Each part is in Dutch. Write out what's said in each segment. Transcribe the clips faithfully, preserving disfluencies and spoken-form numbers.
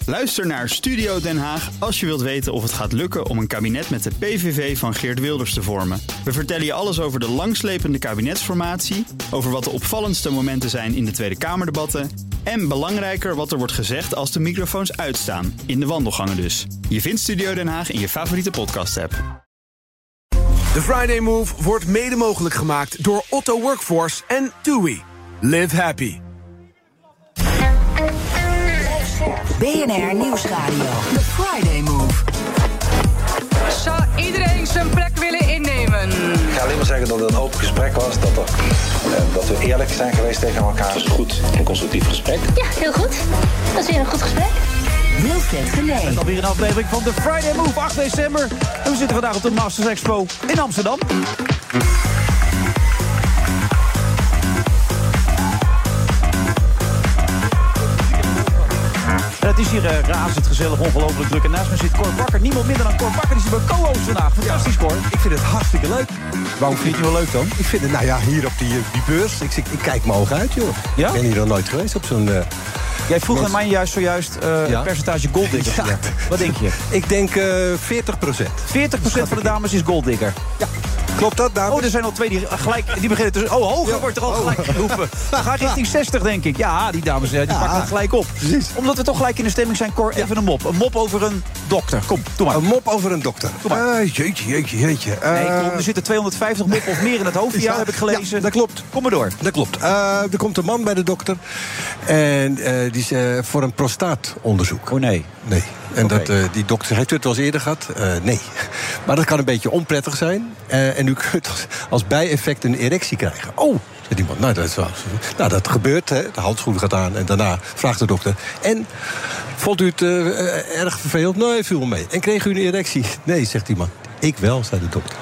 Luister naar Studio Den Haag als je wilt weten of het gaat lukken om een kabinet met de P V V van Geert Wilders te vormen. We vertellen je alles over de langslepende kabinetsformatie, over wat de opvallendste momenten zijn in de Tweede Kamerdebatten en belangrijker wat er wordt gezegd als de microfoons uitstaan, in de wandelgangen dus. Je vindt Studio Den Haag in je favoriete podcast-app. De Friday Move wordt mede mogelijk gemaakt door Otto Workforce en TUI. Live happy. B N R Nieuwsradio. The Friday Move. Zou iedereen zijn plek willen innemen? Ik ga alleen maar zeggen dat het een open gesprek was. Dat, er, uh, dat we eerlijk zijn geweest tegen elkaar. Dat is goed. Een constructief gesprek. Ja, heel goed. Dat is weer een goed gesprek. Wilfred Genee. Het is alweer een aflevering van de Friday Move, acht december. En we zitten vandaag op de Masters Expo in Amsterdam. Het is hier uh, razend gezellig, ongelooflijk druk. En naast me zit Cor Bakker. Niemand minder dan Cor Bakker. Die is mijn co-host vandaag. Fantastisch, Cor. Ik vind het hartstikke leuk. Waarom vind je het wel leuk dan? Ik vind het, nou ja, hier op die, die beurs. Ik, ik, ik kijk mijn ogen uit, joh. Ja? Ik ben hier nog nooit geweest op zo'n... Uh, Jij vroeg mensen... aan mij juist zojuist uh, ja? het percentage golddigger. Ja. Wat denk je? Ik denk uh, veertig procent. veertig procent van de dames is golddigger. Ja. Klopt dat, dames? Oh, er zijn al twee die gelijk... Die beginnen tussen... Oh, hoger ja. wordt er al gelijk oh. geroepen. Ga richting zestig, denk ik. Ja, die dames die ja. pakken het gelijk op. Precies. Omdat we toch gelijk in de stemming zijn, Cor, even ja. een mop. Een mop over een dokter. Kom, doe maar. Een mop over een dokter. Doe maar. Uh, jeetje, jeetje, jeetje. Uh, nee, kom, er zitten tweehonderdvijftig moppen of meer in het hoofd. Ja, ja, heb ik gelezen. Ja, dat klopt. Kom maar door. Dat klopt. Uh, er komt een man bij de dokter. En uh, die is uh, voor een prostaatonderzoek. Oh nee. Nee. En okay. dat, uh, die dokter, heeft u het wel eens eerder gehad? Uh, nee. Maar dat kan een beetje onprettig zijn. Uh, en u kunt als, als bijeffect een erectie krijgen. Oh, zegt iemand. Nou, dat is wel. Nou, dat gebeurt. Hè. De handschoen gaat aan. En daarna vraagt de dokter. En vond u het uh, uh, erg vervelend? Nee, viel mee. En kreeg u een erectie? Nee, zegt die man. Ik wel, zei de dokter.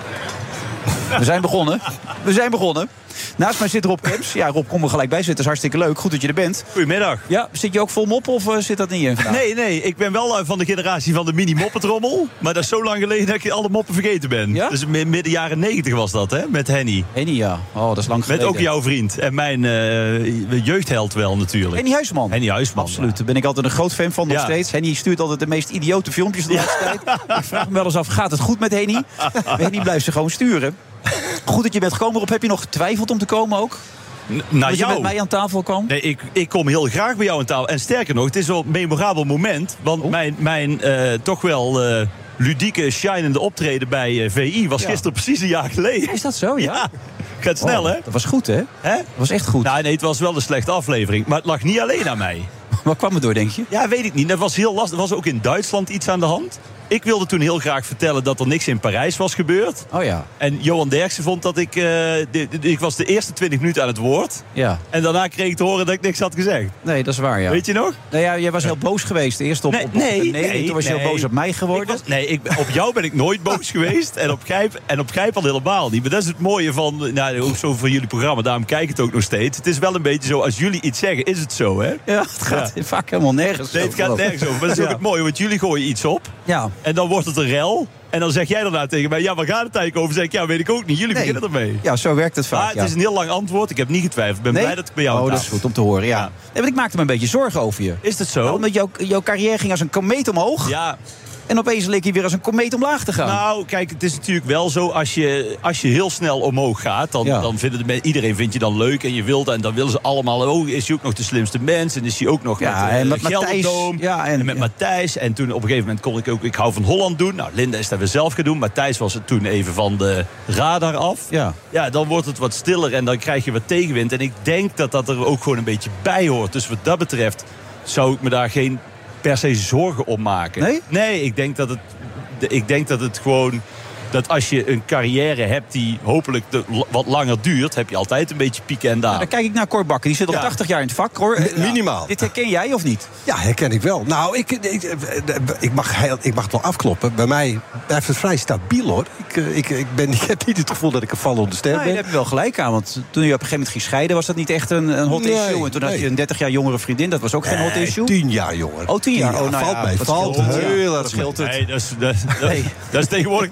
We zijn begonnen. We zijn begonnen. Naast mij zit Rob Kemps. Ja, Rob, kom er gelijk bij zitten. Dat is hartstikke leuk. Goed dat je er bent. Goedemiddag. Ja, zit je ook vol mop of uh, zit dat niet in vandaag? Nee, nee. Ik ben wel van de generatie van de mini-moppetrommel. Maar dat is zo lang geleden dat ik alle moppen vergeten ben. Ja? Dus midden jaren negentig was dat, hè? Met Henny. Henny, ja. Oh, dat is lang geleden. Met ook jouw vriend. En mijn uh, jeugdheld wel, natuurlijk. Henny Huisman. Henny Huisman. Absoluut. Daar ben ik altijd een groot fan van nog ja. steeds. Henny stuurt altijd de meest idiote filmpjes de laatste ja. tijd. Ik vraag me wel eens af, gaat het goed met Henny? Henny blijft ze gewoon sturen. Goed dat je bent gekomen. Rob, heb je nog getwijfeld om te komen ook? N- naar dat jou? je met mij aan tafel kwam? Nee, ik, ik kom heel graag bij jou aan tafel. En sterker nog, het is wel een memorabel moment. Want oh. mijn, mijn uh, toch wel uh, ludieke, shinende optreden bij uh, V I... was ja. gisteren precies een jaar geleden. Is dat zo, ja? ja. Gaat snel, oh, hè? Dat was goed, hè? hè? Dat was echt goed. Nou, nee, het was wel een slechte aflevering. Maar het lag niet alleen aan mij. Waar kwam het door, denk je? Ja, weet ik niet. Dat was heel lastig. Er was ook in Duitsland iets aan de hand. Ik wilde toen heel graag vertellen dat er niks in Parijs was gebeurd. Oh ja. En Johan Derksen vond dat ik... Uh, de, de, ik was de eerste twintig minuten aan het woord. Ja. En daarna kreeg ik te horen dat ik niks had gezegd. Nee, dat is waar, ja. Weet je nog? Nou ja, jij was heel boos geweest. Eerst op, nee, op, nee, op nee, nee, toen was je nee. heel boos op mij geworden. Ik was, nee, ik, op jou ben ik nooit boos geweest. En op Gijp, en op Gijp al helemaal niet. Maar dat is het mooie van... Nou, ook zo van jullie programma. Daarom kijk ik het ook nog steeds. Het is wel een beetje zo, als jullie iets zeggen, is het zo, hè? Ja, het gaat ja. vaak helemaal nergens Nee, het gaat nergens over. Maar dat is ook ja. het mooie, want jullie gooien iets op. Ja. En dan wordt het een rel. En dan zeg jij daarna tegen mij, ja, waar gaat het eigenlijk over? Zeg ik, ja, weet ik ook niet. Jullie nee. beginnen ermee. Ja, zo werkt het vaak. Maar het ja. is een heel lang antwoord. Ik heb niet getwijfeld. Ik ben nee? blij dat ik bij jou Oh, aan dat is goed om te horen, ja. ja. Nee, want ik maakte me een beetje zorgen over je. Is dat zo? Nou, omdat jouw, jouw carrière ging als een komeet omhoog. Ja. En opeens leek je weer als een komeet omlaag te gaan. Nou, kijk, het is natuurlijk wel zo... als je, als je heel snel omhoog gaat... dan, ja. dan vinden de, iedereen vindt je dan leuk en je wilt... en dan willen ze allemaal... oh, is hij ook nog de slimste mens? En is hij ook nog ja, met, en uh, met Matthijs. Ja, en, en met ja. Matthijs. En toen op een gegeven moment kon ik ook... ik hou van Holland doen. Nou, Linda is dat weer zelf gaan doen. Matthijs was het toen even van de radar af. Ja. Ja, dan wordt het wat stiller en dan krijg je wat tegenwind. En ik denk dat dat er ook gewoon een beetje bij hoort. Dus wat dat betreft zou ik me daar geen... per se zorgen om maken. Nee? Nee, ik denk dat het, ik denk dat het gewoon... dat als je een carrière hebt die hopelijk de, wat langer duurt... heb je altijd een beetje pieken en dalen. Ja, dan kijk ik naar Cor Bakker. Die zit al ja. tachtig jaar in het vak, hoor. Ja. Minimaal. Dit herken jij of niet? Ja, herken ik wel. Nou, ik, ik, ik, mag, heel, ik mag het wel afkloppen. Bij mij blijft het vrij stabiel, hoor. Ik, ik, ik, ben, ik heb niet het gevoel dat ik een vallende ster ben. Nee, daar heb je wel gelijk aan. Want toen je op een gegeven moment ging scheiden... was dat niet echt een, een hot nee, issue. En toen nee. had je een dertig jaar jongere vriendin. Dat was ook nee, geen hot issue. tien jaar jonger. Oh, tien jaar. Oh, nou valt ja, mee. Valt heel erg scheelt mee. het. Nee, dat is, dat, dat, nee. dat is tegenwoordig niks meer.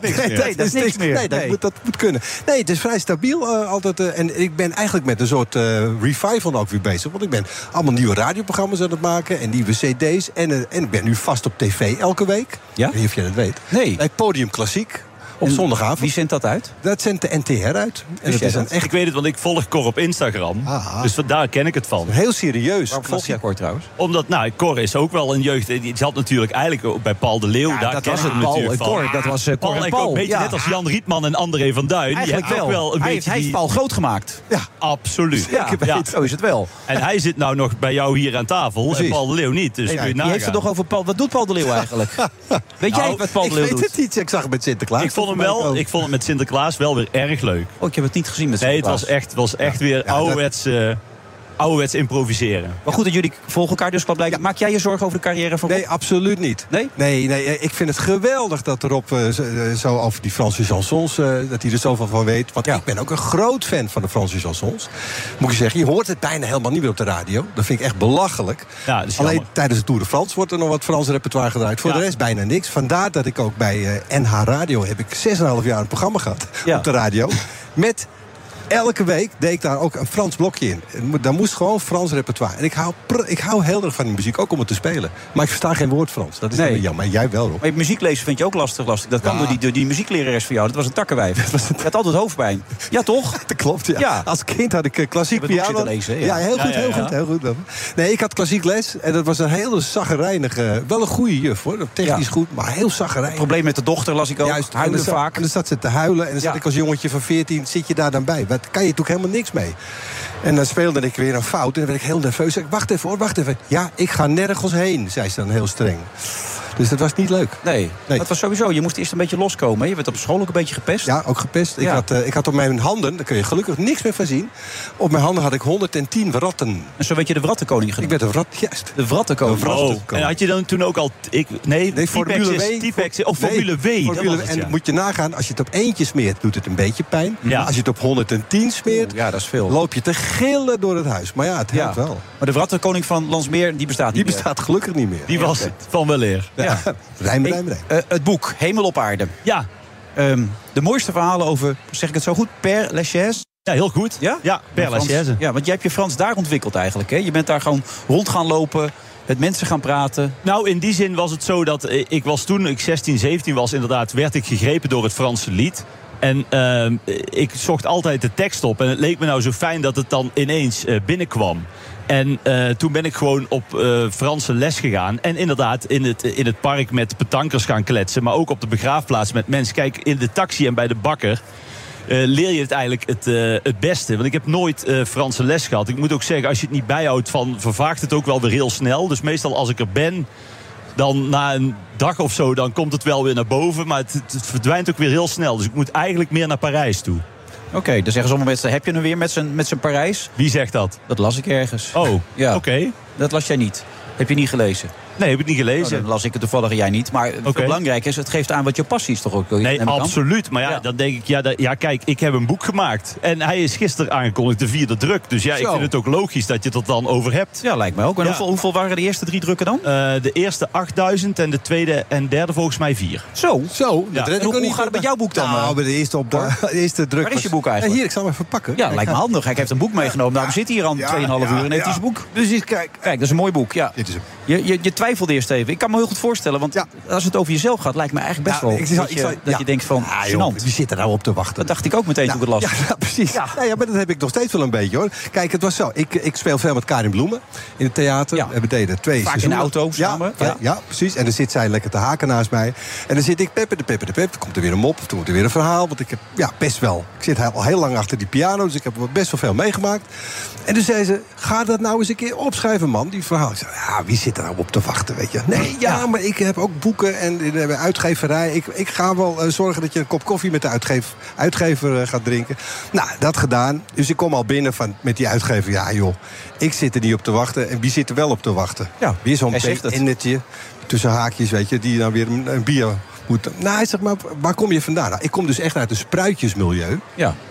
Nee, dat is niks meer. Nee, dat, Nee. Moet, dat moet kunnen. Nee, het is vrij stabiel uh, altijd. Uh, en ik ben eigenlijk met een soort uh, revival ook weer bezig. Want ik ben allemaal nieuwe radioprogramma's aan het maken. En nieuwe cd's. En, uh, en ik ben nu vast op tv elke week. Ja? Ik weet niet of jij dat weet. Nee. Bij Podium Klassiek. Op En zondagavond. Wie zendt dat uit? Dat zendt de N T R uit. En dat jij is een dat? echt Ik weet het, want ik volg Cor op Instagram. Ah. Dus daar ken ik het van. heel serieus. Waarom volg jij Cor trouwens? Omdat, nou, Cor is ook wel een jeugd. Die zat natuurlijk eigenlijk ook bij Paul de Leeuw. Ja, daar dat ken was ik het, hem Paul natuurlijk en van. Cor. Dat was, uh, Cor en en Paul. Een beetje Ja. net als Jan Rietman en André van Duin. Die Eigenlijk hebben wel. ook wel een hij, beetje hij heeft die- Paul groot gemaakt. Ja, Absoluut. Ja, Ja. zo is het wel. En hij zit nou nog bij jou hier aan tafel. Precies. En Paul de Leeuw niet. Dus Hey, kun je die heeft het nagaan. nog over Paul. Wat doet Paul de Leeuw eigenlijk? Weet jij Nou, wat Paul de ik Leeuw weet doet? het niet. Ik zag het met Sinterklaas. Ik vond hem wel, ik vond het met Sinterklaas wel weer erg leuk. Oh, ik heb het niet gezien met Nee, het Sinterklaas. was echt, was echt weer dat- ouderwets, uh, ouderwets improviseren. Maar goed dat jullie volgen elkaar dus wel blijken. Maak jij je zorgen over de carrière van Rob? Nee, absoluut niet. Nee? Nee, nee, ik vind het geweldig dat Rob uh, zo, uh, zo over die Franse chansons, uh, dat hij er zoveel van weet. Want Ja. ik ben ook een groot fan van de Franse chansons. Moet ik zeggen, je hoort het bijna helemaal niet meer op de radio. Dat vind ik echt belachelijk. Ja, dat is Alleen jammer. tijdens de Tour de France wordt er nog wat Frans repertoire gedraaid. Voor Ja. de rest bijna niks. Vandaar dat ik ook bij uh, N H Radio heb ik zes komma vijf jaar een programma gehad Ja. op de radio. Met elke week deed ik daar ook een Frans blokje in. En mo- daar moest gewoon Frans repertoire. En ik hou, pr- ik hou heel erg van die muziek, ook om het te spelen. Maar ik versta geen woord Frans. Dat is Nee. nee. jammer. Maar jij wel, Rob. Maar muziek lezen vind je ook lastig. lastig. Dat kan Ja. door die, door die muzieklerares van jou. Dat was een takkenwijf. Je had altijd hoofdpijn. Ja, toch? Dat klopt, ja. Ja. Als kind had ik uh, klassiek Je hebt het boek piano. zitten lezen, ja. hè? heel Ja, goed, ja, heel ja. goed, heel goed. Nee, ik had klassiek les. En dat was een hele zaggerijnige, wel een goede juf, hoor. Technisch Ja. goed, maar heel zaggerijnig. Probleem met de dochter las ik ook. Juist, en Huilen dan zat- vaak. En dan zat ze te huilen. En dan zat Ja. ik als jongetje van veertien, zit je daar dan bij? Wat kan je natuurlijk helemaal niks mee. En dan speelde ik weer een fout. En dan werd ik heel nerveus. Zeg ik, wacht even hoor, wacht even. Ja, ik ga nergens heen, zei ze dan heel streng. Dus dat was niet leuk. Nee, Nee. maar het was sowieso. Je moest eerst een beetje loskomen. Hè? Je werd op school ook een beetje gepest. Ja, ook gepest. Ik, Ja. had, uh, ik had op mijn handen, daar kun je gelukkig niks meer van zien. Op mijn handen had ik honderdtien wratten. En zo werd je de Wrattenkoning Ik genoemd. werd een wrat, juist. De Wrattenkoning. De Wrat- Oh, Wrattenkoning. en had je dan toen ook al... Ik, nee, Nee, Formule T-Pex is- W. T-Pex is- Of Nee, Formule W. dat Formule- was het, en ja. moet je nagaan, als je het op eentje smeert, doet het een beetje pijn. Ja. Als je het op honderdtien smeert, Ja, dat is veel. loop je te gillen door het huis. Maar ja, het helpt Ja. wel. Maar de Wrattenkoning van Landsmeer, die bestaat niet Die meer. bestaat gelukkig niet meer. Die was van weleer. Ja. Rijm, Hey, rijm, rijm. eh, het boek Hemel op aarde. Ja, Ehm, de mooiste verhalen over, zeg ik het zo goed, Père Lachaise. ja, heel goed. Ja? Ja, Per Frans. Lachaise. Ja, want jij hebt je Frans daar ontwikkeld eigenlijk. Hè? Je bent daar gewoon rond gaan lopen, met mensen gaan praten. Nou, in die zin was het zo dat eh, ik was toen ik zestien, zeventien was, inderdaad, werd ik gegrepen door het Franse lied. En eh, ik zocht altijd de tekst op. En het leek me nou zo fijn dat het dan ineens eh, binnenkwam. En uh, toen ben ik gewoon op uh, Franse les gegaan. En inderdaad in het, in het park met petankers gaan kletsen. Maar ook op de begraafplaats met mensen. Kijk, in de taxi en bij de bakker uh, leer je het eigenlijk het, uh, het beste. Want ik heb nooit uh, Franse les gehad. Ik moet ook zeggen, als je het niet bijhoudt, van, vervaagt het ook wel weer heel snel. Dus meestal als ik er ben, dan na een dag of zo, dan komt het wel weer naar boven. Maar het, het verdwijnt ook weer heel snel. Dus ik moet eigenlijk meer naar Parijs toe. Oké, okay, dan zeggen sommige mensen, heb je hem weer met zijn, met zijn Parijs? Wie zegt dat? Dat las ik ergens. Oh, ja. oké. Okay. Dat las jij niet. Heb je niet gelezen? Nee, heb ik niet gelezen. Oh, dan las ik het toevallig en jij niet. Maar okay. veel belangrijker is, het geeft aan wat je passie is toch ook? Nee, absoluut. Maar ja, ja, dan denk ik, ja, dat, ja, kijk, ik heb een boek gemaakt. En hij is gisteren aangekondigd, de vierde druk. Dus ja, Zo. ik vind het ook logisch dat je het er dan over hebt. Ja, lijkt mij ook. En ja. hoeveel, hoeveel waren de eerste drie drukken dan? Uh, de eerste achtduizend en de tweede en derde volgens mij vier. Zo. Zo, ja. En hoe, hoe gaat het met jouw boek dan? Nou, bij de eerste, op de, de eerste druk. Waar is je boek eigenlijk? Ja, hier, ik zal hem even pakken. Ja, lijkt me handig. Hij heeft een boek meegenomen. Daarom zit hij hier al tweeënhalf ja, uur en heeft hij zijn boek. Precies, kijk. Kijk, dat is een mooi boek. Ja. Dit is hem. Je, je, je twijfelde eerst even. Ik kan me heel goed voorstellen, want ja. als het over jezelf gaat, lijkt me eigenlijk best ja, wel ik zal, dat, je, ik zal, dat ja. je denkt van, ah, joh, wie zit er nou op te wachten? Dat dacht ik ook meteen nou, toen ik het las. Ja, ja precies. Ja. Nou ja, maar dat heb ik nog steeds wel een beetje, hoor. Kijk, het was zo. Ik, ik speel veel met Karin Bloemen in het theater. Ja. We deden twee Vaak seizoenen. in de auto samen. Ja, ja. ja, precies. En dan zit zij lekker te haken naast mij. En dan zit ik pepper de pepper de pep. Dan komt er weer een mop, of dan komt er weer een verhaal. Want ik heb, ja, best wel. Ik zit al heel lang achter die piano, dus ik heb best wel veel meegemaakt. En toen zei ze, ga dat nou eens een keer opschrijven, man, die verhaal. Ik zei, ja, wie zit er nou op te wachten, weet je? Nee, ja, ja. maar ik heb ook boeken en de uitgeverij. Ik, ik ga wel uh, zorgen dat je een kop koffie met de uitgever, uitgever uh, gaat drinken. Nou, dat gedaan. Dus ik kom al binnen van, met die uitgever. Ja, joh, ik zit er niet op te wachten. En wie zit er wel op te wachten? Ja, weer zo'n ennetje tussen haakjes, weet je, die dan weer een, een bier moet. Nou, hij zegt, maar waar kom je vandaan? Nou, ik kom dus echt uit een spruitjesmilieu. Ja.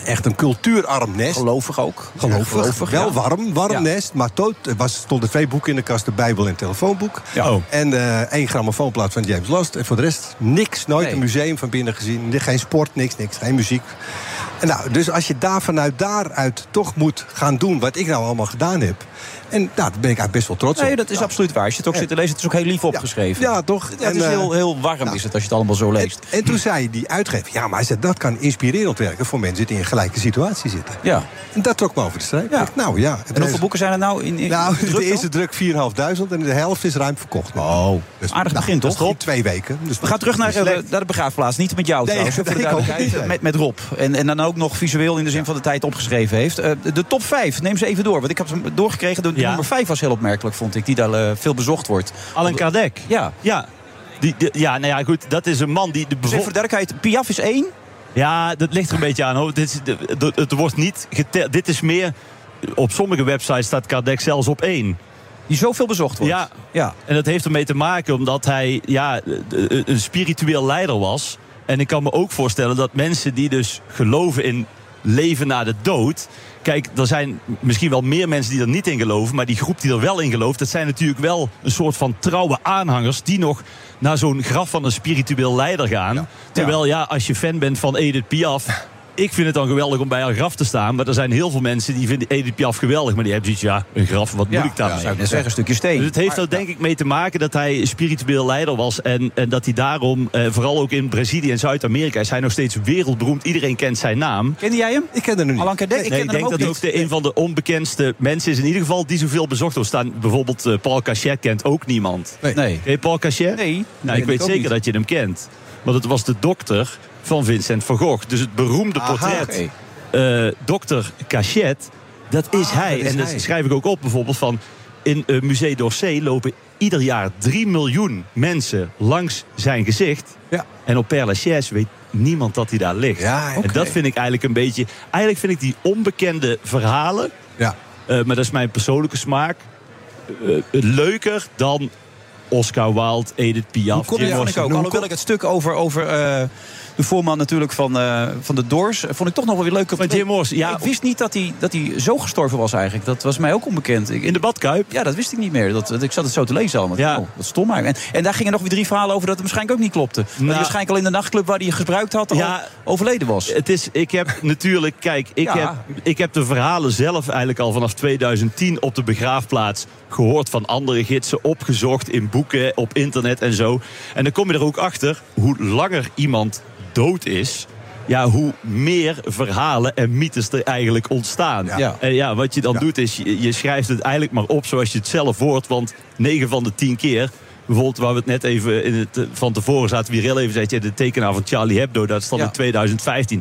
echt een cultuurarm nest. Gelovig ook. Gelovig, ja, gelovig wel ja. warm, warm ja. nest. Maar tot, er was, stonden twee boeken in de kast, de Bijbel en het telefoonboek. Ja. Oh. En uh, één grammofoonplaat van James Last. En voor de rest niks, nooit nee. een museum van binnen gezien. Geen sport, niks, niks, geen muziek. En nou, dus als je daar vanuit daaruit toch moet gaan doen wat ik nou allemaal gedaan heb. En nou, daar ben ik eigenlijk best wel trots op. Nee, dat is ja. absoluut waar. Als je het ook Ja. zit te lezen, het is ook heel lief opgeschreven. Ja, ja toch? Ja, het en, is heel, uh, heel warm nou, is het als je het allemaal zo leest. En, en toen zei die uitgever, ja, maar hij zei, dat kan inspirerend werken voor mensen die in een gelijke situatie zitten. Ja. En dat trok me over de streep. Ja. Ik, nou ja. En hoeveel boeken zijn er nou in, in Nou, druk de eerste dan? druk vier vijfduizend en de helft is ruim verkocht. Oh, dus, aardig nou, begin, toch? Dat is in twee weken. Dus We gaan terug naar, slecht. uh, naar de begraafplaats. Niet met jou Nee, trouwens, voor de nee, ik ook duidelijkheid. niet. Met, met Rob. En, en dan ook nog visueel in de zin van de tijd opgeschreven heeft. Uh, de top vijf, neem ze even door. Want ik heb ze doorgekregen. De, de Ja. nummer vijf was heel opmerkelijk, vond ik. Die daar uh, veel bezocht wordt. Allan Kardec. Ja. Ja. Die, die, ja, nou ja, goed. Dat is een man die... De Dus even voor de duidelijkheid. Piaf is één. Ja, dat ligt er een beetje aan, hoor. Dit is, de, de, het wordt niet geteld. Dit is meer... Op sommige websites staat Kardec zelfs op één. Die zoveel bezocht wordt. Ja. ja. En dat heeft ermee te maken omdat hij ja, een spiritueel leider was. En ik kan me ook voorstellen dat mensen die dus geloven in leven na de dood... Kijk, er zijn misschien wel meer mensen die er niet in geloven... maar die groep die er wel in gelooft... dat zijn natuurlijk wel een soort van trouwe aanhangers... die nog naar zo'n graf van een spiritueel leider gaan. Ja. Terwijl, ja, als je fan bent van Edith Piaf... Ik vind het dan geweldig om bij haar graf te staan. Maar er zijn heel veel mensen die vinden Edith Piaf geweldig. Maar die hebben zoiets, ja, een graf, wat Ja, moet ik daarmee? ja, zou ik net zeggen, een stukje steen. Dus het heeft Maar, er denk ik mee te maken dat hij spiritueel leider was. En, en dat hij daarom, eh, vooral ook in Brazilië en Zuid-Amerika... is hij nog steeds wereldberoemd. Iedereen kent zijn naam. Kende jij hem? Ik ken hem nu niet. Allan Kardec? Ik, Nee, ken ik denk hem ook dat niet. ook de, een van de onbekendste mensen is in ieder geval... die zoveel bezocht wordt. Staan bijvoorbeeld uh, Paul Cachet kent ook niemand. Nee. Nee. Ken je Paul Cachet? Nee. Nou, ik ken weet ik ook zeker niet. dat je hem kent. Want het was de dokter van Vincent van Gogh. Dus het beroemde Aha, portret... oké. Uh, dokter Cachet, dat is Ah, hij. dat is en dat hij. schrijf ik ook op bijvoorbeeld van... in uh, Musée d'Orsay lopen ieder jaar drie miljoen mensen langs zijn gezicht. Ja. En op Père Lachaise weet niemand dat hij daar ligt. Ja, En oké. dat vind ik eigenlijk een beetje... Eigenlijk vind ik die onbekende verhalen... Ja. Uh, maar dat is mijn persoonlijke smaak... Uh, leuker dan Oscar Wilde, Edith Piaf. Kom, Jim ja, vond Morrison. ik ook. Alhoewel ik het stuk over, over uh, de voorman natuurlijk van, uh, van de Doors... vond ik toch nog wel weer leuk. Van Jim Morrison, ja. Ik wist niet dat hij, dat hij zo gestorven was eigenlijk. Dat was mij ook onbekend. Ik, In de Badkuip? Ja, dat wist ik niet meer. Dat, dat, ik zat het zo te lezen allemaal. Ja. Oh, dat is stom eigenlijk. En, en daar gingen nog weer drie verhalen over dat het waarschijnlijk ook niet klopte. Dat hij waarschijnlijk al in de nachtclub waar hij gebruikt had... al Ja. overleden was. Het is, ik heb natuurlijk, kijk, ik, Ja. heb, ik heb de verhalen zelf eigenlijk al vanaf tweeduizend tien op de begraafplaats gehoord van andere gidsen, opgezocht in boeken, op internet en zo. En dan kom je er ook achter, hoe langer iemand dood is, ja, hoe meer verhalen en mythes er eigenlijk ontstaan. Ja. En ja, wat je dan Ja. doet is, je, je schrijft het eigenlijk maar op zoals je het zelf hoort, want negen van de tien keer... Bijvoorbeeld waar we het net even in het, van tevoren zaten... wie heel even zei, de tekenaar van Charlie Hebdo... dat is dan Ja. in tweeduizend vijftien.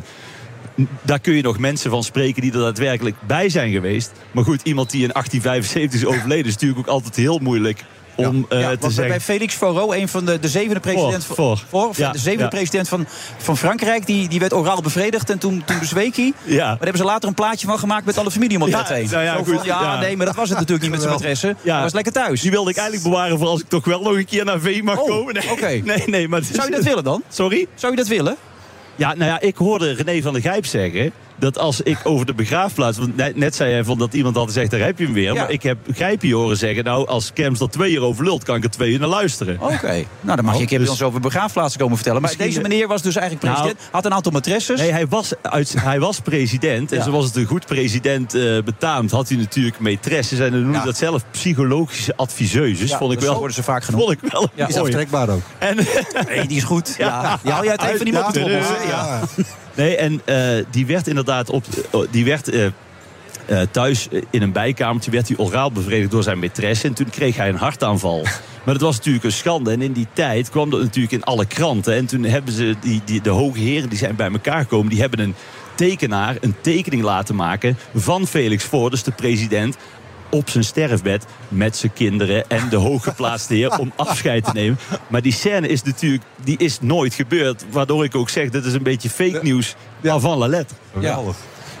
Daar kun je nog mensen van spreken die er daadwerkelijk bij zijn geweest. Maar goed, iemand die in achttien vijfenzeventig is overleden... is natuurlijk ook altijd heel moeilijk om uh, Ja, te want zeggen... bij Felix Faurot, een van de, de zevende president, Voor, van, voor. voor, Ja, de zevende ja. president van, van Frankrijk, die, die werd oraal bevredigd en toen, toen bezweek hij. Ja. Maar daar hebben ze later een plaatje van gemaakt met alle familie om het Ja, bed heen. nou ja, Zo goed, van, ja, ja. nee, maar dat was het natuurlijk niet met zijn matresse. Ja. Hij was lekker thuis. Die wilde ik eigenlijk bewaren voor als ik toch wel nog een keer naar V mag Oh, komen. Nee, oké. nee, nee, maar... Zou je dat willen dan? Sorry? Zou je dat willen? Ja, nou ja, ik hoorde René van der Gijp zeggen... dat als ik over de begraafplaats... want net, net zei hij van dat iemand altijd zegt, daar heb je hem weer. Ja. Maar ik heb Gijpje horen zeggen... nou, als Kems er twee uur over lult, kan ik er twee uur naar luisteren. Oké. Nou, dan mag je een keer bij ons over begraafplaatsen komen vertellen. Maar Misschien- deze meneer was dus eigenlijk president. Nou, had een aantal matresses. Nee, hij was, uit, hij was president. En Ja. zoals het een goed president uh, betaamt... had hij natuurlijk maîtresses. En dan noemen Ja. dat zelf psychologische adviseuses. Ja, vond ik dus wel, zo worden ze vaak genoemd. vond ik wel Ja. een Is mooie. aftrekbaar ook. En, Nee, die is goed. Ja. Ja, haal jij het even niet meer op de trommel. hè? Ja. nee, en uh, die werd inderdaad op, die werd, uh, uh, thuis in een bijkamertje... werd hij oraal bevredigd door zijn maîtresse. En toen kreeg hij een hartaanval. Maar dat was natuurlijk een schande. En in die tijd kwam dat natuurlijk in alle kranten. En toen hebben ze, die, die, de hoge heren die zijn bij elkaar gekomen... die hebben een tekenaar een tekening laten maken van Felix Faure, dus de president... op zijn sterfbed met zijn kinderen en de hooggeplaatste heer om afscheid te nemen. Maar die scène is natuurlijk, die is nooit gebeurd. Waardoor ik ook zeg, dat is een beetje fake nieuws Ja. avant la lettre. Geweldig.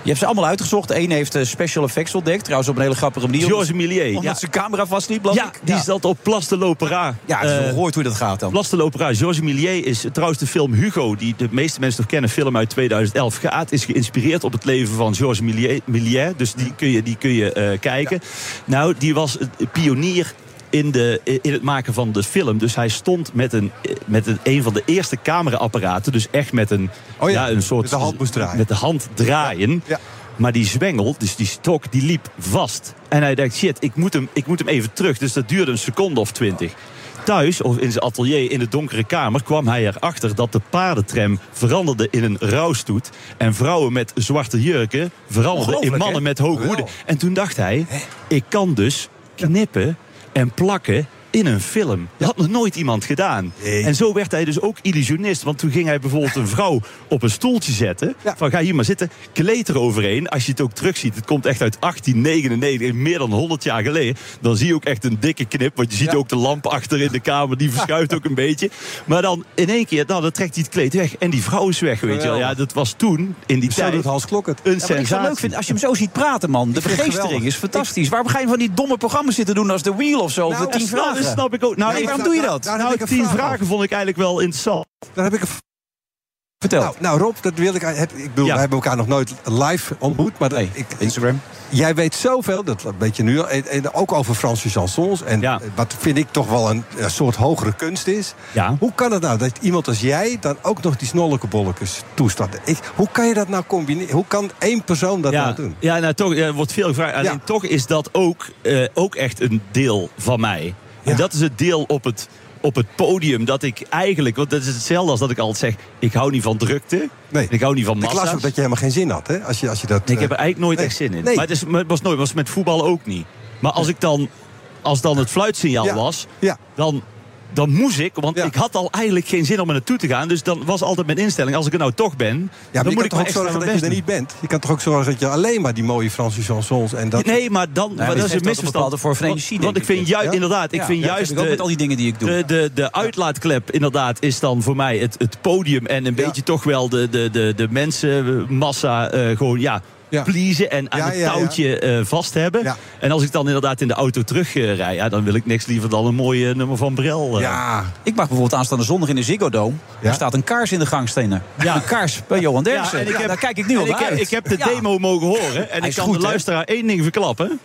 Je hebt ze allemaal uitgezocht. Eén heeft uh, special effects ontdekt. Trouwens op een hele grappige manier. Georges Méliès. Omdat ja. zijn camera vastliep, geloof Ja, ik. die Ja. zat op Place de l'Opéra. Ja, het is wel Uh, gehoord hoe dat gaat dan. Place de l'Opéra. Georges Méliès is trouwens de film Hugo, die de meeste mensen nog kennen, film uit tweeduizend elf. Gaat is geïnspireerd op het leven van Georges Méliès. Méliès dus die kun je, die kun je uh, kijken. Ja. Nou, die was een pionier in, de, in het maken van de film. Dus hij stond met een, met een, een van de eerste cameraapparaten. Dus echt met een, oh ja, ja, een soort... Met de hand moest draaien. Met de hand draaien. Ja. Ja. Maar die zwengel, dus die stok, die liep vast. En hij dacht, shit, ik moet hem, ik moet hem even terug. Dus dat duurde een seconde of twintig. Thuis, of in zijn atelier, in de donkere kamer, kwam hij erachter dat de paardentram veranderde in een rouwstoet. En vrouwen met zwarte jurken veranderden in mannen hè? met hoge hoeden. En toen dacht hij, ik kan dus knippen en plakken in een film. Dat had nog nooit iemand gedaan. Nee. En zo werd hij dus ook illusionist. Want toen ging hij bijvoorbeeld een vrouw op een stoeltje zetten. Ja. Van, ga hier maar zitten. Kleed er overheen. Als je het ook terugziet. Het komt echt uit achttien negenennegentig. Meer dan honderd jaar geleden. Dan zie je ook echt een dikke knip. Want je ziet ja. ook de lamp achter in de kamer. Die verschuift ook een beetje. Maar dan in één keer, nou, dan trekt hij het kleed weg. En die vrouw is weg. Weet je wel. Ja, dat was toen, in die dus tijd, doet Hans Klok het. een ja, sensatie. Ik zo leuk vind, als je hem zo ziet praten, man. De vergeestering is fantastisch. Ik... Waarom ga je van die domme programma's zitten doen als The Wheel of zo? Nou, of de tien vragen? Dat snap ik ook. Nou, nee, waarom doe je dat? Nou, nou, nou tien vragen over. Vond ik eigenlijk wel interessant. Dan heb ik een... Vertel. Nou, nou Rob, dat wil ik. Heb, ik bedoel, ja. we hebben elkaar nog nooit live ontmoet. Maar nee, ik, Instagram. Jij weet zoveel, dat weet je nu al. En, en ook over Franse chansons. En ja. wat vind ik toch wel een, een soort hogere kunst is. Ja. Hoe kan het nou dat iemand als jij dan ook nog die snollekebollekes toestaat? Ik, hoe kan je dat nou combineren? Hoe kan één persoon dat ja. nou doen? Ja, nou toch, er wordt veel gevraagd. Alleen ja. toch is dat ook, uh, ook echt een deel van mij. Ja. En dat is het deel op het... op het podium dat ik eigenlijk... want dat is hetzelfde als dat ik altijd zeg... ik hou niet van drukte. Nee. Ik hou niet van massa's. Ik las ook dat je helemaal geen zin had, hè? Als je, als je dat, nee, ik heb er eigenlijk nooit nee. echt zin in. Nee. Maar het, is, het was nooit, was met voetballen ook niet. Maar als ik dan... als dan het fluitsignaal ja. was... Ja. dan... dan moest ik, want ja. ik had al eigenlijk geen zin om er naartoe te gaan. Dus dan was altijd mijn instelling, als ik er nou toch ben... Ja, dan moet je ik kan toch ook zorgen dat je er niet bent? Je kan toch ook zorgen dat je alleen maar die mooie Franse chansons... en dat... Nee, maar dan... Nee, maar dat is een misverstand. Voor energie, want, want ik vind juist, ja? inderdaad... ik ja, vind ja, juist ik ook de, met al die dingen die ik doe. De, de, de uitlaatklep, inderdaad, is dan voor mij het, het podium... en een ja. beetje toch wel de, de, de, de mensenmassa uh, gewoon... ja. Ja. pleasen en aan ja, het touwtje ja, ja. Uh, vast hebben. Ja. En als ik dan inderdaad in de auto terug uh, rijd... Ja, dan wil ik niks liever dan een mooie nummer van Brel. Uh. Ja. Ik mag bijvoorbeeld aanstaande zondag in de Ziggo Dome. Ja? Er staat een kaars in de gangstenen. Ja. Een kaars bij Johan Derksen. Ja, ja, daar kijk ik nu al naar ik, uit. ik heb de demo ja. mogen horen. En Hij ik kan goed, de luisteraar hè? één ding verklappen.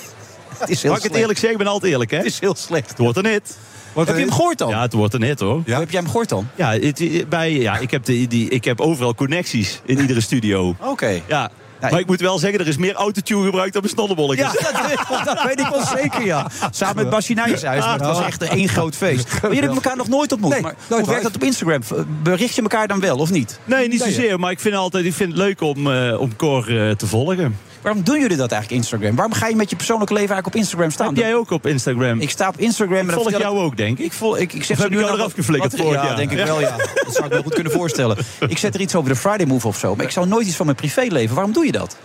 Het is heel Mag ik het eerlijk zeggen? Ik ben altijd eerlijk, hè? Het is heel slecht. Het wordt een hit. Wat heb je hem gehoord dan? Ja, het wordt een hit, hoor. Ja. Heb jij hem gehoord dan? Ja, het, bij, ja ik, heb de, die, ik heb overal connecties in iedere studio. Oké. Okay. Ja. Nee. Maar ik moet wel zeggen, er is meer autotune gebruikt dan bij snollebolletjes. Ja, dat, dat weet ik wel zeker, ja. Samen met Basje Nijshuis. Maar het was echt één groot feest. Maar jullie hebben elkaar nog nooit ontmoet. Nee, maar nooit hoe werkt dat op Instagram? Bericht je elkaar dan wel, of niet? Nee, niet zozeer. Maar ik vind, altijd, ik vind het leuk om, uh, om Cor uh, te volgen. Waarom doen jullie dat eigenlijk, Instagram? Waarom ga je met je persoonlijke leven eigenlijk op Instagram staan? Heb jij ook op Instagram? Ik sta op Instagram. Ik volg jou ook, denk ik. Ik, vol, ik, ik zeg of heb je jou eraf geflikkerd vorig jaar? Ja, denk ik wel, ja. Dat zou ik me goed kunnen voorstellen. Ik zet er iets over de Friday Move of zo. Maar ik zou nooit iets van mijn privéleven. Waarom doe je dat?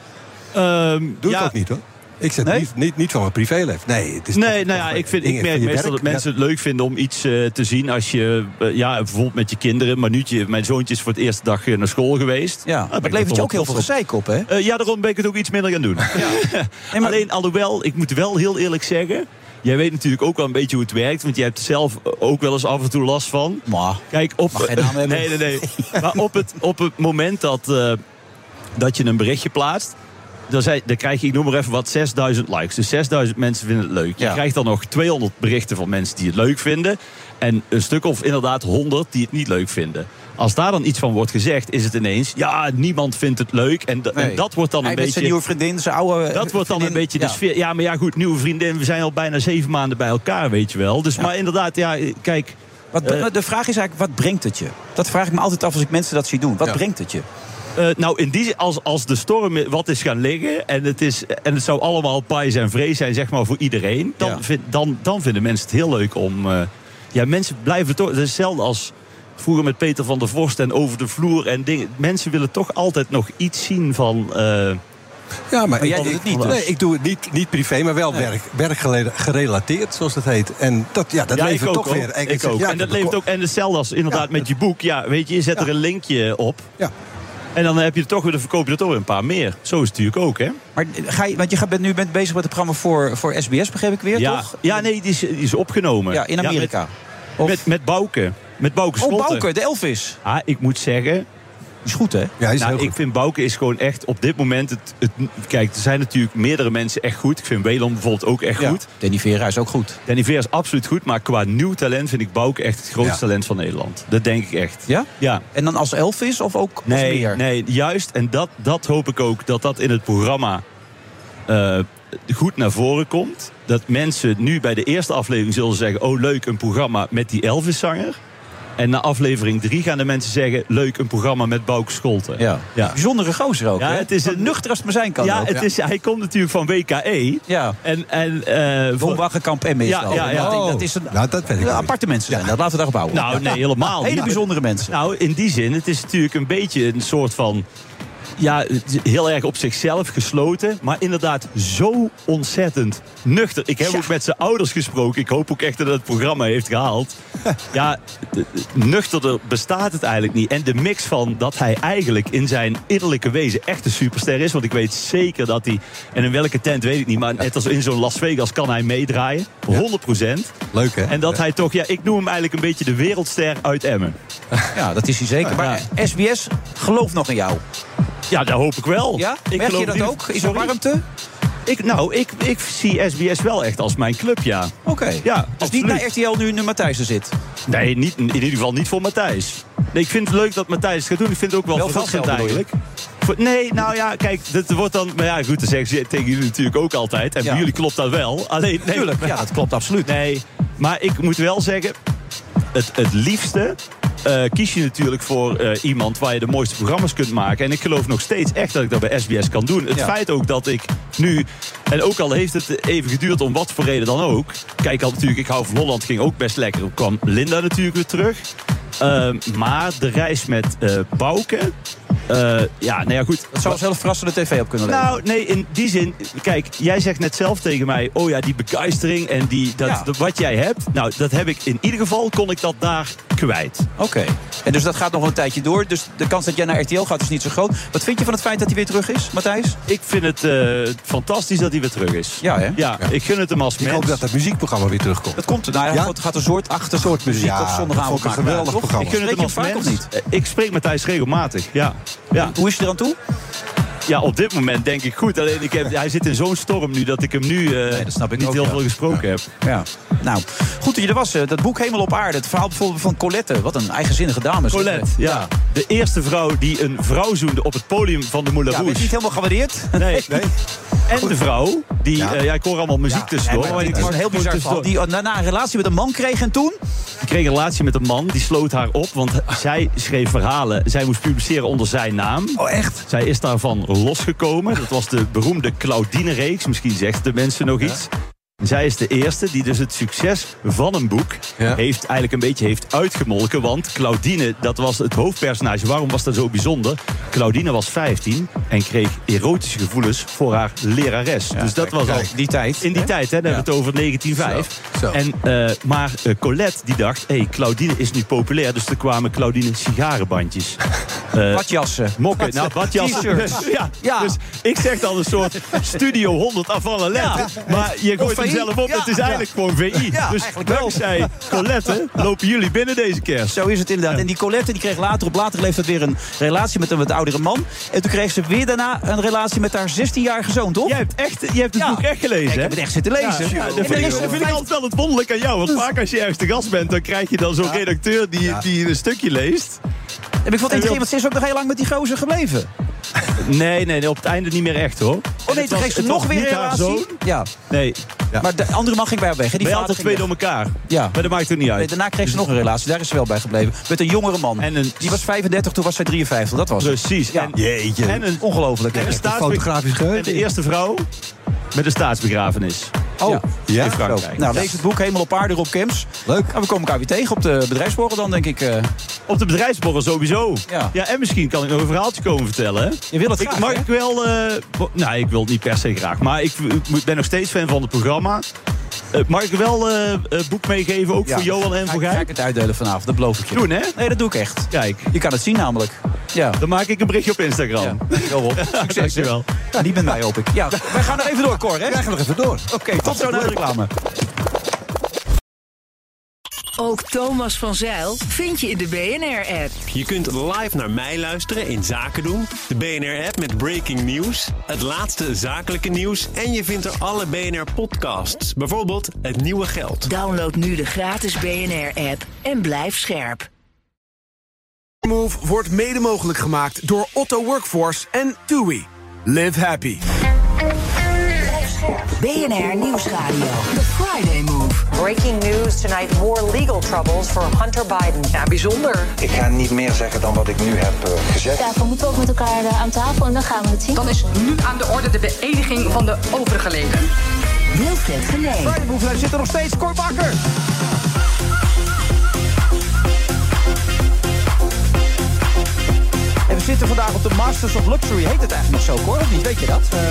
Um, Doe ja. ik ook niet, hoor. Ik zet nee? niet, niet, niet van mijn privéleven. Nee, het is nee, nou ja, ik, vind, ik merk meestal dat mensen ja. het leuk vinden om iets uh, te zien als je, uh, ja, bijvoorbeeld met je kinderen. Manuutje, mijn zoontje is voor het eerste dag naar school geweest. Ja, maar het levert je ook heel veel gezeik op, hè? Uh, ja, daarom ben ik het ook iets minder gaan doen. Ja. nee, maar... Alleen, alhoewel, ik moet wel heel eerlijk zeggen... Jij weet natuurlijk ook wel een beetje hoe het werkt. Want jij hebt er zelf ook wel eens af en toe last van. Maar, Kijk, op, mag geen naam hebben? Nee, nee, nee. Maar op het, op het moment dat, uh, dat je een berichtje plaatst... Dan, zei, dan krijg je, ik noem maar even wat, zesduizend likes. Dus zesduizend mensen vinden het leuk. Je ja. krijgt dan nog tweehonderd berichten van mensen die het leuk vinden. En een stuk of inderdaad honderd die het niet leuk vinden. Als daar dan iets van wordt gezegd, is het ineens... ja, niemand vindt het leuk. En, d- nee. en dat wordt dan een Hij beetje... zijn nieuwe vriendin, zijn oude Dat wordt dan vriendin, een beetje de ja. sfeer. Ja, maar ja, goed, nieuwe vriendin. We zijn al bijna zeven maanden bij elkaar, weet je wel. Dus, ja. Maar inderdaad, ja, kijk... Wat, uh, de vraag is eigenlijk, wat brengt het je? Dat vraag ik me altijd af als ik mensen dat zie doen. Wat ja. brengt het je? Uh, nou, in die, als, als de storm wat is gaan liggen... En het, is, en het zou allemaal pais en vrees zijn, zeg maar, voor iedereen... dan, ja. vind, dan, dan vinden mensen het heel leuk om... Uh, ja, mensen blijven toch... Het is hetzelfde als vroeger met Peter van der Vorst en over de vloer en dingen. Mensen willen toch altijd nog iets zien van... Uh, ja, maar, maar jij ik, doet het niet. Nee, ik doe het niet, niet privé, maar wel nee. werk, werkgerelateerd, zoals dat heet. En dat, ja, dat ja, levert toch ook, weer. Ik, ik ook. Ja, en dat levert ook. En hetzelfde als inderdaad ja, met je boek. Ja, weet je, je zet ja. er een linkje op. Ja. En dan heb je er toch weer, dan verkoop je er toch weer een paar meer. Zo is het natuurlijk ook, hè? Maar ga je, want je bent nu bent bezig met het programma voor, voor S B S, begreep ik weer, ja, toch? Ja, nee, die is, die is opgenomen. Ja, in Amerika. Ja, met, met, met Bouke. Met Bouke Schotten. Oh, Bouke, de Elvis. Ah, ik moet zeggen... Is goed, hè? Ja, hij is nou, heel ik goed. vind Bouke is gewoon echt op dit moment... Het, het, kijk, er zijn natuurlijk meerdere mensen echt goed. Ik vind Weland bijvoorbeeld ook echt Ja. goed. Danny Vera is ook goed. Danny Vera is absoluut goed. Maar qua nieuw talent vind ik Bouke echt het grootste Ja. talent van Nederland. Dat denk ik echt. Ja? Ja. En dan als Elvis of ook als Nee, meer? nee, juist. En dat, dat hoop ik ook, dat dat in het programma uh, goed naar voren komt. Dat mensen nu bij de eerste aflevering zullen zeggen... oh, leuk, een programma met die Elvis-zanger. En na aflevering drie gaan de mensen zeggen... leuk, een programma met Bouke Scholten. Ja. Ja. Bijzondere gozer ook, Ja, hè? het is Wat een- nuchter als het maar zijn kan Ja, ook. het is, hij komt natuurlijk van W K E. Ja. En, en, uh, Von Waggenkamp en Ja, meestal. ja, ja. Dat, Oh. dat is een, Nou, dat weet ik ja, niet. aparte mensen zijn dat. Laten we daarop houden. Nou, nee, helemaal Hele niet. bijzondere mensen. Nou, in die zin, het is natuurlijk een beetje een soort van... ja, heel erg op zichzelf gesloten. Maar inderdaad zo ontzettend nuchter. Ik heb Ja. ook met zijn ouders gesproken. Ik hoop ook echt dat hij het programma heeft gehaald. Ja, d- d- nuchterder bestaat het eigenlijk niet. En de mix van dat hij eigenlijk in zijn innerlijke wezen echt een superster is. Want ik weet zeker dat hij... en in welke tent weet ik niet. Maar net als in zo'n Las Vegas kan hij meedraaien. honderd procent. Leuk, hè? En dat hij toch... ja, ik noem hem eigenlijk een beetje de wereldster uit Emmen. Ja, dat is hij zeker. Maar S B S gelooft nog in jou. Ja, dat hoop ik wel. Ja? Ik Merk je geloof dat niet- ook? Is er Sorry? warmte? Ik, nou, ik, ik zie S B S wel echt als mijn club, ja. Oké. Ja, Dus niet naar absoluut. R T L nu, nu Matthijs zit. Nee, niet, in ieder geval niet voor Matthijs. Nee, ik vind het leuk dat Matthijs het gaat doen. Ik vind het ook wel, Wel veel verrassend geld, bedoel je? eigenlijk. Voor- Nee, nou ja, kijk, dat wordt dan... maar ja, goed, dat zeggen ze tegen jullie natuurlijk ook altijd. En Ja. bij jullie klopt dat wel. Alleen, nee, Tuurlijk, ja, dat klopt absoluut. Nee, maar ik moet wel zeggen... het, het liefste... Uh, kies je natuurlijk voor uh, iemand waar je de mooiste programma's kunt maken. En ik geloof nog steeds echt dat ik dat bij S B S kan doen. Het Ja. feit ook dat ik nu... en ook al heeft het even geduurd om wat voor reden dan ook... kijk, al natuurlijk, ik hou van Holland, ging ook best lekker. Er kwam Linda natuurlijk weer terug. Uh, maar de reis met uh, Bouke... Uh, ja, nou ja, goed. Dat zou als heel verrassende tv op kunnen leveren. Nou, nee, in die zin... Kijk, jij zegt net zelf tegen mij... oh ja, die begeistering en die, dat, Ja. dat, wat jij hebt... nou, dat heb ik in ieder geval... kon ik dat daar kwijt. Oké. En dus dat gaat nog wel een tijdje door. Dus de kans dat jij naar R T L gaat is niet zo groot. Wat vind je van het feit dat hij weer terug is, Matthijs? Ik vind het uh, fantastisch dat hij weer terug is. Ja, hè? Ja, ja. Ik gun het hem als Ik mens. hoop dat dat muziekprogramma weer terugkomt. Dat komt er. Nou ja, Ja? het gaat een soort achter soort muziek ja, op zondagavond dat vond ik een maken. geweldig Toch? programma. Ik gun het hem als Spreek je hem mens. vaak of niet? Uh, Ik spreek Matthijs regelmatig, ja. ja. Hoe is hij eraan toe? Ja, op dit moment denk ik goed. Alleen ik heb, hij zit in zo'n storm nu dat ik hem nu uh, Nee, dat snap ik niet ook, heel ja. veel gesproken heb. Ja. Nou, goed dat je er was. eh, Dat boek Hemel op Aarde. Het verhaal bijvoorbeeld van Colette. Wat een eigenzinnige dame. zeg. Colette, ja. De eerste vrouw die een vrouw zoende op het podium van de Moulin Ja, Rouge. werd niet helemaal gewaardeerd. Nee. Nee? En de vrouw die... Ja. Ja, ja ik hoor allemaal muziek Ja, tussendoor. nee, maar maar dit ik- is een heel bizar verhaal. Die daarna een relatie met een man kreeg en toen... Ik kreeg een relatie met een man, die sloot haar op. Want zij schreef verhalen. Zij moest publiceren onder zijn naam. Oh, echt? Zij is daarvan losgekomen. Dat was de beroemde Claudine-reeks. Misschien zegt de mensen nog iets. Zij is de eerste die dus het succes van een boek... Ja. heeft eigenlijk een beetje heeft uitgemolken. Want Claudine, dat was het hoofdpersonage. Waarom was dat zo bijzonder? Claudine was vijftien en kreeg erotische gevoelens voor haar lerares. Ja, dus dat kijk, was al... kijk, die tijd. In die hè? tijd, hè, dan hebben we het over negentien vijf. Zo, zo. En, uh, maar uh, Colette die dacht, hé, hey, Claudine is nu populair. Dus er kwamen Claudine sigarenbandjes. Uh, Badjassen. Mokken, nou, badjassen. T-shirts. ja, Ja. Dus ik zeg dan een soort Studio honderd avant la lettre. Maar je gooit Of hem V I. zelf op, Ja. het is eigenlijk gewoon V I. Ja, dus eigenlijk wel. dankzij Colette lopen jullie binnen deze kerst. Zo is het inderdaad. En die Colette die kreeg later op latere leeftijd weer een relatie met een wat oudere man. En toen kreeg ze weer daarna een relatie met haar zestienjarige zoon, toch? Jij hebt, echt, je hebt het Ja. boek echt gelezen, Ik hè? heb het echt zitten lezen. Ja, ja, En dat vind, er ik, is dat een vind ik altijd wel het wonderlijk aan jou. Want vaak als je ergens te gast bent, dan krijg je dan zo'n redacteur die, Ja. die een stukje leest. En ik vond het interessant, want ze is ook nog heel lang met die gozer gebleven. Nee, nee, nee, op het einde niet meer echt, hoor. Oh nee, Het toen was- kreeg ze het nog was weer een niet haar relatie. zoon. Ja. Nee, Ja. Maar de andere man ging bij haar weg. Hè? Die ben je vader altijd twee ging door elkaar. Ja. Maar dat maakt het niet weg. Nee, uit. daarna kreeg ze nog een relatie. Daar is ze wel bij gebleven. Met een jongere man. En een- Die was vijfendertig, toen was zij drieënvijftig. Dat was het. Precies. Ja. En, Jeetje. en een, Ongelooflijk. en een staatsbe- fotografisch en geheugen. de eerste vrouw met een staatsbegrafenis. Oh, Ja? In Zo. Frankrijk. Nou, lees het boek Hemel op Aarde, Rob Kemps. Leuk. Nou, we komen elkaar weer tegen op de bedrijfsborrel dan, denk ik. eh. Op de bedrijfsborrel sowieso. Ja. Ja, en misschien kan ik nog een verhaaltje komen vertellen. Hè? Je wil het Ik, graag, mag hè? ik wel... eh, bo- nou, ik wil het niet per se graag. Maar ik, ik moet- ben nog steeds fan van het programma. Eh, mag ik wel eh, een boek meegeven, ook Ja. voor Johan en Ga voor ik- Ga Gij? ik het uitdelen vanavond, dat beloof ik je. Doen, hè? Nee, dat doe ik echt. Kijk. Je kan het zien namelijk. Ja. Dan maak ik een berichtje op Instagram. Ja. Dankjewel, Rob. Succes. Dankjewel. Ja, niet met mij, hoop ik. Ja, wij gaan nog even door, Cor, hè? Wij gaan nog even door. Oké, okay, tot zo naar de reclame. Ook Thomas van Zijl vind je in de B N R-app. Je kunt live naar mij luisteren in Zaken doen. De B N R-app met breaking news, het laatste zakelijke nieuws... en je vindt er alle B N R-podcasts, bijvoorbeeld Het Nieuwe Geld. Download nu de gratis B N R-app en blijf scherp. Move wordt mede mogelijk gemaakt door Otto Workforce en TUI. Live happy. B N R Nieuwsradio. The Friday Move. Breaking news tonight. More legal troubles for Hunter Biden. Ja, bijzonder. Ik ga niet meer zeggen dan wat ik nu heb uh, gezegd. Daarvoor moeten we ook met elkaar uh, aan tafel en dan gaan we het zien. Dan is nu aan de orde de beëdiging van de overige leden. Wilfred Genee. Friday Move, daar zit er nog steeds Cor Bakker. En we zitten vandaag op de Masters of Luxury. Heet het eigenlijk nog zo, Cor? Of niet? Weet je dat? Uh,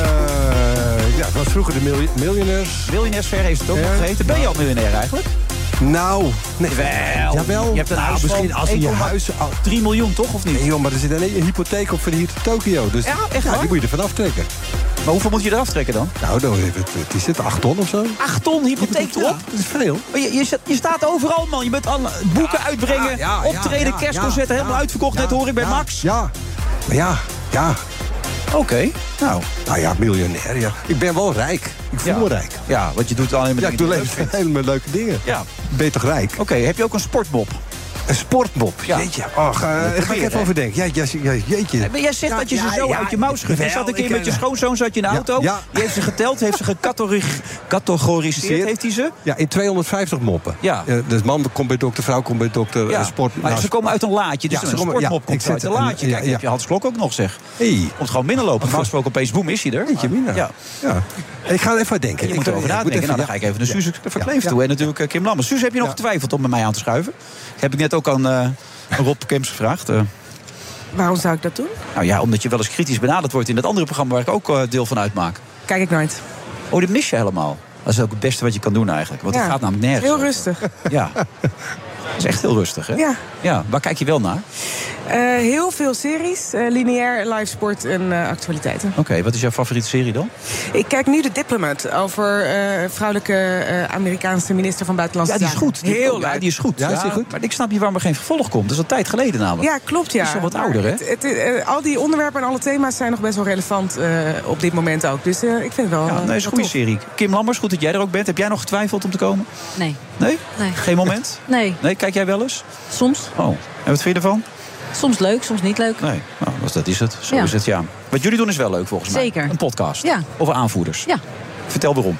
ja, het was vroeger de miljoen- Miljonairs. Miljonairsver heeft het ook Ja. nog geheten. Ben je al miljonair eigenlijk? Nou, nee. Wel. Jawel. Je hebt een nou, huis misschien van als je je één komma huis... drie miljoen, toch? Of niet? Nee, joh, maar er zit alleen een hypotheek op voor hier te Tokio. Dus Ja, echt ja, waar? die moet je ervan aftrekken. Maar hoeveel moet je eraf trekken dan? Nou, dan heeft het, het is het acht ton of zo. Acht ton hypotheek erop? Ja, dat is veel. Maar je, je, staat, je staat overal, man. Je bent alle boeken Ja, uitbrengen, ja, ja, optreden, ja, kerstconcerten, ja, helemaal ja, uitverkocht. ja, Net hoor ik bij ja, Max. Ja, maar ja, ja. Oké, okay. nou. Nou ja, miljonair, ja. Ik ben wel rijk. Ik voel Ja. me rijk. Ja, want je doet alleen maar Ja, dingen ik doe die je alleen leuk vindt. helemaal leuke dingen. Ja. Ben je toch rijk? Oké, okay, heb je ook een sportmop? Een sportmop. Ja. Jeetje. Och, uh, daar ga ik even over denken. Ja, ja, ja, jeetje. Ja, maar jij zegt Ja, dat je ze ja, zo ja, uit je mouw schudt. Je wel, zat een keer ik, met je uh, schoonzoon zat je in de ja, auto. ja. Die heeft ze geteld, heeft ze gecategoriseerd, heeft hij ze? Ja, in tweehonderdvijftig moppen. Ja. Uh, dus man komt bij dokter, vrouw komt bij dokter, Ja, uh, sport... maar nou, ze komen uit een laadje, dus Ja, een ze komen- sportmop ja, komt ik zet uit een het- laadje. ja, Kijk, ja. heb je Hans Klok ook nog, zeg. Hey. Komt gewoon binnenlopen. Normaal gesproken opeens, boem, is hij er. Jeetje, Mina. Ja. Ja. Ik ga er even denken. Je Ik moet ga- erover ja, ik moet nadenken. Nou, dan even- ga ik even naar ja. Suze van Kleef Ja. toe. En natuurlijk uh, Kim Lammers. Suze, heb je nog Ja. getwijfeld om met mij aan te schuiven? Heb ik net ook aan uh, Rob Kemps gevraagd. Uh, Waarom zou ik dat doen? nou ja, omdat je wel eens kritisch benaderd wordt in dat andere programma waar ik ook uh, deel van uitmaak. Kijk ik nooit. Oh, dit mis je helemaal. Dat is ook het beste wat je kan doen eigenlijk. Want Ja, het gaat namelijk nergens. Heel over. rustig. Ja. Dat is echt heel rustig, hè? Ja. Ja. Waar kijk je wel naar? Uh, heel veel series, uh, lineair, live sport en uh, actualiteiten. Oké, okay, wat is jouw favoriete serie dan? Ik kijk nu The Diplomat over uh, vrouwelijke uh, Amerikaanse minister van Buitenlandse Ja, die is Zaken. goed. Die, Heel ja, leuk. die is goed. Ja, is die goed? Maar ik snap niet waarom er geen vervolg komt. Dat is al tijd geleden namelijk. Ja, klopt, ja. Die is al wat Maar ouder, hè? Het, het, uh, al die onderwerpen en alle thema's zijn nog best wel relevant uh, op dit moment ook. Dus uh, ik vind het wel. Ja, uh, nee, is een wel goede tof. serie. Kim Lammers, goed dat jij er ook bent. Heb jij nog getwijfeld om te komen? Nee. Nee? Nee. Geen moment? Nee. Nee, kijk jij wel eens? Soms. Oh, en wat vind je ervan? Soms leuk, soms niet leuk. Nee, nou, dat- dat is het. Zo Ja. is het, ja. Wat jullie doen is wel leuk volgens mij. Zeker. Een podcast. Ja. Over aanvoerders. Ja. Vertel waarom.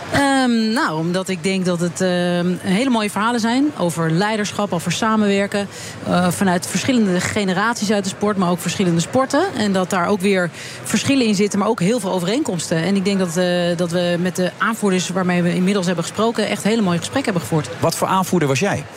Um, nou, omdat ik denk dat het um, hele mooie verhalen zijn over leiderschap, over samenwerken. Uh, vanuit verschillende generaties uit de sport, maar ook verschillende sporten. En dat daar ook weer verschillen in zitten, maar ook heel veel overeenkomsten. En ik denk dat, uh, dat we met de aanvoerders waarmee we inmiddels hebben gesproken echt hele mooie gesprekken hebben gevoerd. Wat voor aanvoerder was jij?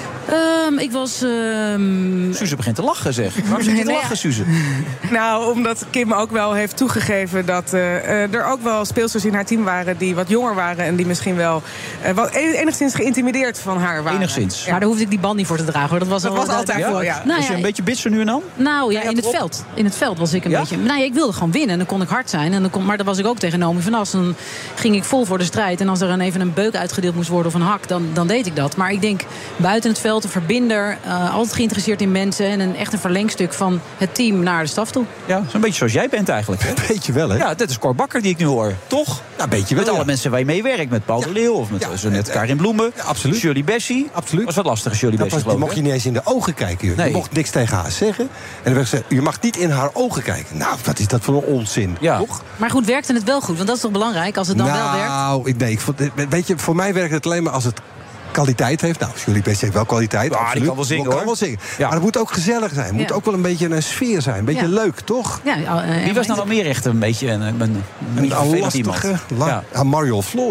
Um, ik was... Um... Suze begint te lachen, zeg. Waarom zit je te Nee, lachen, ja. Suze? Nou, omdat Kim ook wel heeft toegegeven dat uh, uh, er ook wel speelsters in haar team waren die wat jonger waren en die misschien wel, uh, wel enigszins geïntimideerd van haar waren. Enigszins. Ja. Maar daar hoefde ik die band niet voor te dragen, hoor. Dat was, Dat al, was altijd Ja? wel, ja. Nou, Was je ja, een beetje bitser nu en dan? Nou ja, Ja, in het erop? veld. In het veld was ik een Ja? beetje... Nou ja, ik wilde gewoon winnen en dan kon ik hard zijn. En dan kon, maar dat was ik ook tegen Naomi van As. Dan ging ik vol voor de strijd. En als er dan even een beuk uitgedeeld moest worden of een hak, dan, dan deed ik dat. Maar ik denk buiten het veld een verbinder. Uh, altijd geïnteresseerd in mensen. En een, echt een verlengstuk van het team naar de staf toe. Ja, zo'n beetje zoals jij bent eigenlijk. Hè? Weet je wel, hè? Ja, dit is Cor Bakker die ik nu hoor. Toch? Ja, weet je wel. Met alle ja. mensen waar je mee werkt. Met Paul de Leeuw of met Ja. zo net Karin Bloemen. Ja, absoluut. Shirley Bessie. Absoluut. Was wat lastig, Shirley Dat Bessie, was, geloof die ik. mocht je niet eens in de ogen kijken. Joh. Nee. Je mocht niks tegen haar zeggen. En dan werd gezegd, je mag niet in haar ogen kijken. Nou, wat is dat voor een onzin? Ja. Toch? Maar goed, werkte het wel goed? Want dat is toch belangrijk als het dan wel werkt? Nou, ik- nee, ik vond, weet je, voor mij werkt het alleen maar als het kwaliteit heeft. Nou, Shirley Bessie heeft wel kwaliteit. Ja, die absoluut. kan wel zingen, kan hoor. wel zingen. Ja. Maar het moet ook gezellig zijn. Het moet Ja. ook wel een beetje een sfeer zijn. Een beetje Ja. leuk, toch? Ja, uh, Wie was nou nog meer echt een beetje een, een, een, Een vervelend iemand? lastige... La- Ja. ja, Mario Floor.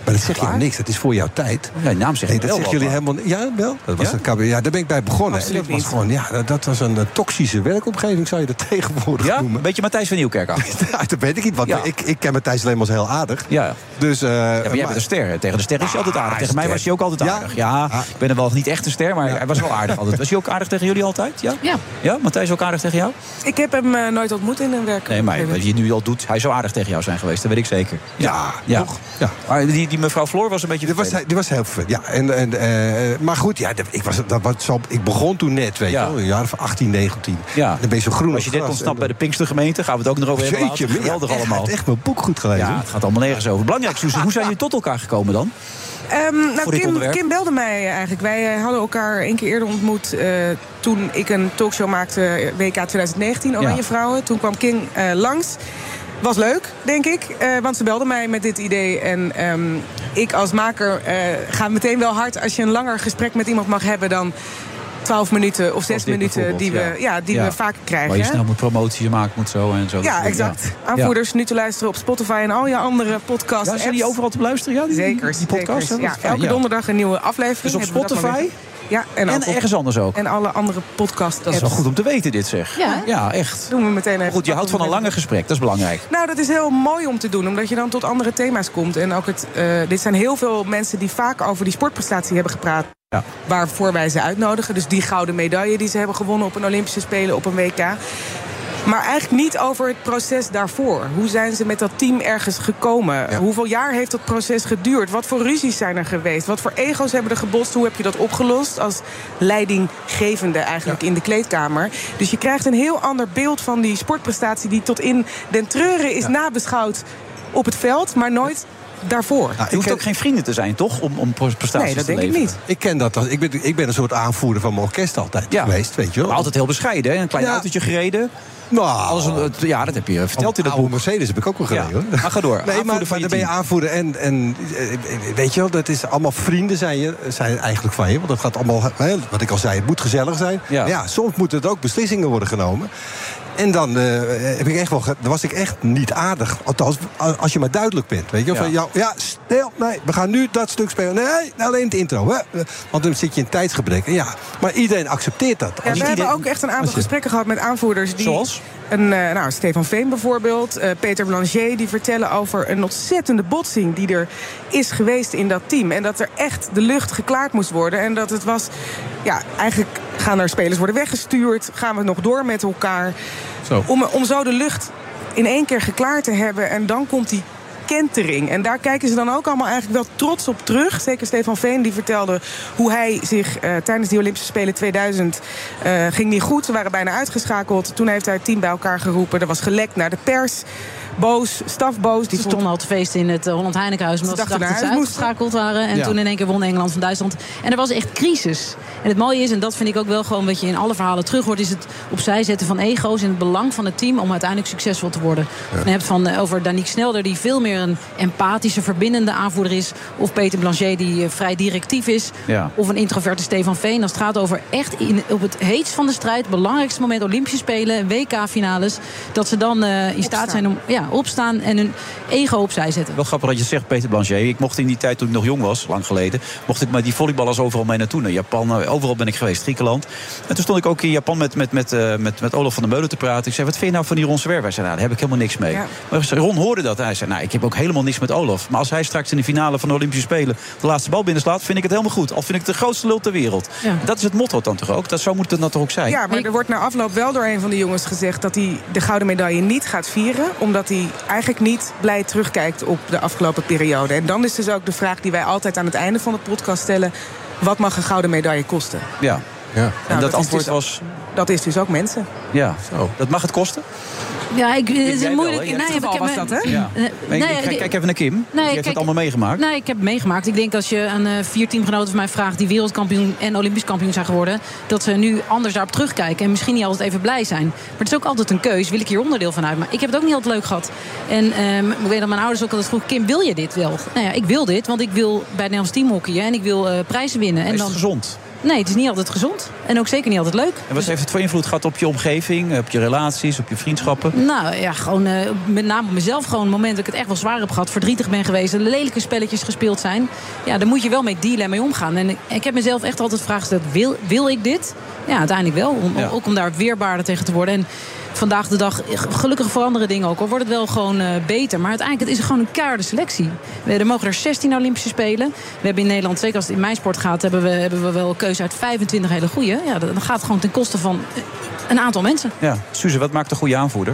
Maar dat zeg je niks, dat is voor jouw tijd. Nee, naam zeg nee, dat zeggen jullie helemaal. Ja, wel. Dat was ja? Een kabinet, ja, daar ben ik bij begonnen. Absoluut Dat was gewoon, ja, dat, dat was een, een toxische werkomgeving, zou je dat tegenwoordig ja? noemen. Een beetje Matthijs van Nieuwkerk aan. Ja, dat weet ik niet, want ja. ik, ik ken Matthijs alleen maar als heel aardig. Ja. Dus, uh, ja, maar jij maar, bent een ster. Tegen de ster is hij altijd aardig. Tegen mij ster. was hij ook altijd aardig. Ja, ja, ik ben er wel niet echt een ster, maar ja. hij was wel aardig altijd. Was hij ook aardig tegen jullie altijd? Ja? Ja. Ja, Matthijs ook aardig tegen jou? Ik heb hem uh, nooit ontmoet in een werk. Nee, maar wat je nu al doet, hij zou aardig tegen jou zijn geweest. Dat weet ik zeker. Ja, ja. toch? Ja. Maar die, die mevrouw Floor was een beetje die was, die was heel vervelend. Ja, en, en, uh, maar goed, ja, ik, was, dat was zo, ik begon toen net, weet ja. je wel. Een jaar van achttien, negentien. Ja. Dan ben je zo groen. Als je dit ontsnapt bij de Pinkstergemeente, gaan we het ook nog over hebben. Jeetje, geweldig ja, allemaal. Het echt mijn boek goed gelezen. Ja, het gaat allemaal nergens over. Belangrijk, Suze, hoe zijn jullie tot elkaar gekomen dan? Um, nou, Kim, Kim belde mij eigenlijk. Wij hadden elkaar een keer eerder ontmoet uh, toen ik een talkshow maakte, W K twintig negentien, Oranje ja. Vrouwen. Toen kwam Kim uh, langs. Was leuk, denk ik, uh, want ze belde mij met dit idee. En um, ik als maker uh, ga meteen wel hard als je een langer gesprek met iemand mag hebben dan twaalf minuten of zes minuten die we, ja. Ja, die ja. we vaak krijgen. Waar je snel moet promotie maken moet zo en zo. Ja, exact. Ja. Aanvoerders ja. nu te luisteren op Spotify en al je andere podcasts. Ja, zijn die overal te beluisteren? Ja, die, zeker. Die podcasts? Zeker. Ja, elke ja. donderdag een nieuwe aflevering. Dus op Spotify? Ja, en, en ergens anders ook. En alle andere podcasts. Dat is wel goed om te weten, dit zeg. Ja, ja echt. Doen we meteen even. Goed, je houdt van een lange gesprek, dat is belangrijk. Nou, dat is heel mooi om te doen, omdat je dan tot andere thema's komt. En ook het, uh, dit zijn heel veel mensen die vaak over die sportprestatie hebben gepraat. Ja. Waarvoor wij ze uitnodigen. Dus die gouden medaille die ze hebben gewonnen op een Olympische Spelen, op een W K. Maar eigenlijk niet over het proces daarvoor. Hoe zijn ze met dat team ergens gekomen? Ja. Hoeveel jaar heeft dat proces geduurd? Wat voor ruzies zijn er geweest? Wat voor ego's hebben er gebotst? Hoe heb je dat opgelost als leidinggevende eigenlijk ja. in de kleedkamer? Dus je krijgt een heel ander beeld van die sportprestatie die tot in den treuren is ja. nabeschouwd op het veld, maar nooit daarvoor. Nou, je hoeft ken... ook geen vrienden te zijn, toch? Om, om prestaties nee, dat te denk leveren. ik niet. Ik ken dat. Ik ben, ik ben een soort aanvoerder van mijn orkest altijd ja. geweest, weet je wel. Maar altijd heel bescheiden, hè? Een klein ja. autootje gereden. Nou, Alles, ja, dat heb je verteld in dat boek. Mercedes heb ik ook wel gereden, ja. hoor. Maar ga door. Nee, maar, maar dan ben je aanvoerder. En, en weet je wel, dat is allemaal vrienden zijn, je, zijn eigenlijk van je. Want dat gaat allemaal, wat ik al zei, het moet gezellig zijn. Ja, ja soms moeten er ook beslissingen worden genomen. En dan, uh, heb ik echt wel, dan was ik echt niet aardig. Althans, als je maar duidelijk bent. Weet je? Ja. Van jou, ja, stel, nee, we gaan nu dat stuk spelen. Nee, alleen het intro. Hè? Want dan zit je in tijdsgebrek. Ja, maar iedereen accepteert dat. Ja, we iedereen... hebben ook echt een aantal je... gesprekken gehad met aanvoerders. Die... Zoals? Een, uh, nou, Stefan Veen bijvoorbeeld, uh, Peter Blanchet, die vertellen over een ontzettende botsing die er is geweest in dat team. En dat er echt de lucht geklaard moest worden. En dat het was, ja, eigenlijk gaan er spelers worden weggestuurd. Gaan we nog door met elkaar. Zo. Om, om zo de lucht in één keer geklaard te hebben. En dan komt die kentering. En daar kijken ze dan ook allemaal eigenlijk wel trots op terug. Zeker Stefan Veen, die vertelde hoe hij zich uh, tijdens die Olympische Spelen tweeduizend uh, ging niet goed. Ze waren bijna uitgeschakeld. Toen heeft hij het team bij elkaar geroepen. Er was gelekt naar de pers. Boos, stafboos. Die stonden al te feesten in het Holland Heinekenhuis. Omdat ze dachten dat ze uitgeschakeld waren. En ja. toen in één keer won Engeland van Duitsland. En er was echt crisis. En het mooie is, en dat vind ik ook wel gewoon wat je in alle verhalen terug hoort, is het opzij zetten van ego's in het belang van het team om uiteindelijk succesvol te worden. Ja. En je hebt van, over Danique Snelder, die veel meer een empathische, verbindende aanvoerder is. Of Peter Blanchet, die uh, vrij directief is. Ja. Of een introverte Stefan Veen. Als het gaat over echt in, op het heetst van de strijd, belangrijkste moment, Olympische Spelen, W K-finales, dat ze dan uh, in staat zijn om ja, opstaan en hun ego opzij zetten. Wel grappig dat je zegt, Peter Blanchet. Ik mocht in die tijd, toen ik nog jong was, lang geleden, mocht ik met die volleyballers overal mee naartoe. Naar Japan, overal ben ik geweest, Griekenland. En toen stond ik ook in Japan met, met, met, uh, met, met Olaf van der Meulen te praten. Ik zei, wat vind je nou van die Ron Zwerver? Hij zei, nou, daar heb ik helemaal niks mee. Ja. Maar Ron hoorde dat. Hij zei, nou, ik heb ook helemaal niks met Olaf. Maar als hij straks in de finale van de Olympische Spelen de laatste bal binnenslaat, vind ik het helemaal goed. Al vind ik het de grootste lul ter wereld. Ja. Dat is het motto dan toch ook? Dat, zo moet het dan toch ook zijn? Ja, maar er wordt na afloop wel door een van de jongens gezegd dat hij de gouden medaille niet gaat vieren. Omdat hij eigenlijk niet blij terugkijkt op de afgelopen periode. En dan is dus ook de vraag die wij altijd aan het einde van de podcast stellen: wat mag een gouden medaille kosten? Ja. Ja. En nou, dat, dat antwoord dus, was? Dat is dus ook mensen. Ja, zo. Dat mag het kosten? Ja, ik, het is een moeilijk. Nee, ik heb was dat, hè? Ja. Nee, nee, kijk, kijk even naar Kim. Nee, die heeft kijk, het allemaal meegemaakt. Nee, ik heb het meegemaakt. Ik denk als je aan uh, vier teamgenoten van mij vraagt die wereldkampioen en olympisch kampioen zijn geworden, dat ze nu anders daarop terugkijken en misschien niet altijd even blij zijn. Maar het is ook altijd een keus. Wil ik hier onderdeel van uit? Maar ik heb het ook niet altijd leuk gehad. En uh, ik weet dat mijn ouders ook altijd vroegen: Kim, wil je dit wel? Nou ja, ik wil dit, want ik wil bij het Nederlands team hockeyen en ik wil uh, prijzen winnen. En is dan het gezond? Nee, het is niet altijd gezond. En ook zeker niet altijd leuk. En wat heeft het voor invloed gehad op je omgeving, op je relaties, op je vriendschappen? Nou ja, gewoon uh, met name op mezelf. Gewoon het moment dat ik het echt wel zwaar heb gehad, verdrietig ben geweest, lelijke spelletjes gespeeld zijn. Ja, daar moet je wel mee dealen en mee omgaan. En ik, ik heb mezelf echt altijd de vraag gesteld, wil, wil ik dit? Ja, uiteindelijk wel. Om, ja. Ook om daar weerbaarder tegen te worden. En vandaag de dag, gelukkig veranderen dingen ook. Al wordt het wel gewoon uh, beter. Maar uiteindelijk het is gewoon een keiharde selectie. We, er mogen er zestien Olympische Spelen. We hebben in Nederland, zeker als het in mijn sport gaat, hebben we, hebben we wel een keuze uit vijfentwintig hele goeie. Ja, dan gaat het gewoon ten koste van een aantal mensen. Ja, Suze, wat maakt een goede aanvoerder?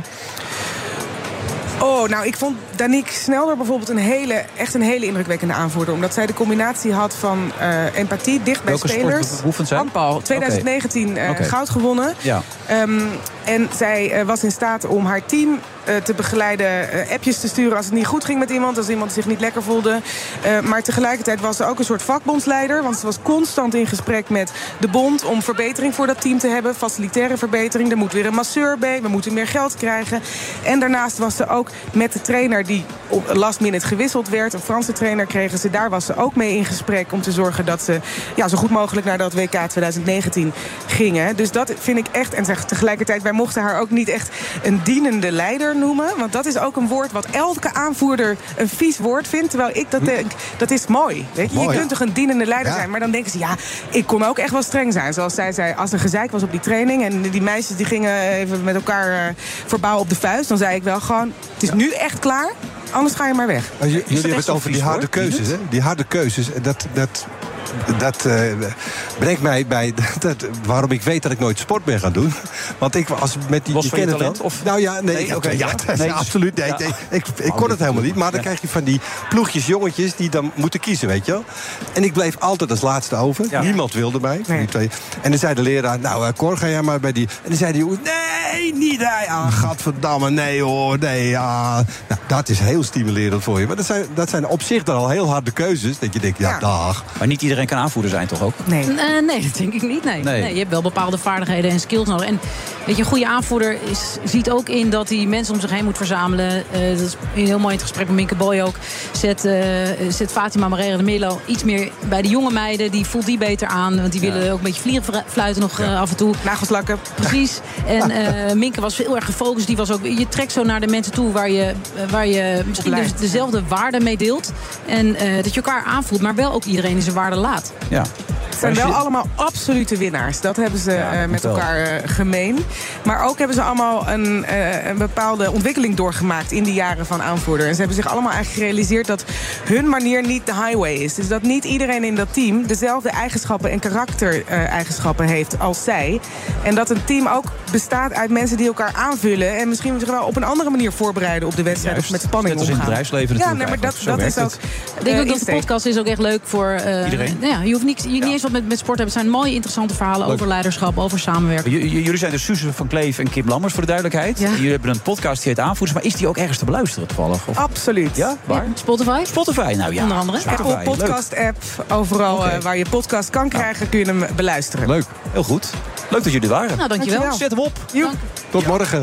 Oh, nou, ik vond Danique Snelder bijvoorbeeld een hele, echt een hele indrukwekkende aanvoerder. Omdat zij de combinatie had van uh, empathie, dicht bij Welke spelers. Sport handbal, twintig negentien okay. uh, okay. goud gewonnen. Ja. Um, en zij uh, was in staat om haar team uh, te begeleiden, uh, appjes te sturen als het niet goed ging met iemand, als iemand zich niet lekker voelde. Uh, maar tegelijkertijd was ze ook een soort vakbondsleider, want ze was constant in gesprek met de bond om verbetering voor dat team te hebben, facilitaire verbetering. Er moet weer een masseur bij, we moeten meer geld krijgen. En daarnaast was ze ook met de trainer die op last minute gewisseld werd, een Franse trainer kregen ze, daar was ze ook mee in gesprek om te zorgen dat ze ja, zo goed mogelijk naar dat W K twintig negentien gingen. Dus dat vind ik echt, en zeg, tegelijkertijd, wij mochten haar ook niet echt een dienende leider noemen, want dat is ook een woord wat elke aanvoerder een vies woord vindt, terwijl ik dat denk, dat is mooi. Weet je, mooi, je kunt ja. toch een dienende leider ja. zijn, maar dan denken ze, ja, ik kon ook echt wel streng zijn. Zoals zij zei, als er gezeik was op die training en die meisjes die gingen even met elkaar uh, verbaal op de vuist, dan zei ik wel gewoon, het is ja. nu echt klaar, anders ga je maar weg. Maar j- jullie hebben het over die harde keuzes, hè? Die harde keuzes, dat... dat... Dat uh, brengt mij bij dat, waarom ik weet dat ik nooit sport ben gaan doen. Want ik was met die... Was je van je kent talent? Het Of? Nou ja, nee, nee, oké, okay, ja, ja. nee, absoluut. Nee, ja. nee, ik ik kon het helemaal niet. Maar dan krijg je van die ploegjes jongetjes die dan moeten kiezen, weet je wel. En ik bleef altijd als laatste over. Ja. Niemand wilde mij. Nee. Die twee. En dan zei de leraar, nou uh, Cor, ga jij maar bij die... En dan zei die jongen, nee, niet hij. Ah, gadverdamme, nee hoor, nee. Ja. Nou, dat is heel stimulerend voor je. Maar dat zijn, dat zijn op zich dan al heel harde keuzes. Dat je denkt, ja, ja. dag. Maar niet iedereen kan aanvoerder zijn, toch ook? Nee. Uh, nee, dat denk ik niet. Nee. Nee. Nee, je hebt wel bepaalde vaardigheden en skills nodig. En weet je, een goede aanvoerder is, ziet ook in dat hij mensen om zich heen moet verzamelen. Uh, dat is heel mooi in het gesprek met Minke Boy ook. Zet, uh, zet Fatima Marera de Melo iets meer bij de jonge meiden. Die voelt die beter aan. Want die willen ja. ook een beetje vliegen fluiten nog uh, af en toe. Nagelslakken. Precies. En uh, Minke was heel erg gefocust. Die was ook, je trekt zo naar de mensen toe waar je, waar je misschien de, dezelfde waarden mee deelt. En uh, dat je elkaar aanvoelt, maar wel ook iedereen in zijn waarde laat. Ja. Het zijn wel allemaal absolute winnaars. Dat hebben ze ja, uh, met elkaar uh, gemeen. Maar ook hebben ze allemaal een, uh, een bepaalde ontwikkeling doorgemaakt in die jaren van aanvoerder. En ze hebben zich allemaal eigenlijk gerealiseerd dat hun manier niet de highway is. Dus dat niet iedereen in dat team dezelfde eigenschappen en karaktereigenschappen uh, heeft als zij. En dat een team ook bestaat uit mensen die elkaar aanvullen en misschien zich wel op een andere manier voorbereiden op de wedstrijd. Juist, of met spanning omgaan. In het bedrijfsleven ja, nee, maar dat, dat is ook. Ik denk uh, ook dat de podcast is ook echt leuk voor uh, iedereen. Nou ja, je hoeft niet, je, ja. niet eens wat met, met sport hebben. Het zijn mooie, interessante verhalen leuk. Over leiderschap, over samenwerken. J- j- jullie zijn dus Suze van Kleef en Kim Lammers, voor de duidelijkheid. Ja. Jullie hebben een podcast die heet Aanvoerders, maar is die ook ergens te beluisteren toevallig? Of? Absoluut. Ja? Waar? Ja. Spotify? Spotify, nou ja. Onder andere. Spotify. Apple Podcast-app. Overal okay. uh, waar je podcast kan krijgen, ja. kun je hem beluisteren. Leuk. Heel goed. Leuk dat jullie waren. Nou, dankjewel. dankjewel. Zet hem op. Dank. Tot ja. morgen.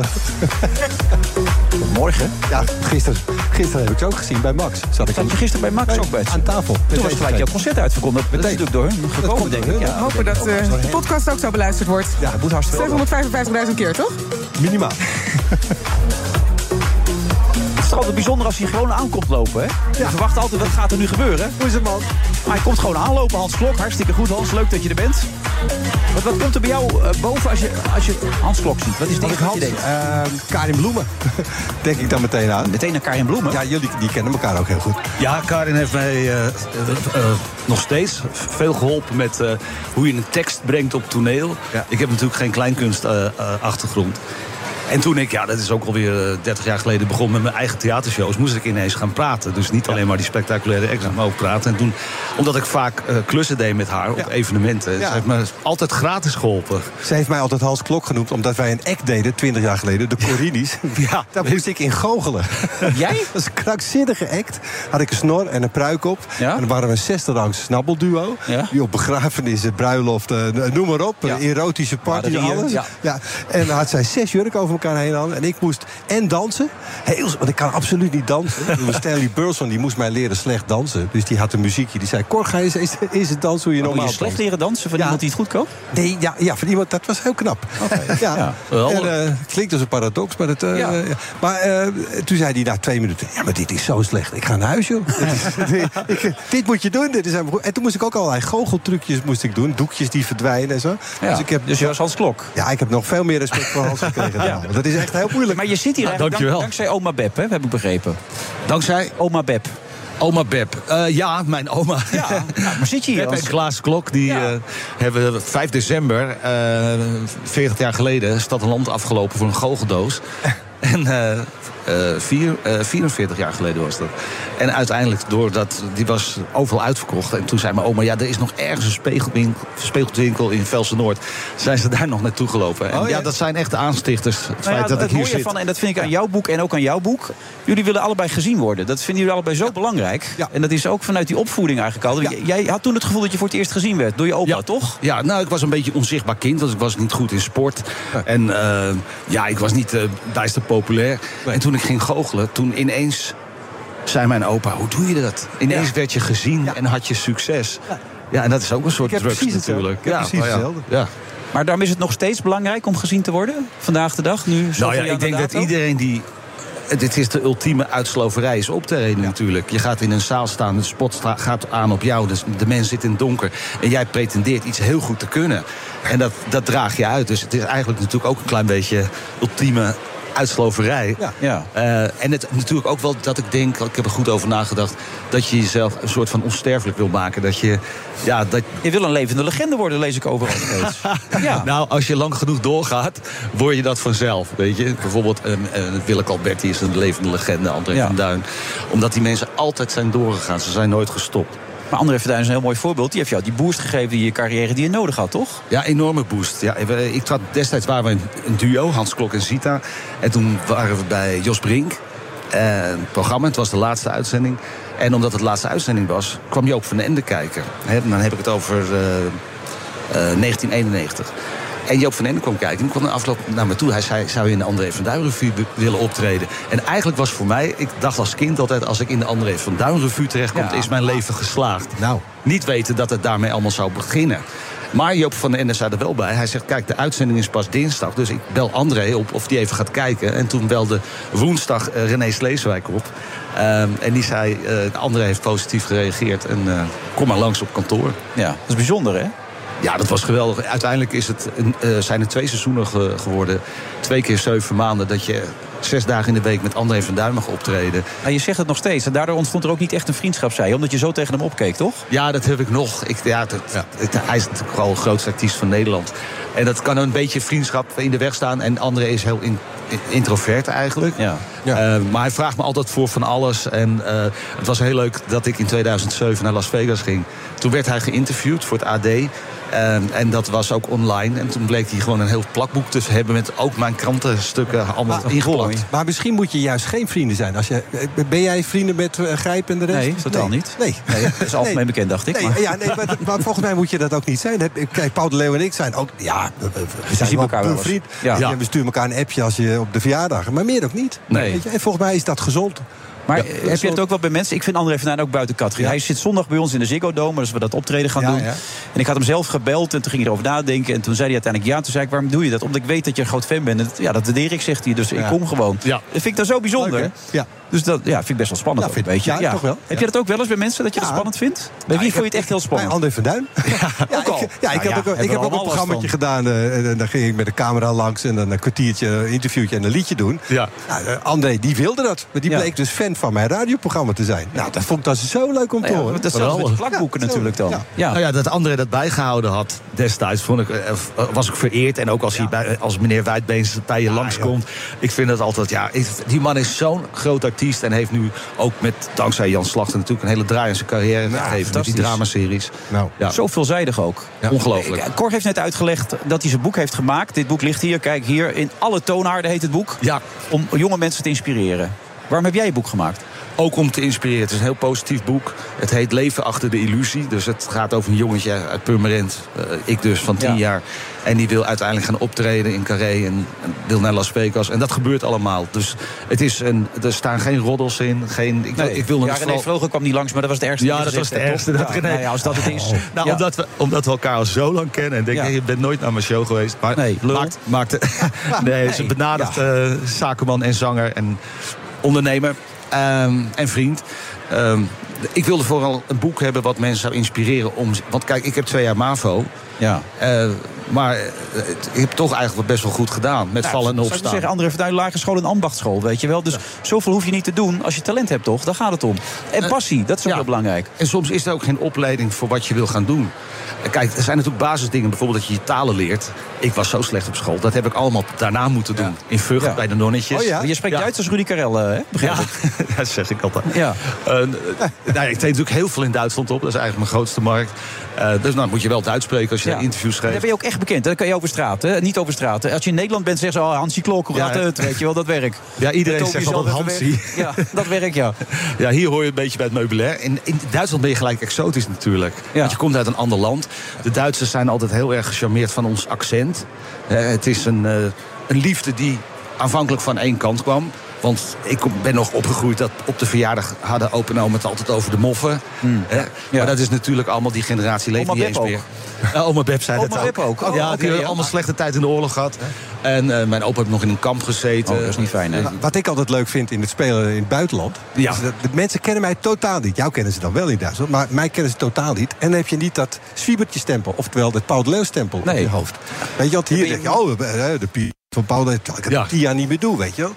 Tot morgen? Ja, gisteren, gisteren heb ik ze ook gezien bij Max. Zat ik Zat je gisteren bij Max bij, ook bij aan tafel? Toen was gelijk jouw concert uitverkocht. Dat, dat is natuurlijk door hun gekomen, denk ik. Ja, ja, hopen dat uh, de podcast ook zo beluisterd wordt. Ja, dat moet hartstikke zeshonderdvijfenvijftigduizend keer, toch? Minimaal. Het is altijd bijzonder als hij gewoon aankomt lopen, hè? Ja. Je verwacht altijd, wat gaat er nu gebeuren? Hoe is het, man? Maar hij komt gewoon aanlopen, Hans Klok. Hartstikke goed, Hans. Leuk dat je er bent. Wat, wat komt er bij jou uh, boven als je, als je Hans Klok ziet? Wat is het eerste wat je denkt? Uh, Karin Bloemen. Denk ik dan meteen aan. Meteen naar Karin Bloemen? Ja, jullie die kennen elkaar ook heel goed. Ja, Karin heeft mij uh, uh, uh, nog steeds veel geholpen met uh, hoe je een tekst brengt op toneel. Ja. Ik heb natuurlijk geen kleinkunst uh, uh, achtergrond. En toen ik, ja, dat is ook alweer dertig jaar geleden begon met mijn eigen theatershows, moest ik ineens gaan praten. Dus niet alleen maar die spectaculaire acts, maar ook praten. En toen, omdat ik vaak uh, klussen deed met haar op ja. evenementen, ja. ze heeft me altijd gratis geholpen. Ze heeft mij altijd Hans Klok genoemd, omdat wij een act deden, twintig jaar geleden, de Corinis. Ja. Daar moest ik in goochelen. Jij? Dat was een krankzinnige act. Had ik een snor en een pruik op. Ja? En dan waren we een zesde-rangs snabbelduo. Ja? Die op begrafenissen, bruiloften, noem maar op. Ja. Erotische parties, alles. Ja. Ja. En dan had zij zes jurk over elkaar heen hadden. En ik moest en dansen. Heel, want ik kan absoluut niet dansen. Stanley Burleson die moest mij leren slecht dansen. Dus die had een muziekje. Die zei, Cor, ga je eens, eens, eens het dansen hoe je normaal Moet je slecht danst. leren dansen van Ja. iemand die het goed kan? Nee, ja, ja, van iemand, dat was heel knap. Okay. Ja. Ja. En, uh, het klinkt als een paradox, maar, het, uh, Ja. ja. maar uh, toen zei hij na twee minuten... ja, maar dit is zo slecht, ik ga naar huis, joh. dit, is, ik, dit moet je doen. Dit is helemaal goed. En toen moest ik ook allerlei goocheltrucjes moest ik doen. Doekjes die verdwijnen en zo. Ja. Dus, ik heb, dus je was Hans Klok? Ja, ik heb nog veel meer respect voor Hans gekregen. Ja. Dat is echt heel moeilijk. Maar je zit hier Nou, eigenlijk dank, dankjewel. dankzij oma Beb, hè, heb ik begrepen. Dankzij? Oma Beb. Oma Beb. Uh, ja, mijn oma. Ja, nou, maar zit je hier? Beb als... en Klaas Klok, die Ja. uh, hebben vijf december, uh, veertig jaar geleden... Stad en Land afgelopen voor een goocheldoos. En uh, uh, vier, uh, vierenveertig jaar geleden was dat. En uiteindelijk, doordat die was overal uitverkocht. En toen zei mijn oma, ja, er is nog ergens een speelgoedwinkel, speelgoedwinkel in Velsen-Noord. Zijn ze daar nog naartoe gelopen. En Oh, ja. ja, dat zijn echt de aanstichters. Het Nou feit ja, dat het ik hier mooie zit. van, en dat vind ik aan jouw boek en ook aan jouw boek. Jullie willen allebei gezien worden. Dat vinden jullie allebei zo belangrijk. Ja. En dat is ook vanuit die opvoeding eigenlijk al. Ja. J- Jij had toen het gevoel dat je voor het eerst gezien werd door je opa, Ja. toch? Ja, nou, ik was een beetje een onzichtbaar kind. Want ik was niet goed in sport. En uh, ja, ik was niet uh, bijster populair. Nee. En toen ik ging goochelen, toen ineens zei mijn opa, hoe doe je dat? Ineens Ja. werd je gezien Ja. en had je succes. Ja. Ja, en dat is ook een soort Ik heb drugs precies hetzelfde. natuurlijk. Ik heb Ja, precies maar ja. hetzelfde. Ja. Maar daarom is het nog steeds belangrijk om gezien te worden? Vandaag de dag, nu? Nou zoveel ja, jaar ik denk na dat dato? iedereen die... Dit is de ultieme uitsloverij, is optreden natuurlijk. Je gaat in een zaal staan, de spot sta- gaat aan op jou. Dus de mens zit in het donker. En jij pretendeert iets heel goed te kunnen. En dat, dat draag je uit. Dus het is eigenlijk natuurlijk ook een klein beetje ultieme uitsloverij. Ja. Ja. Uh, en het natuurlijk ook wel dat ik denk, ik heb er goed over nagedacht, dat je jezelf een soort van onsterfelijk wil maken. Dat je, ja, dat... Je wil een levende legende worden, lees ik overal steeds. Ja. Nou, als je lang genoeg doorgaat, word je dat vanzelf. Weet je? Bijvoorbeeld uh, uh, Willeke Alberti is een levende legende, André Ja. van Duin. Omdat die mensen altijd zijn doorgegaan. Ze zijn nooit gestopt. Maar André Verduin is een heel mooi voorbeeld. Die heeft jou die boost gegeven in je carrière die je nodig had, toch? Ja, enorme boost. Ja, ik trad, destijds waren we een, een duo, Hans Klok en Zita. En toen waren we bij Jos Brink. Uh, het programma, het was de laatste uitzending. En omdat het de laatste uitzending was, kwam Joop van den Ende kijken. He, dan heb ik het over uh, uh, negentien eenennegentig. En Joop van den Ende kwam kijken. En die kwam de afloop naar me toe. Hij zei, zou je in de André van Duin Revue willen optreden? En eigenlijk was voor mij, ik dacht als kind altijd, als ik in de André van Duin Revue terechtkom, Ja. is mijn leven geslaagd. Nou. Niet weten dat het daarmee allemaal zou beginnen. Maar Joop van den Ende zei er wel bij. Hij zegt, kijk, de uitzending is pas dinsdag. Dus ik bel André op of die even gaat kijken. En toen belde woensdag uh, René Sleeswijk op. Um, en die zei, uh, André heeft positief gereageerd. En uh, kom maar langs op kantoor. Ja, dat is bijzonder, hè? Ja, dat was geweldig. Uiteindelijk is het, uh, zijn er twee seizoenen ge- geworden. Twee keer zeven maanden dat je zes dagen in de week met André van Duin mag optreden. Nou, je zegt het nog steeds. En daardoor ontstond er ook niet echt een vriendschap, zei je. Omdat je zo tegen hem opkeek, toch? Ja, dat heb ik nog. Ik, ja, dat, ja. Het, hij is natuurlijk wel de grootste artiest van Nederland. En dat kan een beetje vriendschap in de weg staan. En André is heel in, in, introvert eigenlijk. Ja. Ja. Uh, maar hij vraagt me altijd voor van alles. En uh, het was heel leuk dat ik in tweeduizend zeven naar Las Vegas ging. Toen werd hij geïnterviewd voor het A D. Uh, en dat was ook online. En toen bleek hij gewoon een heel plakboek te hebben met ook mijn krantenstukken allemaal Maar, ingeplakt. maar misschien moet je juist geen vrienden zijn. Als je, ben jij vrienden met uh, Grijp en de rest? Nee, totaal niet. Nee. Nee, dat is algemeen nee. bekend, dacht ik. Nee, maar. ja, nee, maar, maar volgens mij moet je dat ook niet zijn. Kijk, Paul de Leeuw en ik zijn ook... Ja, we, we zijn zien wel elkaar wel een eens. vriend. Ja. Ja. We sturen elkaar een appje als je op de verjaardag. Maar meer ook niet. Nee. Weet je? En volgens mij is dat gezond. Maar Ja, heb je het ook wel bij mensen? Ik vind André van Duin ook buiten categorie. Ja. Hij zit zondag bij ons in de Ziggo Dome, dus we dat optreden gaan Ja, doen. ja. En ik had hem zelf gebeld en toen ging hij erover nadenken. En toen zei hij uiteindelijk ja. Toen zei ik, waarom doe je dat? Omdat ik weet dat je een groot fan bent. En dat, ja, dat waardeer ik, zegt hij. Dus ik Ja. kom gewoon. Ja. Dat vind ik dan zo bijzonder. Leuk, hè? Ja. Dus dat ja, vind ik best wel spannend. Ja, ook, vind- weet je. ja, toch wel. Heb je dat ook wel eens bij mensen, dat je Ja. dat spannend vindt? Bij wie ik vond je heb- het echt heel Bij spannend? André van Duin. Ja, ook al. ik, ja, ik Nou heb ja, ook, ik hebben heb we ook een allemaal programmaatje last gedaan. Uh, en dan ging ik met de camera langs en dan een kwartiertje een interviewtje en een liedje doen. Ja. Nou, uh, André, die wilde dat. Maar die Ja. bleek dus fan van mijn radioprogramma te zijn. Nou, dat vond ik dan zo leuk om te Nou ja, horen. dat is zelfs met die plakboeken Ja, zo. natuurlijk dan. Ja. Ja. Nou ja, dat André dat bijgehouden had destijds, vond ik, eh, was ik vereerd. En ook als, hij bij, als meneer Wijdbeens bij je langskomt. Ik vind dat altijd, ja, ik- die man is zo'n groot artiest. En heeft nu ook met, dankzij Jan Slachter natuurlijk, een hele draai aan zijn carrière gegeven. Met die fantastisch. dramaseries. Nou, Ja. Zo veelzijdig ook. Ja, ongelooflijk. Cor heeft net uitgelegd dat hij zijn boek heeft gemaakt. Dit boek ligt hier, kijk hier. In alle toonaarden heet het boek. Ja. Om jonge mensen te inspireren. Waarom heb jij je boek gemaakt? ook om te inspireren. Het is een heel positief boek. Het heet Leven achter de illusie. Dus het gaat over een jongetje uit Purmerend. Uh, ik dus, van tien ja. jaar. En die wil uiteindelijk gaan optreden in Carré. En, en wil naar Las Vegas. En dat gebeurt allemaal. Dus het is een, er staan geen roddels in. Geen, ik, nee, ik wil nog ja, René vooral... Vroger kwam niet langs, maar dat was het ergste. Ja, dat was het ergste. Dat ja, nou ja, als dat het is. Nou, ja. omdat, we, omdat we elkaar al zo lang kennen. En denk, ja. hey, je bent nooit naar mijn show geweest. Maar nee, maakt, maakt, nee, hij is een benaderd ja. uh, zakenman en zanger en ondernemer. Um, en vriend. Um, ik wilde vooral een boek hebben wat mensen zou inspireren om. Want kijk, ik heb twee jaar MAVO. Ja. Uh, maar uh, ik heb toch eigenlijk best wel goed gedaan. Met ja, vallen en opstaan. Ik zeggen, André Verduin, lagere school en ambachtschool, weet je wel. Dus ja. zoveel hoef je niet te doen als je talent hebt, toch? Daar gaat het om. En passie, dat is ook ja. heel belangrijk. En soms is er ook geen opleiding voor wat je wil gaan doen. Kijk, er zijn natuurlijk basisdingen. Bijvoorbeeld dat je je talen leert. Ik was zo slecht op school. Dat heb ik allemaal daarna moeten doen. Ja. In Vught, ja. bij de nonnetjes. Oh ja? Je spreekt ja. Duits als Rudy Karel, hè? Ja. Dat zeg ik altijd. Ja. Uh, nou, ik treed natuurlijk heel veel in Duitsland op. Dat is eigenlijk mijn grootste markt. Uh, dus nou moet je wel Duits spreken als je ja. interviews schrijft. Daar ben je ook echt bekend. Dat kan je over straat, hè? Niet over straat. Als je in Nederland bent, zeggen ze... Oh, Hansie Klok, hoe gaat ja. het? Weet je wel, dat werk. Ja, iedereen zegt altijd Hansie. Ja, dat werk, ja. Ja, hier hoor je een beetje bij het meubilair. In, in Duitsland ben je gelijk exotisch natuurlijk. Ja. Want je komt uit een ander land. De Duitsers zijn altijd heel erg gecharmeerd van ons accent. Uh, het is een, uh, een liefde die aanvankelijk van één kant kwam. Want ik ben nog opgegroeid dat op de verjaardag hadden opa en oma het altijd over de moffen. Mm. Hè? Ja. Maar dat is natuurlijk allemaal, die generatie leeft niet eens meer. Uh, oma Beb zei oma dat Beb ook. ook. Oh, ja, okay, die hebben ja. allemaal slechte tijd in de oorlog gehad. En uh, mijn opa heeft nog in een kamp gezeten. Oh, dat is niet fijn, hè? Wat ik altijd leuk vind in het spelen in het buitenland... Ja. is dat de mensen kennen mij totaal niet. Jou kennen ze dan wel in Duitsland, maar mij kennen ze totaal niet. En dan heb je niet dat Swiebertje-stempel, oftewel het Paul de Leeuw-stempel nee. op je hoofd. Weet je wat, hier denk je, oh, de Pier... van Paul, dat ik het ja. tien jaar niet meer doe, weet je wel.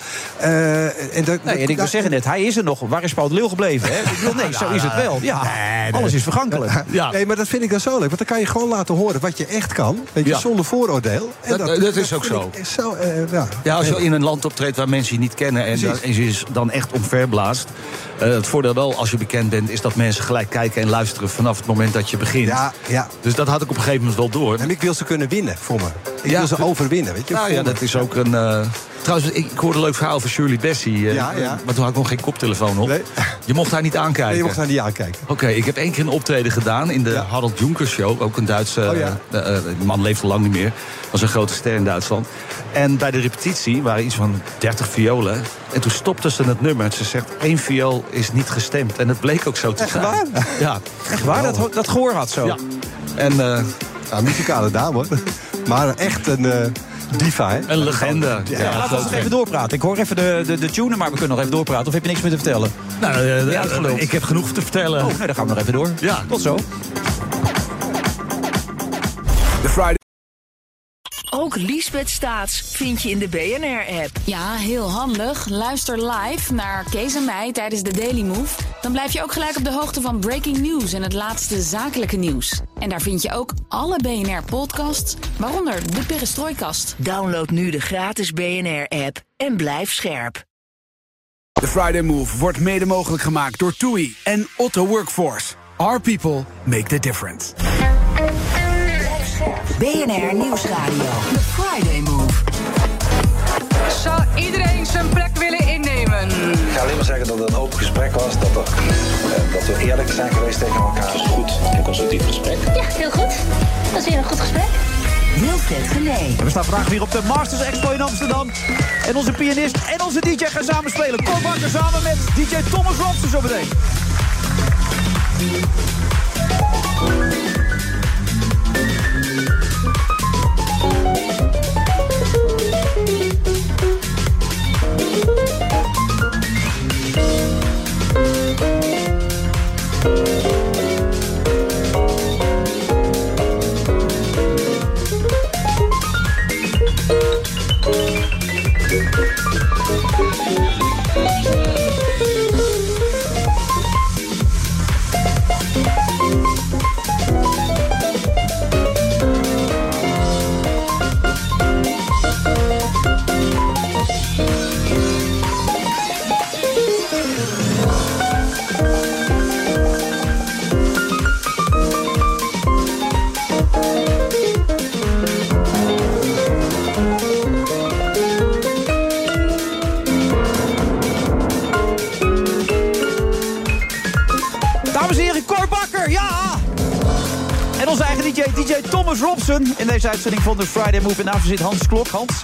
Uh, en dat, nee, en ik wil zeggen net, hij is er nog. Waar is Paul de Leeuw gebleven? Hè? Ik wil, nee, zo is het wel. Ja, nee, nee. Alles is vergankelijk. Ja. Nee, maar dat vind ik dan zo leuk. Want dan kan je gewoon laten horen wat je echt kan. Weet je, ja. zonder vooroordeel. En dat, dat, dat is ook zo. zo uh, ja. ja, als je in een land optreedt waar mensen je niet kennen... en, dan, en je dan echt omverblaast... Uh, het voordeel wel, als je bekend bent, is dat mensen gelijk kijken en luisteren vanaf het moment dat je begint. Ja, ja. Dus dat had ik op een gegeven moment wel door. En ik wil ze kunnen winnen voor me. Ik ja, wil ze overwinnen, weet je. Nou ja, dat is ook een... Uh, trouwens, ik, ik hoorde een leuk verhaal over Shirley Bassey. Uh, ja, ja. Maar toen had ik nog geen koptelefoon op. Nee. Je mocht haar niet aankijken. Nee, je mocht haar niet aankijken. Oké, okay, ik heb één keer een optreden gedaan in de ja. Harold Juncker Show. Ook een Duitse... Oh, ja. uh, uh, de man leeft al lang niet meer. Was een grote ster in Duitsland. En bij de repetitie waren iets van dertig violen. En toen stopte ze het nummer. Ze zegt, één viool is niet gestemd. En het bleek ook zo te Echt zijn. Waar? Ja. Echt waar? Dat, dat gehoor had zo. Ja. En... Uh, ja, muzikale dame. Maar echt een... Uh, diva, hè? Een legende. Ja, ja, ja, laten we nog even doorpraten. Ik hoor even de, de, de tune, maar we kunnen nog even doorpraten. Of heb je niks meer te vertellen? Nou, uh, ja, uh, ik heb genoeg te vertellen. Oh, nee, dan gaan we nog even door. Ja. Tot zo. The Friday. Ook Liesbeth Staats vind je in de B N R-app. Ja, heel handig. Luister live naar Kees en mij tijdens de Daily Move. Dan blijf je ook gelijk op de hoogte van breaking news en het laatste zakelijke nieuws. En daar vind je ook alle B N R-podcasts, waaronder de Perestrooikast. Download nu de gratis B N R-app en blijf scherp. The Friday Move wordt mede mogelijk gemaakt door TUI en Otto Workforce. Our people make the difference. B N R Nieuwsradio. The Friday Move. Zou iedereen zijn plek willen innemen? Ik ga alleen maar zeggen dat het een open gesprek was. Dat, er, uh, dat we eerlijk zijn geweest tegen elkaar. Dat is goed. Een constructief gesprek. Ja, heel goed. Dat is weer een goed gesprek. Wilfred Genee. We staan vandaag weer op de Masters Expo in Amsterdam. En onze pianist en onze D J gaan samen spelen. Cor Bakker samen met D J Thomas Robson zo meteen. D J Thomas Robson in deze uitzending van de Friday Move. En naast me zit Hans Klok. Hans,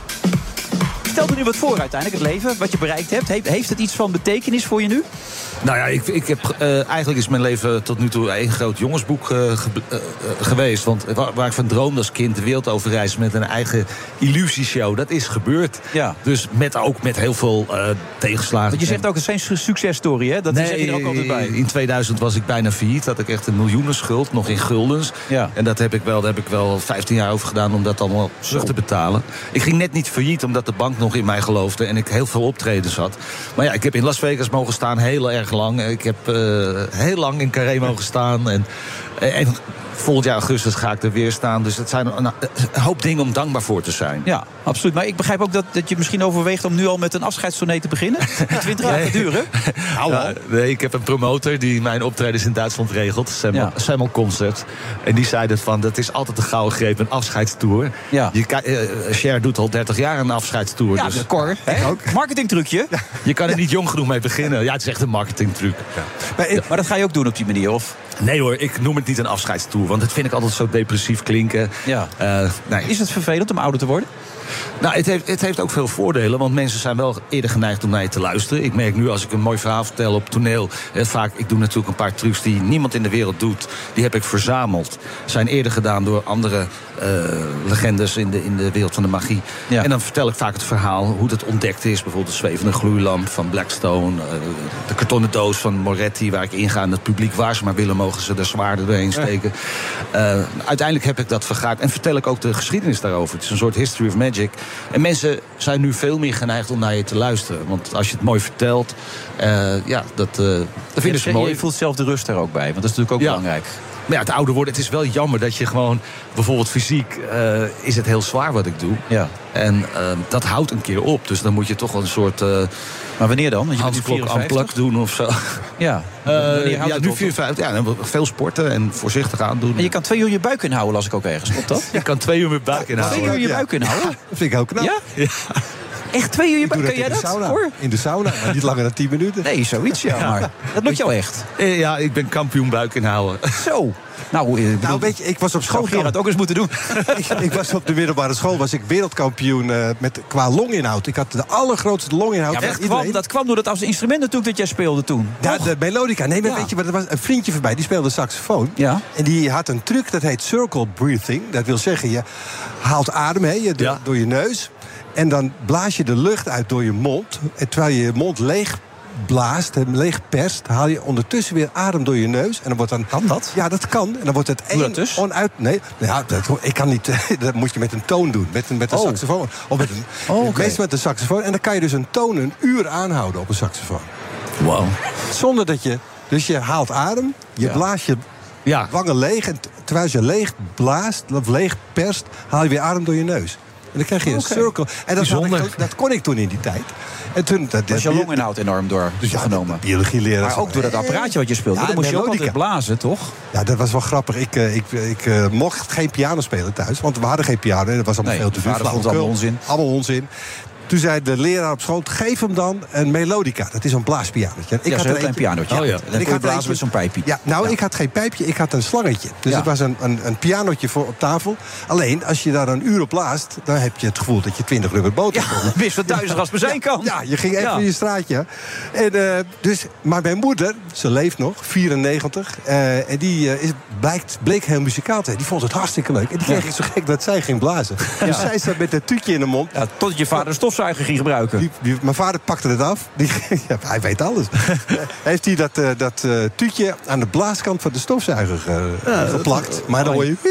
stel er nu wat voor uiteindelijk, het leven, wat je bereikt hebt. He- heeft het iets van betekenis voor je nu? Nou ja, ik, ik heb, uh, eigenlijk is mijn leven tot nu toe één groot jongensboek uh, ge, uh, uh, geweest. Want waar, waar ik van droomde als kind, de wereld overreizen met een eigen illusieshow, dat is gebeurd. Ja. Dus met, ook met heel veel uh, tegenslagen. Want je zegt ook, het is geen successtory, hè? Dat nee, zeg je er ook altijd bij. In tweeduizend was ik bijna failliet. Had ik echt een miljoenenschuld, nog in guldens. Ja. En dat heb ik wel, daar heb ik wel vijftien jaar over gedaan om dat allemaal terug Zo. te betalen. Ik ging net niet failliet, omdat de bank nog in mij geloofde en ik heel veel optredens had. Maar ja, ik heb in Las Vegas mogen staan, heel erg lang. Ik heb uh, heel lang in Carré mogen staan. En, en volgend jaar augustus ga ik er weer staan. Dus het zijn een, een hoop dingen om dankbaar voor te zijn. Ja, absoluut. Maar ik begrijp ook dat, dat je misschien overweegt om nu al met een afscheidstournee te beginnen. Die twintig jaar gaat duren. Nou, ja, nee, ik heb een promotor die mijn optredens in Duitsland regelt. Samuel, Ja. Samuel Concert. En die zei dat van, dat is altijd een gouden greep, een afscheidstour. Ja. Je, kan- uh, Cher doet al dertig jaar een afscheidstour. Ja, dus de Cor. hè? Marketingtrucje. Ja. je kan er niet jong genoeg mee beginnen. Ja, het is echt een marketingtruc. Maar, maar dat ga je ook doen op die manier, of? Nee hoor, ik noem het niet een afscheidstour. Want dat vind ik altijd zo depressief klinken. Ja. Uh, nee. Is het vervelend om ouder te worden? Nou, het heeft, het heeft ook veel voordelen, want mensen zijn wel eerder geneigd om naar je te luisteren. Ik merk nu, als ik een mooi verhaal vertel op toneel, eh, vaak, ik doe natuurlijk een paar trucs die niemand in de wereld doet. Die heb ik verzameld. Zijn eerder gedaan door andere uh, legendes in de, in de wereld van de magie. Ja. En dan vertel ik vaak het verhaal, hoe het ontdekt is. Bijvoorbeeld de zwevende gloeilamp van Blackstone, uh, de kartonnen doos van Moretti, waar ik inga en het publiek waar ze maar willen, mogen ze er zwaarden doorheen steken. Uh, uiteindelijk heb ik dat vergaard en vertel ik ook de geschiedenis daarover. Het is een soort history of magic. En mensen zijn nu veel meer geneigd om naar je te luisteren. Want als je het mooi vertelt, uh, ja, dat, uh, dat vinden ze je, mooi. Je voelt zelf de rust er ook bij, want dat is natuurlijk ook Ja. belangrijk. Maar ja, het ouder worden, het is wel jammer dat je gewoon, bijvoorbeeld fysiek, uh, is het heel zwaar wat ik doe. Ja. En uh, dat houdt een keer op. Dus dan moet je toch wel een soort uh, Maar wanneer dan? Want je bent nu handklok aan vierenvijftig. plak doen of zo. Ja. Uh, Wanneer houdt ja, het nu op? vierenvijftig. Ja, dan veel sporten en voorzichtig aandoen. En je kan twee uur je buik inhouden, las ik ook ergens. Klopt dat? Ik kan twee uur mijn buik inhouden. Twee uur je buik inhouden? Dat vind ik ook knap. Ja? Ja. Echt twee uur je Ik doe buik? dat Kan in jij de dat? sauna. Hoor? In de sauna, maar niet langer dan tien minuten. Nee, zoiets, ja. Maar dat lukt jou echt. Eh, Ja, ik ben kampioen buik inhouden. Zo. Nou, ik bedoel, Nou, weet je, ik was op school. schoon Gerard ook eens moeten doen. ik, ik was op de middelbare school, was ik wereldkampioen uh, met, qua longinhoud. Ik had de allergrootste longinhoud Ja, van maar dat, kwam, iedereen. dat kwam door het als instrument natuurlijk dat jij speelde toen. Ja, Toch? de melodica. Nee, maar Ja. weet je, maar er was een vriendje van mij, die speelde saxofoon. Ja. En die had een truc, dat heet circle breathing. Dat wil zeggen, je haalt adem hè, je, door, Ja. door je neus. En dan blaas je de lucht uit door je mond. En terwijl je je mond leeg blaast, en leeg perst, haal je ondertussen weer adem door je neus. En dan wordt dan, Kan dat? Ja, dat kan. En dan wordt het Doe dat één dus? onuit... Nee, ja, dat, ik kan niet... Dat moet je met een toon doen. Met een, met een Oh. saxofoon. Of met een, Oh, oké. meestal met een saxofoon. En dan kan je dus een toon een uur aanhouden op een saxofoon. Wow. Zonder dat je... Dus je haalt adem, je Ja. blaast je Ja. wangen leeg. En t- terwijl je leeg blaast, of leeg perst, haal je weer adem door je neus. En dan krijg je een Oké. cirkel. En dat, had ik, Bijzonder. dat kon ik toen in die tijd. En toen... Dat, Was je dat- longinhoud enorm dus ja, doorgenomen. biologie leren. Maar ook door dat apparaatje wat je speelde. Ja, dan moest je ook melodica. altijd blazen, toch? Ja, dat was wel grappig. Ik, eh, ik, ik eh, mocht geen piano spelen thuis. Want we hadden geen piano. En dat was allemaal Nee, veel te je duur. vader vond het flauwekul. allemaal onzin. Allemaal onzin. Toen zei de leraar op school, geef hem dan een melodica. Dat is een blaaspianootje. Ik Ja, zo'n er heel klein eentje- pianootje. Oh ja. En dan En ik kon je had blazen eentje- met zo'n pijpje. Ja, nou, Ja. ik had geen pijpje, ik had een slangetje. Dus Ja. het was een, een, een pianootje voor op tafel. Alleen, als je daar een uur op blaast, dan heb je het gevoel dat je twintig rubber boter Ja, hebt. wist wat duizend als maar zijn kan. Ja, je ging even Ja. in je straatje. En, eh, dus, maar mijn moeder, ze leeft nog, vierennegentig. eh, en die eh, is, blijkt, bleek heel muzikaal te zijn. Die vond het hartstikke leuk. En die kreeg ik zo gek dat zij ging blazen. Dus zij zat met een tuutje in de mond. Ja, tot je vader een stofzuiger ging gebruiken. Die, die, mijn vader pakte het af. Die, ja, hij weet alles. Heeft hij dat, uh, dat uh, tuutje aan de blaaskant van de stofzuiger uh, ja, geplakt. Maar dan hoor je...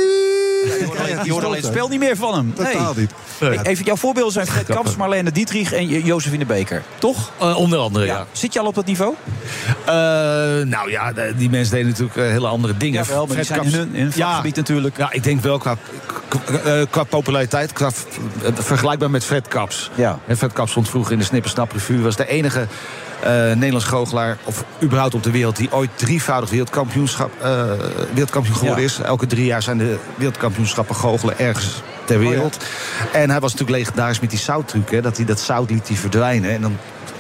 Je hoort alleen het spel niet meer van hem. Totaal niet. Nee. Even, jouw voorbeelden zijn Fred Kaps, Marlene Dietrich en Josephine Beker. Toch? Uh, onder andere, ja. Ja. Zit je al op dat niveau? Uh, nou ja, de- die mensen deden natuurlijk uh, hele andere dingen. Ja, wel, maar die Fred zijn in Kaps- hun, in hun vakgebied natuurlijk. Ja, ik denk wel qua, qua, uh, qua populariteit, qua, uh, vergelijkbaar met Fred Kaps. Ja. En Fred Kaps stond vroeger in de Snippersnap Revue. Was de enige uh, Nederlands goochelaar, of überhaupt op de wereld, die ooit drievoudig wereldkampioenschap, uh, wereldkampioen geworden Ja. is. Elke drie jaar zijn de wereldkampioenschappen goochelen ergens ter wereld. En hij was natuurlijk legendarisch met die zouttruc, hè, dat hij dat zout liet die verdwijnen. En dan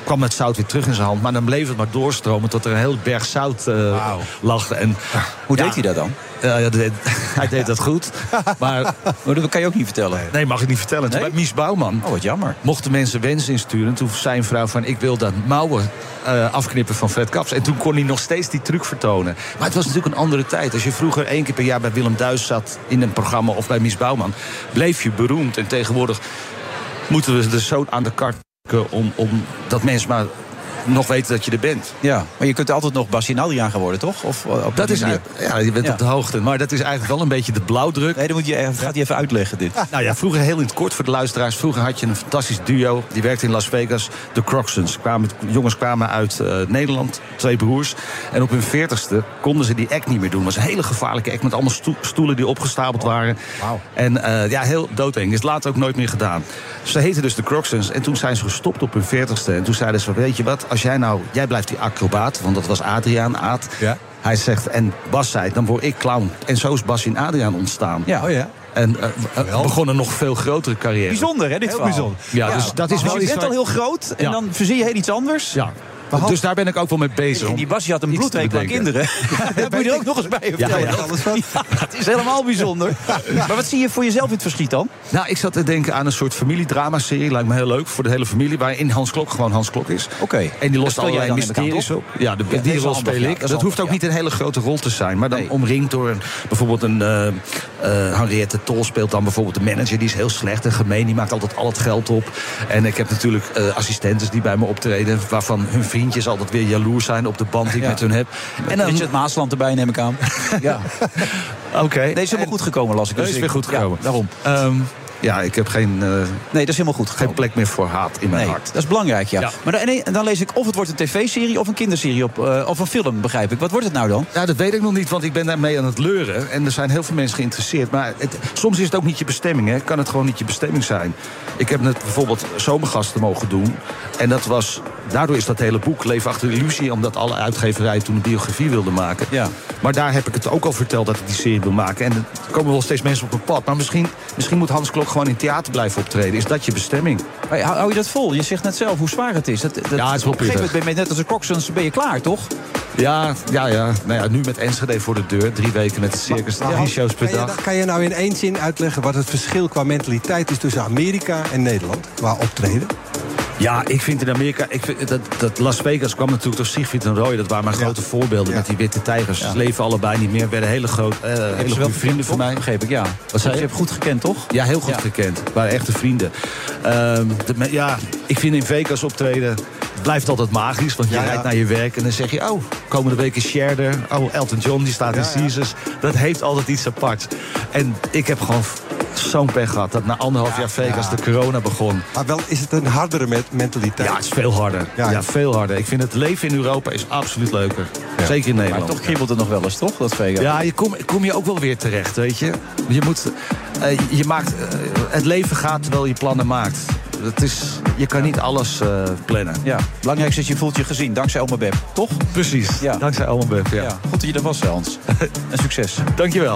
kwam het zout weer terug in zijn hand. Maar dan bleef het maar doorstromen tot er een heel berg zout uh, wow. lag. En, Hoe ja, deed hij dat dan? Uh, ja, deed, hij deed dat goed. Maar, maar dat kan je ook niet vertellen. Nee, mag ik niet vertellen. Nee? Bij Mies Bouwman oh, wat jammer. mochten mensen wensen insturen. Toen zei een vrouw van, ik wil dat mouwen uh, afknippen van Fred Kaps. En toen kon hij nog steeds die truc vertonen. Maar het was natuurlijk een andere tijd. Als je vroeger één keer per jaar bij Willem Duis zat in een programma of bij Mies Bouwman, bleef je beroemd. En tegenwoordig moeten we er zo aan de kar om, om dat mensen maar nog weten dat je er bent. Ja, maar je kunt altijd nog Bastien Adriaan geworden, toch? Of op dat is ja, je bent ja. op de hoogte. Maar dat is eigenlijk wel een beetje de blauwdruk. Nee, dan moet je, gaat hij even uitleggen, dit. Ah, nou ja, vroeger heel in het kort voor de luisteraars. Vroeger had je een fantastisch duo. Die werkte in Las Vegas. De Crocsons. Kwamen, jongens kwamen uit uh, Nederland. Twee broers. En op hun veertigste konden ze die act niet meer doen. Het was een hele gevaarlijke act met allemaal sto- stoelen die opgestapeld waren. Wow. En uh, ja, heel doodeng. Is later ook nooit meer gedaan. Ze heten dus de Crocsons. En toen zijn ze gestopt op hun veertigste. En toen zeiden ze, weet je wat, als jij nou, jij blijft die acrobaat, want dat was Adriaan, Aad. Ja. Hij zegt, en Bas zei, dan word ik clown. En zo is Bas en Adriaan ontstaan. Ja, oh ja. En uh, uh, begon een nog veel grotere carrière. Bijzonder, hè, dit heel verhaal. bijzonder. Ja, ja, dus dat is wel je bent al heel groot en ja. dan verzin je heel iets anders. Ja. Dus daar ben ik ook wel mee bezig. En die Basje had een bloedhekel aan kinderen. Ja, dat moet je er ook nog eens bij vertellen. Ja, ja. Alles van. Ja, het is helemaal bijzonder. Maar wat zie je voor jezelf in het verschiet dan? Nou, ik zat te denken aan een soort familiedrama-serie. Lijkt me heel leuk voor de hele familie. Waarin Hans Klok gewoon Hans Klok is. Oké. Okay. En die lost allerlei mysteries op. Ja, de, ja, die rol speel ik. Dat, dat hoeft ook ja. niet een hele grote rol te zijn. Maar dan nee. omringd door een, bijvoorbeeld een... Uh, uh, Henriette Tol speelt dan bijvoorbeeld de manager. Die is heel slecht en gemeen. Die maakt altijd al het geld op. En ik heb natuurlijk uh, assistentes die bij me optreden. Waarvan hun vriendjes altijd weer jaloers zijn op de band die ik ja. met hun heb. En dan Richard Maasland erbij, neem ik aan. Ja. Oké. Okay. Nee, is helemaal goed gekomen, las ik. Dus is weer goed gekomen. Ja, daarom. Um, Ja, ik heb geen, uh, nee, dat is helemaal goed geen plek meer voor haat in mijn nee, hart. Dat is belangrijk, ja. ja. Maar dan, en dan lees ik of het wordt een tv-serie of een kinderserie op, uh, of een film, begrijp ik. Wat wordt het nou dan? Ja, dat weet ik nog niet, want ik ben daarmee aan het leuren. En er zijn heel veel mensen geïnteresseerd. Maar het, soms is het ook niet je bestemming, hè. Kan het gewoon niet je bestemming zijn. Ik heb net bijvoorbeeld Zomergasten mogen doen. En dat was, daardoor is dat hele boek Leven achter de illusie, omdat alle uitgeverijen toen een biografie wilden maken. Ja. Maar daar heb ik het ook al verteld dat ik die serie wil maken. En er komen wel steeds mensen op mijn pad. Maar misschien, misschien moet Hans Klok gewoon in theater blijven optreden. Is dat je bestemming? Hou, hou je dat vol? Je zegt net zelf hoe zwaar het is. Dat, dat, ja, het is wel op een gegeven moment ben je net als de Crocsons, ben je klaar, toch? Ja, ja, ja. Nou ja, nu met Enschede voor de deur. Drie weken met het circus, maar, drie shows per kan dag. Je, kan je nou in één zin uitleggen wat het verschil qua mentaliteit is tussen Amerika en Nederland qua optreden? Ja, ik vind in Amerika... Ik vind, dat, dat Las Vegas kwam natuurlijk door Siegfried en Roy. Dat waren mijn ja. grote voorbeelden ja. met die witte tijgers. Ze ja. leven allebei niet meer. Werden hele grote uh, hele goede vrienden van mij. Begreep ik, ja. Wat zei je? Je hebt goed gekend, toch? Ja, heel goed ja. gekend. Het waren echte vrienden. Um, de, ja, ik vind in Vegas optreden... blijft altijd magisch, want je ja, rijdt ja. naar je werk... en dan zeg je, oh, komende week is Cher er. Oh, Elton John, die staat ja, in Caesars. Ja. Dat heeft altijd iets aparts. En ik heb gewoon zo'n pech gehad... dat na anderhalf ja, jaar Vegas ja. de corona begon. Maar wel is het een hardere met mentaliteit? Ja, het is veel harder. Ja, ja, veel harder. Ik vind het leven in Europa is absoluut leuker. Ja. Zeker in Nederland. Maar toch kriebelt het nog wel eens, toch, dat Vegas? Ja, je kom, kom je ook wel weer terecht, weet je. Je moet... Uh, je maakt... Uh, het leven gaat terwijl je plannen maakt. Het is, je kan niet alles uh, plannen. Ja, belangrijkste is je voelt je gezien, dankzij Oma Beb, toch? Precies, ja. dankzij Oma Beb, ja. ja. Goed dat je er was, Hans. En succes. Dankjewel.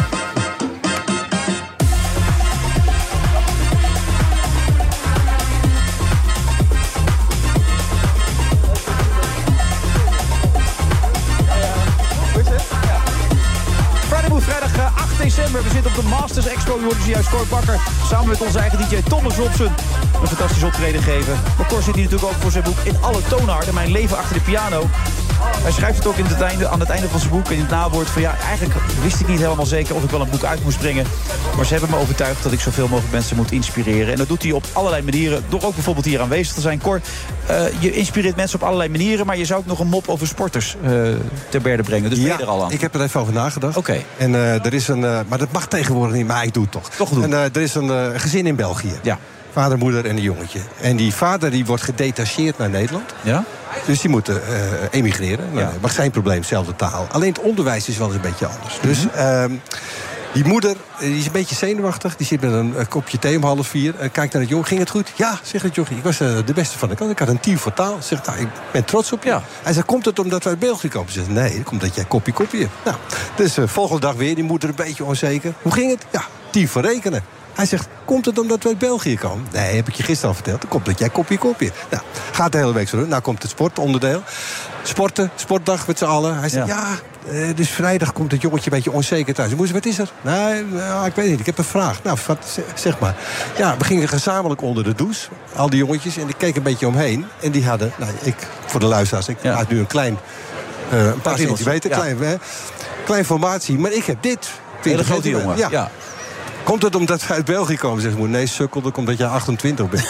december. We zitten op de Masters Expo. Je hoort dus juist Cor Bakker samen met onze eigen D J Thomas Robson een fantastisch optreden geven. Maar Cor zit hier natuurlijk ook voor zijn boek In alle toonharden. Mijn leven achter de piano. Hij schrijft het ook in het einde, aan het einde van zijn boek. En in het nawoord van ja, eigenlijk wist ik niet helemaal zeker of ik wel een boek uit moest brengen. Maar ze hebben me overtuigd dat ik zoveel mogelijk mensen moet inspireren. En dat doet hij op allerlei manieren. Door ook bijvoorbeeld hier aanwezig te zijn. Cor, uh, je inspireert mensen op allerlei manieren. Maar je zou ook nog een mop over sporters uh, ter berde brengen. Dus ben je er al aan? Ik heb er even over nagedacht. Oké. Okay. En uh, er is een, uh, maar dat mag tegenwoordig niet, maar ik doe het toch. Toch doen. En uh, er is een uh, gezin in België. Ja. Vader, moeder en een jongetje. En die vader die wordt gedetacheerd naar Nederland. Ja? Dus die moeten uh, emigreren. Nou, ja. Maar geen probleem, zelfde taal. Alleen het onderwijs is wel eens een beetje anders. Mm-hmm. Dus uh, die moeder die is een beetje zenuwachtig. Die zit met een uh, kopje thee om half vier. Uh, kijkt naar het jong. Ging het goed? Ja, zegt het jochie. Ik was uh, de beste van de klas. Ik had een tien voor taal. Zegt, nou, ik ben trots op je. Ja. Hij zegt, komt het omdat wij uit België komen? Ze zegt, nee, het komt dat jij kopje kopje hebt. Nou, dus uh, volgende dag weer. Die moeder een beetje onzeker. Hoe ging het? Ja, tien voor rekenen. Hij zegt, komt het omdat we uit België komen? Nee, heb ik je gisteren al verteld. Dan komt dat jij kopje kopje. Nou, gaat de hele week zo doen. Nou komt het sportonderdeel. Sporten, sportdag met z'n allen. Hij zegt, ja, ja dus vrijdag komt het jongetje een beetje onzeker thuis. Moest, wat is er? Nee, nou, ik weet niet, ik heb een vraag. Nou, wat, zeg maar. Ja, we gingen gezamenlijk onder de douche. Al die jongetjes. En ik keek een beetje omheen. En die hadden, nou, ik, voor de luisteraars, ik maak nu een klein, uh, een paar centimeter, ja. klein, hè, klein formatie. Maar ik heb dit. Hele grote jongen, ja. ja. Komt het omdat we uit België komen? Zegt moeder, nee, sukkel, dat komt dat jij achtentwintig bent.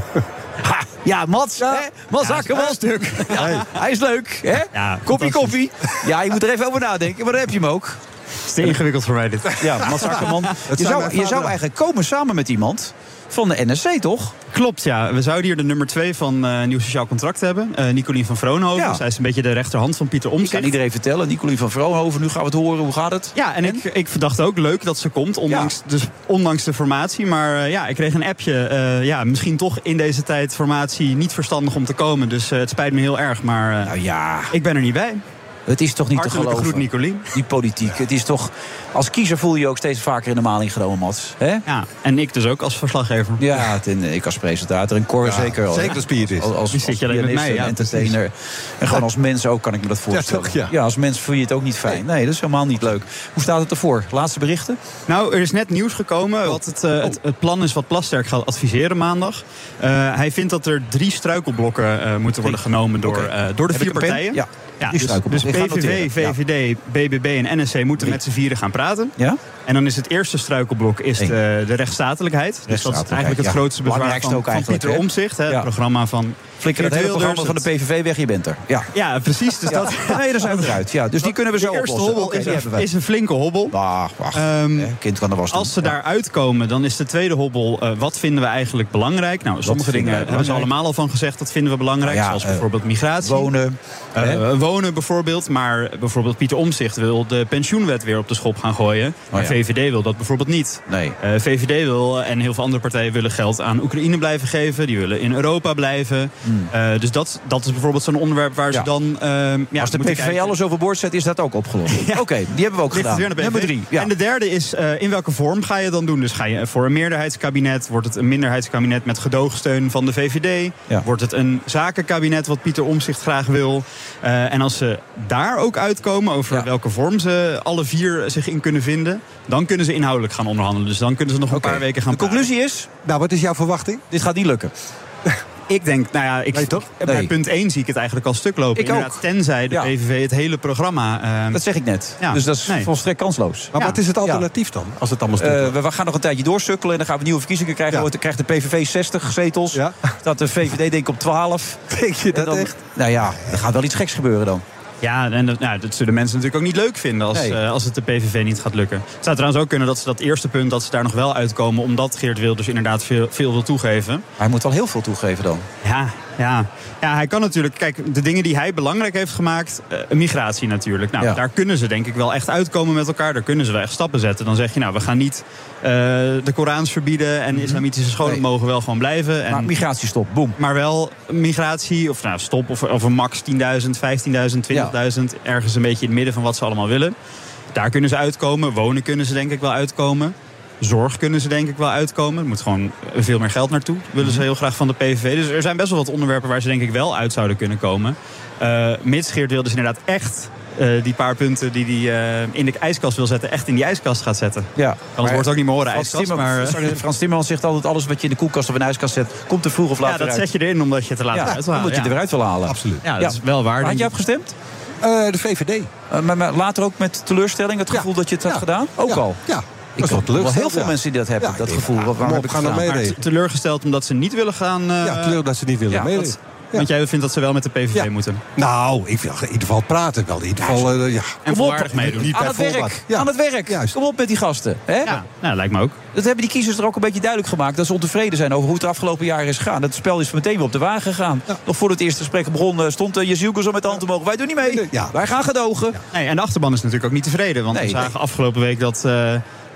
Ha, ja, Mats, ja. hè? Mats ja, Akkerman. Stuk. Ja, hey. Hij is leuk, hè? Ja, koppie, koffie. Ja, je moet er even over nadenken, maar dan heb je hem ook. Het is te ingewikkeld voor mij, dit. Ja, Mats Akkerman. Je zou, je zou eigenlijk komen samen met iemand van de N S C, toch? Klopt, ja. We zouden hier de nummer twee van uh, Nieuw Sociaal Contract hebben. Uh, Nicolien van Vroonhoven. Ja. Zij is een beetje de rechterhand van Pieter Omtzigt. Ik kan iedereen vertellen. Nicolien van Vroonhoven, nu gaan we het horen. Hoe gaat het? Ja, en, en? Ik, ik dacht ook leuk dat ze komt, ondanks, ja. dus, ondanks de formatie. Maar uh, ja, ik kreeg een appje. Uh, ja, misschien toch in deze tijd formatie niet verstandig om te komen. Dus uh, het spijt me heel erg, maar uh, nou ja. ik ben er niet bij. Het is toch niet Hartelijke te geloven, groet, Nicolien. Die politiek. Het is toch, als kiezer voel je je ook steeds vaker in de maling genomen, Mats. He? Ja, en ik dus ook als verslaggever. Ja, ten, ik als presentator en Cor ja, zeker. Zeker als Piet is. Als, als, Die zit je alleen met mij, ja, entertainer. Precies. En gewoon als mens ook kan ik me dat voorstellen. Ja, toch, ja. ja, als mens voel je het ook niet fijn. Nee, dat is helemaal niet leuk. Hoe staat het ervoor? Laatste berichten? Nou, er is net nieuws gekomen. Wat het, uh, het, het plan is wat Plasterk gaat adviseren maandag. Uh, hij vindt dat er drie struikelblokken uh, moeten worden genomen door, okay. uh, door de Heb vier partijen. Ja. Ja, dus, dus P V V, V V D, B B B en N S C moeten met z'n vieren gaan praten. Ja? En dan is het eerste struikelblok is de, de rechtsstatelijkheid. Dus dat is eigenlijk het ja. grootste bezwaar van, van Pieter Omtzigt. Hè, ja. Het programma van... Flikker het hele programma van de P V V weg, je bent er. Ja, ja precies. Dus ja. dat, nee, daar zijn we eruit. Ja, dus die kunnen we zo oplossen. De eerste hobbel okay, is, een, is een flinke hobbel. Wacht, wacht. Um, ja, kind kan er was als ze ja. daar uitkomen, dan is de tweede hobbel... Uh, wat vinden we eigenlijk belangrijk? Nou, sommige dingen belangrijk. hebben ze allemaal al van gezegd... dat vinden we belangrijk, ja, zoals uh, bijvoorbeeld migratie. Wonen. Uh, wonen bijvoorbeeld. Maar bijvoorbeeld Pieter Omtzigt wil de pensioenwet weer op de schop gaan gooien. Maar oh, ja. V V D wil dat bijvoorbeeld niet. Nee. Uh, V V D wil, en heel veel andere partijen willen geld aan Oekraïne blijven geven. Die willen in Europa blijven. Hmm. Uh, dus dat, dat is bijvoorbeeld zo'n onderwerp waar ja. ze dan... Uh, ja, als de P V V kijken. alles overboord zet, is dat ook opgelost. Ja. Oké, okay, die hebben we ook gedaan. Nummer drie. Ja. En de derde is, uh, in welke vorm ga je dan doen? Dus ga je voor een meerderheidskabinet? Wordt het een minderheidskabinet met gedoogsteun van de V V D? Ja. Wordt het een zakenkabinet wat Pieter Omtzigt graag wil? Uh, en als ze daar ook uitkomen over ja. welke vorm ze alle vier zich in kunnen vinden... dan kunnen ze inhoudelijk gaan onderhandelen. Dus dan kunnen ze nog een okay. paar weken gaan De praten. Conclusie is... Nou, wat is jouw verwachting? Dit gaat niet lukken. Ik denk, nou ja, ik, nee, toch? bij nee. punt één zie ik het eigenlijk al stuk lopen. Ik ook. Tenzij de ja. P V V het hele programma... Uh, dat zeg ik net. Ja. Dus dat is nee. volstrekt kansloos. Maar ja. wat is het alternatief dan? Als het allemaal stuk uh, we, we gaan nog een tijdje doorsukkelen en dan gaan we nieuwe verkiezingen krijgen. Ja. Dan krijgt de P V V zestig zetels. Ja. Dat de V V D denk ik op twaalf. Denk je dat dan, echt? Nou ja, er gaat wel iets geks gebeuren dan. Ja, en dat, nou, dat zullen mensen natuurlijk ook niet leuk vinden als, nee. uh, als het de P V V niet gaat lukken. Het zou trouwens ook kunnen dat ze dat eerste punt, dat ze daar nog wel uitkomen, omdat Geert Wilders inderdaad veel, veel wil toegeven. Hij moet wel heel veel toegeven dan. Ja, ja. ja, hij kan natuurlijk... Kijk, de dingen die hij belangrijk heeft gemaakt, uh, migratie natuurlijk. Nou, ja. daar kunnen ze denk ik wel echt uitkomen met elkaar. Daar kunnen ze wel echt stappen zetten. Dan zeg je, nou, we gaan niet uh, de Korans verbieden en islamitische scholen nee. mogen wel gewoon blijven. En, maar migratiestop, boem. Maar wel migratie, of nou, stop, of, of een max tienduizend, vijftienduizend, twintigduizend. Ja. Ergens een beetje in het midden van wat ze allemaal willen. Daar kunnen ze uitkomen. Wonen kunnen ze denk ik wel uitkomen. Zorg kunnen ze denk ik wel uitkomen. Er moet gewoon veel meer geld naartoe. Dat willen ze heel graag van de P V V. Dus er zijn best wel wat onderwerpen waar ze denk ik wel uit zouden kunnen komen. Uh, mits Geert Wilders inderdaad echt... Uh, die paar punten die hij uh, in de ijskast wil zetten... echt in die ijskast gaat zetten. Ja. Kan het woord ook niet meer horen, Frans ijskast. Timmer, maar, uh, Frans Timmermans zegt altijd... alles wat je in de koelkast of in de ijskast zet... komt er vroeg of later uit. Ja, dat uit. zet je erin omdat je het te laat ja, uit wil halen. Omdat je ja. eruit wil halen. Absoluut. Ja, dat ja. is wel waar. Waar had je op gestemd? Uh, de V V D. Uh, maar, maar later ook met teleurstelling? Het gevoel ja. dat je het ja. had gedaan? Ook ja. al? Ja. Ik heb wel heel veel ja. mensen die dat hebben, ja, dat ik, gevoel. ja, Wat, waar heb ik gaan gedaan? Teleurgesteld omdat ze niet willen gaan... Uh, ja, teleurgesteld omdat ze niet willen ja, meedoen. Ja. Want jij vindt dat ze wel met de P V V ja. moeten? Nou, ik wil in ieder geval praten. Wel in ieder geval, uh, ja. En volwaardig meedoen. Aan het werk. Ja. Aan het werk. Juist. Kom op met die gasten. Hè? Ja, nou, lijkt me ook. Dat hebben die kiezers er ook een beetje duidelijk gemaakt. Dat ze ontevreden zijn over hoe het de afgelopen jaren is gegaan. Dat spel is meteen weer op de wagen gegaan. Ja. Nog voordat het eerste gesprek begon stond uh, Jezielke zo met de hand omhoog. Wij doen niet mee. Ja. Wij gaan gedogen. Ja. Nee, en de achterban is natuurlijk ook niet tevreden. Want nee, we zagen nee. afgelopen week dat... Uh,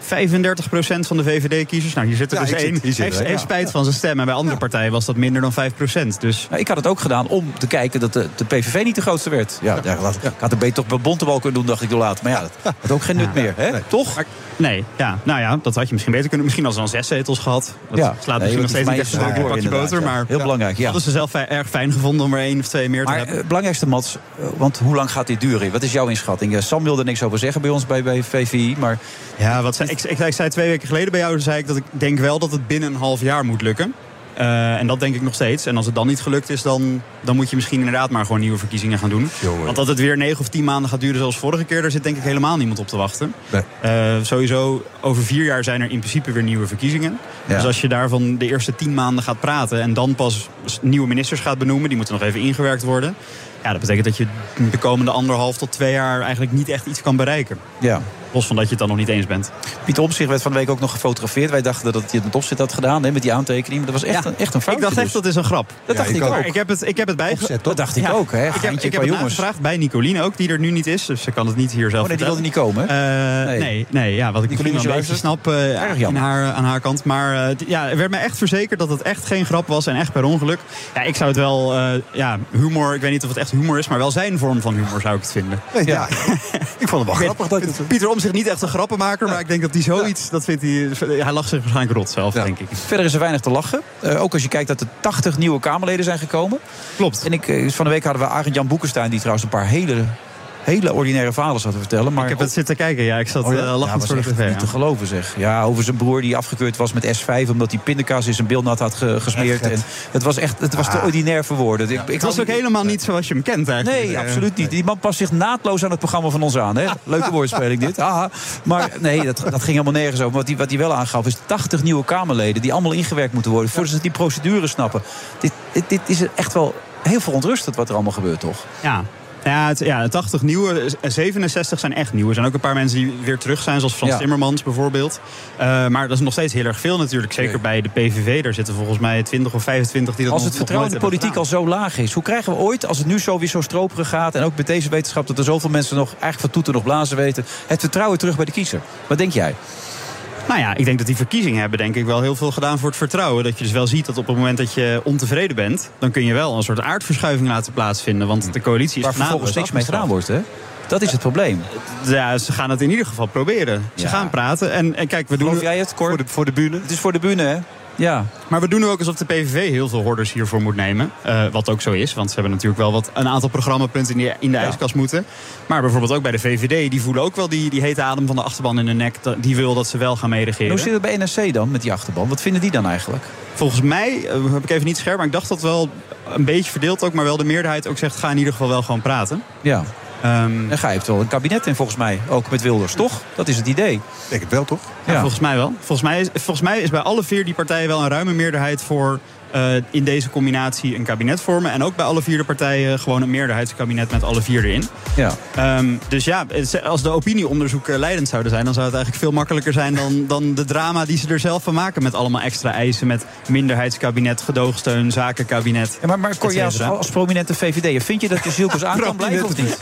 vijfendertig procent van de V V D-kiezers. Nou, hier zit er Ja, dus ik zit- één. hier zit er Heeft één, heeft ja. spijt van zijn stem. En bij andere partijen was dat minder dan vijf procent. Dus... Nou, ik had het ook gedaan om te kijken dat de, de P V V niet de grootste werd. Ja, ja, laat, ik had er beter toch bij Bontebal kunnen doen, dacht ik later. Maar ja, dat had ook geen nut meer, hè? Nee. Toch? Maar, nee, ja, nou ja, dat had je misschien beter kunnen. Misschien als ze dan zes zetels gehad. Dat Ja. slaat Nee, misschien nog want steeds die niet echt voor mij een is bakje het wel boter. inderdaad, Maar ja. Heel belangrijk, ja. Hadden ze zelf fi- erg fijn gevonden om er één of twee meer te Maar hebben. het belangrijkste, Mats, uh, want hoe lang gaat dit duren? Wat is jouw inschatting? Uh, Sam wilde er niks over zeggen bij ons bij, bij V V I, maar... Ja, wat zei, ik, ik, ik zei twee weken geleden bij jou, zei ik dat ik denk wel dat het binnen een half jaar moet lukken. Uh, en dat denk ik nog steeds. En als het dan niet gelukt is, dan, dan moet je misschien inderdaad maar gewoon nieuwe verkiezingen gaan doen. Jongen. Want dat het weer negen of tien maanden gaat duren zoals vorige keer, daar zit denk ik helemaal niemand op te wachten. Nee. Uh, sowieso, over vier jaar zijn er in principe weer nieuwe verkiezingen. Ja. Dus als je daarvan de eerste tien maanden gaat praten en dan pas nieuwe ministers gaat benoemen, die moeten nog even ingewerkt worden. Ja, dat betekent dat je de komende anderhalf tot twee jaar eigenlijk niet echt iets kan bereiken. Ja. Los van dat je het dan nog niet eens bent. Pieter Omtzigt werd van de week ook nog gefotografeerd. Wij dachten dat hij het met opzet had gedaan, hè, met die aantekening. Maar dat was echt, Ja. een, echt een foutje. Ik dacht echt dus. dat is een grap. Dat Ja, dacht ik ook. Maar Ik heb het, ik heb het bij. Opzet, dat dacht ik ook, hè. Ik heb, Geintje ik heb qua het jongens. nagevraagd bij Nicoline ook, die er nu niet is. Dus ze kan het niet hier zelf Oh nee, die wilde vertellen. niet komen, hè? Uh, Nee. nee. nee, ja, wat ik Nicoline misschien wel een beetje luistert. snap uh, Erg in jammer. haar, aan haar kant. Maar uh, d- ja, er werd mij echt verzekerd dat het echt geen grap was en echt per ongeluk. Ja, ik zou het wel, uh, ja, humor, ik weet niet of het echt humor is, maar wel zijn vorm van humor zou ik het vinden. Ja. Ik vond het wel grappig. Dat het... Pieter Omtzigt niet echt een grappenmaker, maar ik denk dat hij zoiets, dat vindt hij, hij lacht zich waarschijnlijk rot zelf, Ja. denk ik. Verder is er weinig te lachen. Uh, ook als je kijkt dat er tachtig nieuwe Kamerleden zijn gekomen. Klopt. En ik, uh, van de week hadden we Arend-Jan Boekenstein, die trouwens een paar hele, hele ordinaire verhalen zat te vertellen. Maar Ik heb het zitten kijken, ja, ik zat Oh ja? uh, Ja, lachend was voor de echt tv. niet te geloven, zeg. Ja, over zijn broer die afgekeurd was met S vijf... omdat hij pindakaas in zijn bilnat had ge- gesmeerd. Echt, En het was echt het was te Ah. ordinair voor woorden. Ik, ik Het was ook helemaal niet zoals je hem kent eigenlijk. Nee, Uh, absoluut niet. Die man past zich naadloos aan het programma van ons aan. Hè? Leuke woordspeling dit. Aha. Maar nee, dat, dat ging helemaal nergens over. Wat hij wat die wel aangaf is tachtig nieuwe Kamerleden... die allemaal ingewerkt moeten worden voordat ze die procedure snappen. Dit, dit, dit is echt wel heel verontrustend wat er allemaal gebeurt, toch? Ja. Ja, het, ja, tachtig nieuwe, zevenenzestig zijn echt nieuwe. Er zijn ook een paar mensen die weer terug zijn, zoals Frans Ja. Timmermans bijvoorbeeld. Uh, maar dat is nog steeds heel erg veel natuurlijk. Zeker Nee. bij de P V V, daar zitten volgens mij twintig of vijfentwintig die dat Als nog, het nog vertrouwen in de nooit politiek hebben al zo laag is... hoe krijgen we ooit, als het nu zo weer zo stroperig gaat... en ook met deze wetenschap dat er zoveel mensen nog... eigenlijk van toeten nog blazen weten... het vertrouwen terug bij de kiezer? Wat denk jij? Nou ja, ik denk dat die verkiezingen hebben denk ik wel heel veel gedaan voor het vertrouwen. Dat je dus wel ziet dat op het moment dat je ontevreden bent... dan kun je wel een soort aardverschuiving laten plaatsvinden. Want de coalitie is Waar vervolgens genadeloos niks mee gedaan afgeschaft. wordt, hè? Dat is het probleem. Ja, ze gaan het in ieder geval proberen. Ze Ja. gaan praten. En, en kijk, we doen... Geloof jij het, Cor? Voor de, voor de bühne. Het is voor de bühne, hè? Ja. Maar we doen nu ook alsof de P V V heel veel hordes hiervoor moet nemen. Uh, wat ook zo is, want ze hebben natuurlijk wel wat, een aantal programmapunten in de, in de Ja. ijskast moeten. Maar bijvoorbeeld ook bij de V V D, die voelen ook wel die, die hete adem van de achterban in de nek. Die wil dat ze wel gaan meeregeren. Hoe zit het bij N S C dan, met die achterban? Wat vinden die dan eigenlijk? Volgens mij, uh, heb ik even niet scherp, maar ik dacht dat wel een beetje verdeeld ook. Maar wel de meerderheid ook zegt, ga in ieder geval wel gewoon praten. Ja. Um, En ga je wel een kabinet in, volgens mij. Ook met Wilders, toch? Dat is het idee. Denk het wel, toch? Ja, Ja. volgens mij wel. Volgens mij, is, volgens mij is bij alle vier die partijen wel een ruime meerderheid voor uh, in deze combinatie een kabinet vormen. En ook bij alle vier de partijen gewoon een meerderheidskabinet met alle vier erin. Ja. Um, dus ja, als de opinieonderzoeken leidend zouden zijn, dan zou het eigenlijk veel makkelijker zijn dan, dan de drama die ze er zelf van maken. Met allemaal extra eisen, met minderheidskabinet, gedoogsteun, zakenkabinet. Ja, maar maar Cor, et jij als, cetera. als prominente V V D'er, vind je dat je Zielkes aan kan blijven of niet?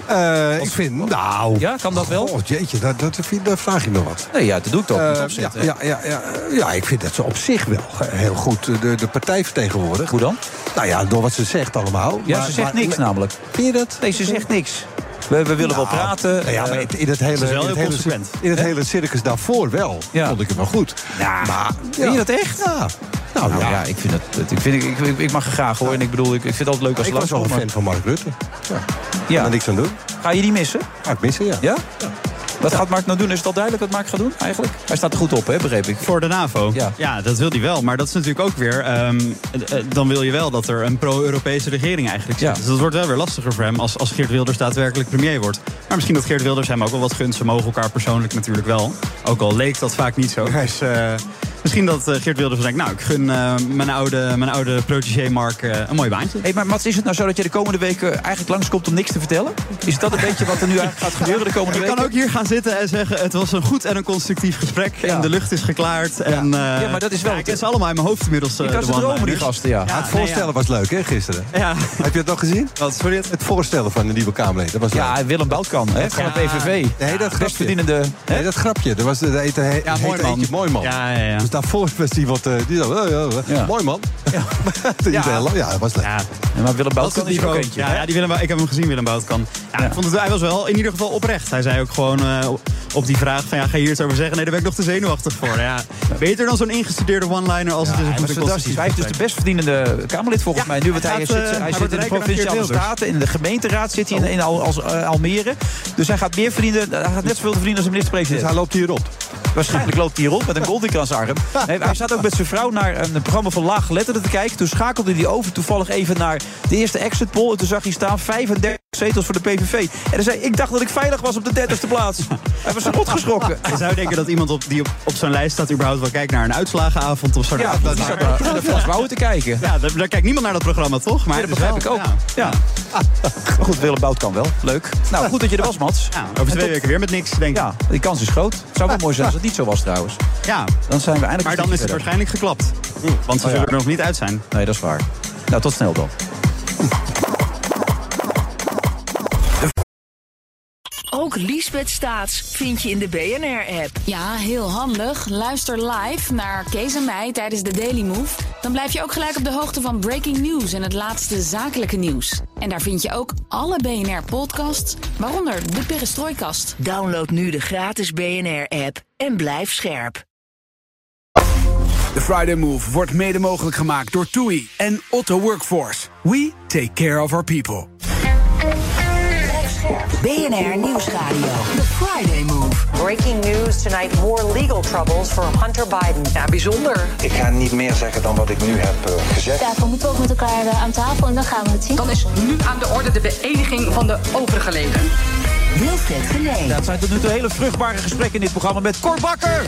Uh, ik vind, nou... Ja, kan dat wel? Oh, jeetje, dat, dat, dat vraag je me wat. Nee, ja, dat doe ik toch. Uh, met ja, opzet, hè? ja, ja, ja, ja, ik vind dat ze op zich wel heel goed de, de partij vertegenwoordigt. Hoe dan? Nou ja, door wat ze zegt allemaal. Ja, maar, ze zegt maar, niks namelijk. Vind je dat? Nee, ze zegt niks. We, we willen Nou, wel praten. Nou ja, maar in het hele, is wel in het heel hele, consequent. in het hele circus daarvoor wel. Ja. Vond ik het wel goed. Ja, maar, vind je dat echt? Ja. Nou, Nou ja. ja, ik vind het. Ik, vind, ik, ik, ik mag er graag hoor. En ik bedoel, ik, ik vind het altijd leuk als Ik ze was wel een langskomen. fan van Mark Rutte. Ja. Ja. Daar niks aan doen. Ga je die missen? Ga ik missen, ja. Ja? Wat gaat Mark nou doen? Is het al duidelijk wat Mark gaat doen eigenlijk? Hij staat er goed op, hè, begreep ik. Voor de NAVO? Ja. Ja, dat wil hij wel. Maar dat is natuurlijk ook weer... Um, uh, dan wil je wel dat er een pro-Europese regering eigenlijk zit. Ja. Dus dat wordt wel weer lastiger voor hem als, als Geert Wilders daadwerkelijk premier wordt. Maar misschien dat Geert Wilders hem ook wel wat gunt. Ze mogen elkaar persoonlijk natuurlijk wel. Ook al leek dat vaak niet zo. Hij is, uh, Misschien dat uh, Geert Wilders denkt, nou, ik gun uh, mijn oude, mijn oude protégé Mark uh, een mooi baantje. Hey, maar Mats, is het nou zo dat je de komende weken eigenlijk langskomt om niks te vertellen? Is dat een beetje wat er nu eigenlijk gaat gebeuren de komende weken? Ik kan ook hier gaan zitten en zeggen, het was een goed en een constructief gesprek. Ja. En de lucht is geklaard. En, uh, ja, maar dat is wel... Ja, ik ken ze allemaal in mijn hoofd inmiddels. Uh, je kan ze dromen, die gasten, ja. ja, ja het voorstellen nee, ja. was leuk, hè, gisteren. Ja. Heb je het nog gezien? Wat, sorry? Het voorstellen van de nieuwe Kamerlid. Dat was ja, leuk. Willem Boutkan, hè, van ja. de P V V. Nee, dat best verdienende... Nee, dat grapje. Dat was de, de, de, de, ja, mooi man. Eentje, mooi man. Ja, ja, ja. Dus daarvoor was die wat... Uh, die dacht, oh, ja, ja. Mooi man. Ja, ja. ja dat was leuk. Ja. Ja, maar Willem Boutkan is ook eentje. Ja, ja, die Willem, ik heb hem gezien, Willem Boutkan. Ja, ja. Ik vond het, hij was wel in ieder geval oprecht. Hij zei ook gewoon uh, op die vraag van, ja, ga je hier iets over zeggen? Nee, daar ben ik nog te zenuwachtig voor. Ja, beter dan zo'n ingestudeerde one-liner als ja, het is een fantastisch. fantastisch. Hij is dus de best verdienende Kamerlid volgens ja, mij. Nu, want hij, hij, gaat, zit, uh, hij zit in de Provinciale Staten, in de gemeenteraad zit hij in, in Al, als, uh, Almere. Dus hij gaat meer verdienen, hij gaat net zoveel te verdienen als de minister-president. Dus hij loopt hier rond. Waarschijnlijk loopt hij hier rond met een Goldie-kransarm. Nee, hij zat ook met zijn vrouw naar een programma van laaggeletterden te kijken. Toen schakelde hij over toevallig even naar de eerste exit poll. En toen zag hij staan vijfendertig zetels voor de P V V. En hij zei, ik dacht dat ik veilig was op de dertigste plaats. Hij was rot geschrokken. Je zou denken dat iemand op, die op, op zo'n lijst staat überhaupt wel kijkt naar een uitslagenavond of zo. Ja, dat zat naar de Frans Bouwen te kijken. Ja, daar, daar kijkt niemand naar dat programma, toch? Maar nee, dat begrijp ik ook. Ja. Ja. Maar goed, Willem Bout kan wel. Leuk. Nou, goed dat je er was, Mats. Ja, over twee tot... weken weer met niks, denk ik. Ja, die kans is groot. Het zou wel mooi zijn als het niet zo was, trouwens. Ja. Dan zijn we eindelijk maar dan is het verder. waarschijnlijk geklapt. Want ze oh, zullen ja. er nog niet uit zijn. Nee, dat is waar. Nou, tot snel dan. Ook Liesbeth Staats vind je in de B N R-app. Ja, heel handig. Luister live naar Kees en mij tijdens de Daily Move. Dan blijf je ook gelijk op de hoogte van breaking news en het laatste zakelijke nieuws. En daar vind je ook alle B N R-podcasts, waaronder de Perestrooikast. Download nu de gratis B N R-app en blijf scherp. De Friday Move wordt mede mogelijk gemaakt door TUI en Otto Workforce. We take care of our people. B N R Nieuwsradio. The Friday Move. Breaking news tonight. More legal troubles for Hunter Biden. Ja, bijzonder. Ik ga niet meer zeggen dan wat ik nu heb uh, gezegd. Daarvoor moeten we ook met elkaar uh, aan tafel en dan gaan we het zien. Dan is nu aan de orde de beëdiging van de overige leden. Wilfred Genee. Ja, het zijn tot nu toe hele vruchtbare gesprekken in dit programma met Cor Bakker.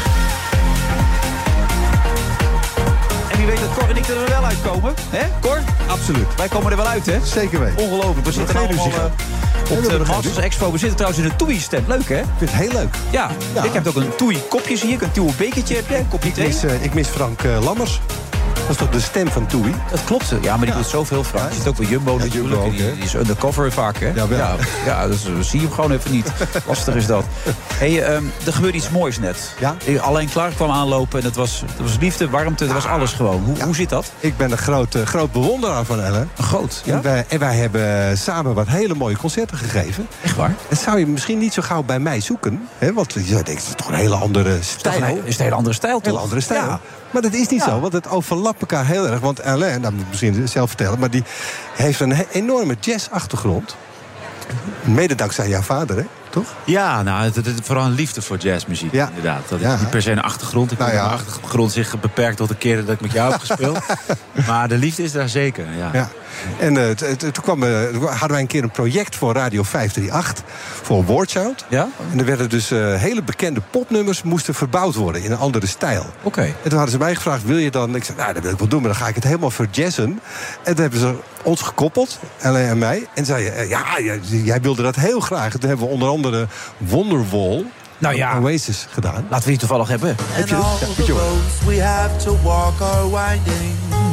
En wie weet dat Cor en ik er wel uitkomen. Hè, Cor? Absoluut. Wij komen er wel uit, hè? Zeker weten. Ongelooflijk. We zitten allemaal uh, op de Masters Expo. We zitten trouwens in een Toei-stand. Leuk, hè? Ik vind het heel leuk. Ja. ja. Ik heb ook een Toei-kopje, zie ik. Een Toei-bekertje heb je. Een kopje ik thee. Mis, uh, ik mis Frank uh, Lammers. Dat is toch de stem van Toei? Dat klopt. Ja, maar die ja. doet zoveel Frank. Ja. Die zit ook bij Jumbo ja, natuurlijk. Jumbo ook, die, die is undercover vaak, hè? Ja, ja, ja dus we zien hem gewoon even niet. Lastig is dat. Hey, um, er gebeurde iets moois net. Ja? Alleen Clark kwam aanlopen en het was, het was liefde, warmte, dat ja. was alles gewoon. Hoe, ja. hoe zit dat? Ik ben een groot, uh, groot bewonderaar van Ellen. Een groot, ja? En wij, en wij hebben samen wat hele mooie concerten gegeven. Echt waar? Dat zou je misschien niet zo gauw bij mij zoeken. Hè? Want je zou denken, het is toch een hele andere stijl. Is het een hele andere stijl, toch? Een hele andere stijl. Ja. Maar dat is niet ja. zo, want het overlapt elkaar heel erg. Want Alain, dat moet ik misschien zelf vertellen, maar die heeft een enorme jazz-achtergrond. Mede dankzij jouw vader, hè? Toch? Ja, nou, het, het, vooral een liefde voor jazzmuziek, ja. inderdaad. Dat is ja. niet per se een achtergrond. Ik nou, heb ja. mijn achtergrond zich beperkt tot de keren dat ik met jou heb gespeeld. Maar de liefde is daar zeker, ja. ja. En uh, toen kwam, uh, hadden wij een keer een project voor Radio vijf drie acht, voor Watch Out. Ja? En er werden dus uh, hele bekende popnummers moesten verbouwd worden in een andere stijl. Oké. Okay. En toen hadden ze mij gevraagd, wil je dan? Ik zei, nou, dat wil ik wel doen, maar dan ga ik het helemaal verjazzen. En toen hebben ze ons gekoppeld, Ellen en mij. En zeiden, uh, ja, jij, jij wilde dat heel graag. En toen hebben we onder andere Wonderwall, nou ja, Oasis gedaan. Laten we die toevallig hebben. Heb je dat? Ja, we have to walk our winding.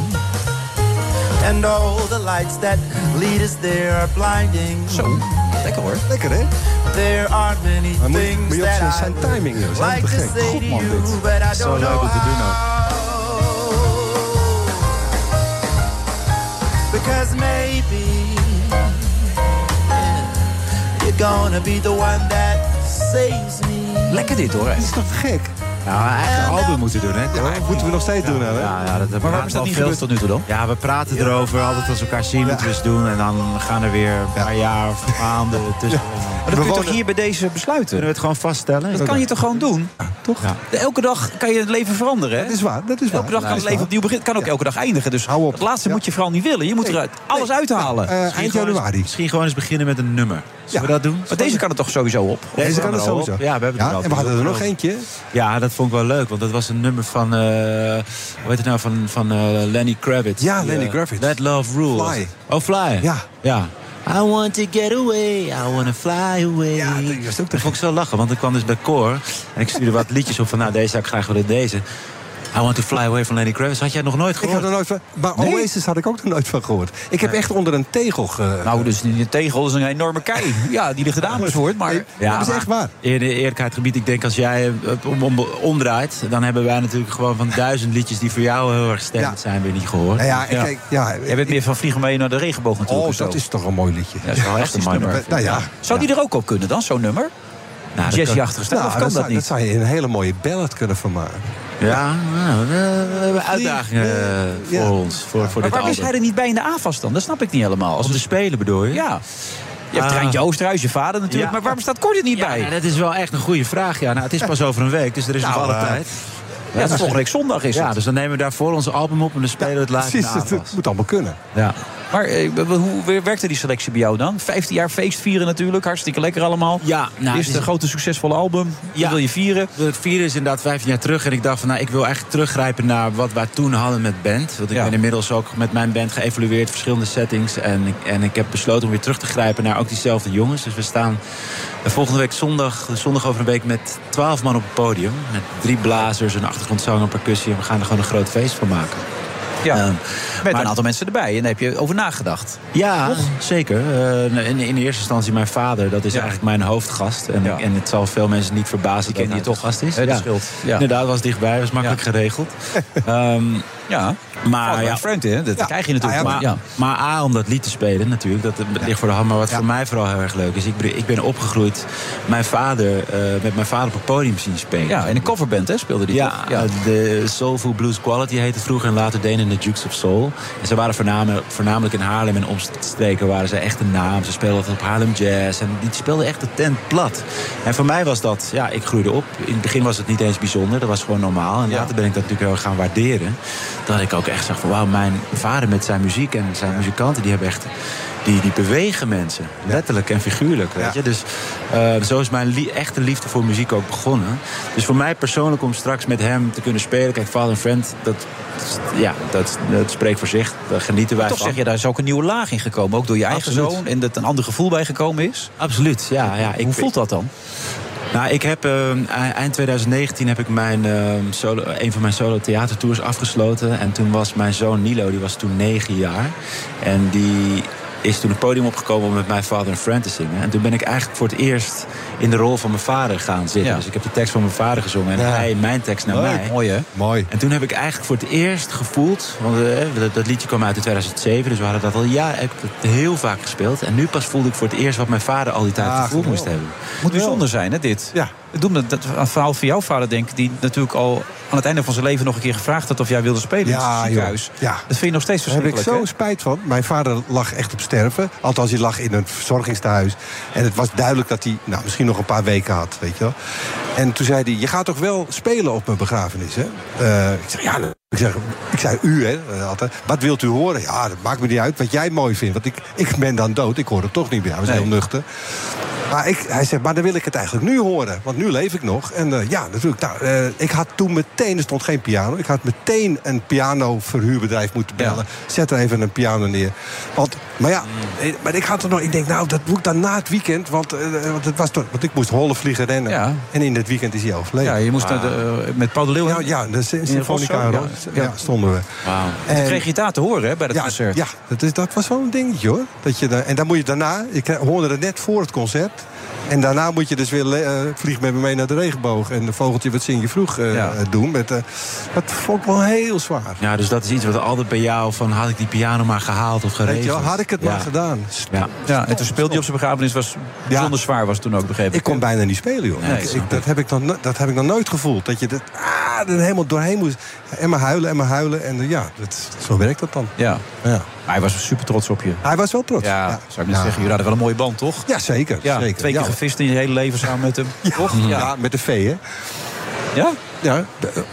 And all the lights that lead us there are blinding. Zo, lekker hoor. Lekker hè? There are many maar things moet, moet that zijn I timing, joh. like to say Goed, to man, you, dit. but I Zo don't leuk know om te doen ook. Because maybe yeah, you're gonna be the one that saves me. Lekker dit hoor. Dat is toch gek? Nou, we eigenlijk een album moeten doen, hè? Ja, moeten we nog steeds ja, doen, hè? Ja, ja, dat, maar waarom is dat niet gebeurd tot nu toe dan? Ja, we praten erover, altijd als we elkaar zien, moeten we eens doen. En dan gaan er weer een paar jaar of maanden tussen. Ja. Maar dat kun je toch hier bij deze besluiten? Kunnen we het gewoon vaststellen? Dat kan je toch gewoon doen? toch? Ja. Elke dag kan je het leven veranderen, hè? Dat is waar, dat is waar. Elke dag kan het leven opnieuw beginnen. kan ook ja. elke dag eindigen. Dus hou op. Het laatste ja. moet je vooral niet willen. Je moet eruit alles nee. uithalen. Uh, uh, eind januari. Misschien gewoon eens beginnen met een nummer. Zullen ja. we dat doen? Maar deze kan het toch sowieso op? Deze, deze kan het sowieso op. Ja, we hebben ja, het en we hadden er nog eentje. Ja, dat vond ik wel leuk. Want dat was een nummer van... Uh, hoe heet het nou? Van, van uh, Lenny Kravitz. Ja, die, Lenny Kravitz. Let Love Rule. Fly. Oh, Fly. Ja. Ja. I want to get away, I want to fly away. Ja, dat, dat vond ik zo lachen, want ik kwam dus bij Koor. En ik stuurde wat liedjes op van, nou, deze zou ik graag willen deze. I want to fly away van Lenny Kravitz. Had jij nog nooit gehoord? Ik had er nooit van, maar nee. Oasis had ik ook nog nooit van gehoord. Ik heb nee. echt onder een tegel... Ge... Nou, dus die tegel is een enorme kei. Ja, die er gedaan is wordt, maar... Ja, dat is echt waar. In de eerlijkheidsgebied, ik denk als jij om, om, omdraait... dan hebben wij natuurlijk gewoon van duizend liedjes... die voor jou heel erg stemmend ja. zijn, weer niet gehoord. Nou ja, ja. Kijk, ja, jij bent meer van Vliegen mee naar de regenboog natuurlijk. Oh, dat is toch een mooi liedje. Ja, dat is wel echt een mooi nummer. Nou, ja. Zou die er ook op kunnen dan, zo'n nummer? Nou, Jazzy-achtige stijl, nou, of kan dat, dat niet? Dat zou je een hele mooie ballad kunnen van maken. Ja, nou, we hebben uitdagingen uh, voor ja. ons, voor, ja. voor maar dit waar is hij er niet bij in de A F A S dan? Dat snap ik niet helemaal. Als Om te spelen bedoel je? Ja. Je hebt uh, Treintje Oosterhuis, je vader natuurlijk. Ja. Maar waarom staat Cor er niet ja, bij? Ja, dat is wel echt een goede vraag. Ja. Nou, het is pas over een week, dus er is nog nou, alle uh, tijd. Ja, ja, dus volgende week zondag is ja, het. Dus dan nemen we daarvoor ons album op en dan spelen we het live in de A F A S. Het moet allemaal kunnen. Ja. Maar eh, hoe werkte die selectie bij jou dan? vijftien jaar feest vieren natuurlijk, hartstikke lekker allemaal. Ja, nou, is het een grote succesvolle album? Ja. Wat wil je vieren? Het vieren is inderdaad vijftien jaar terug. En ik dacht van, nou, ik wil eigenlijk teruggrijpen naar wat wij toen hadden met band. Want ik ja. ben inmiddels ook met mijn band geëvalueerd, verschillende settings. En ik, en ik heb besloten om weer terug te grijpen naar ook diezelfde jongens. Dus we staan volgende week zondag, zondag over een week met twaalf man op het podium. Met drie blazers, een achtergrondzang en percussie. En we gaan er gewoon een groot feest van maken. Ja, um, met maar, een aantal mensen erbij. En daar heb je over nagedacht. Ja, Toch? zeker. Uh, in, in eerste instantie mijn vader. Dat is ja. eigenlijk mijn hoofdgast. En, ja. en het zal veel mensen niet verbazen die dat hij toch gast is. Ja, ja. scheelt. Ja. Inderdaad, was dichtbij. Was makkelijk ja. geregeld. um, ja, maar ja, friend, hè? Dat ja. krijg je natuurlijk. Ah, ja, maar, ja. maar A, om dat lied te spelen natuurlijk. Dat ligt ja. voor de hand. Maar wat ja. voor mij vooral heel erg leuk is. Ik ben, ik ben opgegroeid mijn vader, uh, met mijn vader op het podium zien spelen. Ja, in een coverband hè, speelde die ja, toch? Ja, de Soulful Blues Quality heette het vroeger. En later Dane in the Dukes of Soul. En ze waren voornamelijk, voornamelijk in Haarlem en omstreken waren ze echt een naam. Ze speelden altijd op Haarlem Jazz. En die speelden echt de tent plat. En voor mij was dat, ja, ik groeide op. In het begin was het niet eens bijzonder. Dat was gewoon normaal. En ja. later ben ik dat natuurlijk heel gaan waarderen. Dat ik ook echt zag van, wauw, mijn vader met zijn muziek en zijn muzikanten, die hebben echt... Die, die bewegen mensen, letterlijk en figuurlijk. Weet je? Ja. Dus uh, zo is mijn li- echte liefde voor muziek ook begonnen. Dus voor mij persoonlijk om straks met hem te kunnen spelen... Kijk, Father and Friend, dat, ja, dat, dat spreekt voor zich. Daar genieten wij toch van. Zeg je, daar is ook een nieuwe laag in gekomen. Ook door je eigen Absoluut. zoon. En dat een ander gevoel bij gekomen is. Absoluut, ja. ja ik, Hoe voelt dat dan? Nou, ik heb uh, eind twintig negentien heb ik mijn, uh, solo, een van mijn solo theatertours afgesloten. En toen was mijn zoon Nilo, die was toen negen jaar. En die... is toen het podium opgekomen om met mijn Father and Friend te zingen. En toen ben ik eigenlijk voor het eerst in de rol van mijn vader gaan zitten. Ja. Dus ik heb de tekst van mijn vader gezongen en ja. hij mijn tekst naar Mooi. mij. Mooi, hè? Mooi. En toen heb ik eigenlijk voor het eerst gevoeld... want uh, dat, dat liedje kwam uit in twintig zeven, dus we hadden dat al ja, ik heb het heel vaak gespeeld. En nu pas voelde ik voor het eerst wat mijn vader al die tijd ja, gevoeld moest hebben. Moet bijzonder zijn, hè, dit? Ja. Het doet me dat een verhaal van jouw vader, denk ik, die natuurlijk al aan het einde van zijn leven nog een keer gevraagd had of jij wilde spelen ja, in het ziekenhuis. Ja. Dat vind je nog steeds verschrikkelijk. Daar heb ik zo spijt van. Mijn vader lag echt op sterven. Althans, hij lag in een verzorgingstehuis. En het was duidelijk dat hij nou, misschien nog een paar weken had, weet je wel. En toen zei hij, je gaat toch wel spelen op mijn begrafenis, hè? Uh, ik zeg, ja, ik, zeg, ik zei u, hè, altijd. Wat wilt u horen? Ja, dat maakt me niet uit wat jij mooi vindt. Want ik, ik ben dan dood, ik hoor het toch niet meer. Hij was nee. heel nuchter. Maar ik, hij zegt, maar dan wil ik het eigenlijk nu horen. Want nu leef ik nog. En uh, ja, natuurlijk. Nou, uh, ik had toen meteen, er stond geen piano. Ik had meteen een pianoverhuurbedrijf moeten bellen. Ja. Zet er even een piano neer. Want, maar ja, mm. maar ik had er nog. Ik denk, nou, dat moet ik dan na het weekend. Want, uh, want, het was toch, want ik moest hollen vliegen rennen. Ja. En in het weekend is hij overleden. Ja, je moest ah. de, uh, met Paul de Leeuw. Ja, ja, de Symfonica. Ja, ja. ja, stonden we. Wow. En toen kreeg je het daar te horen, hè, bij dat ja, concert. Ja, dat, is, dat was wel een dingetje, hoor. Dat je, en dan moet je daarna, ik hoorde het net voor het concert. En daarna moet je dus weer uh, vliegen met me mee naar de regenboog. En de vogeltje wat zing je vroeg uh, ja. doen. Met, uh, dat vond ik wel heel zwaar. Ja, dus dat is iets wat altijd bij jou van had ik die piano maar gehaald of geregeld. Weet je wel, had ik het ja. maar gedaan. Ja. Ja, en toen speelde hij op zijn begrafenis. Was bijzonder ja. zwaar was toen ook, begrepen. Ik kon bijna niet spelen, joh. Nee, ik, ik, dat, heb ik nog, dat heb ik nog nooit gevoeld. Dat je dat, ah, er helemaal doorheen moest. En maar huilen, en maar huilen. En uh, ja, dat, zo werkt dat dan. Ja. ja. Maar hij was super trots op je. Hij was wel trots. Ja, ja. zou ik net ja. zeggen. Jullie hadden wel een mooie band, toch? Ja, zeker. Ja, zeker. Twee keer ja. gevist in je hele leven samen met hem. Ja, toch? ja. Ja. ja, met de V, hè? Ja? Ja,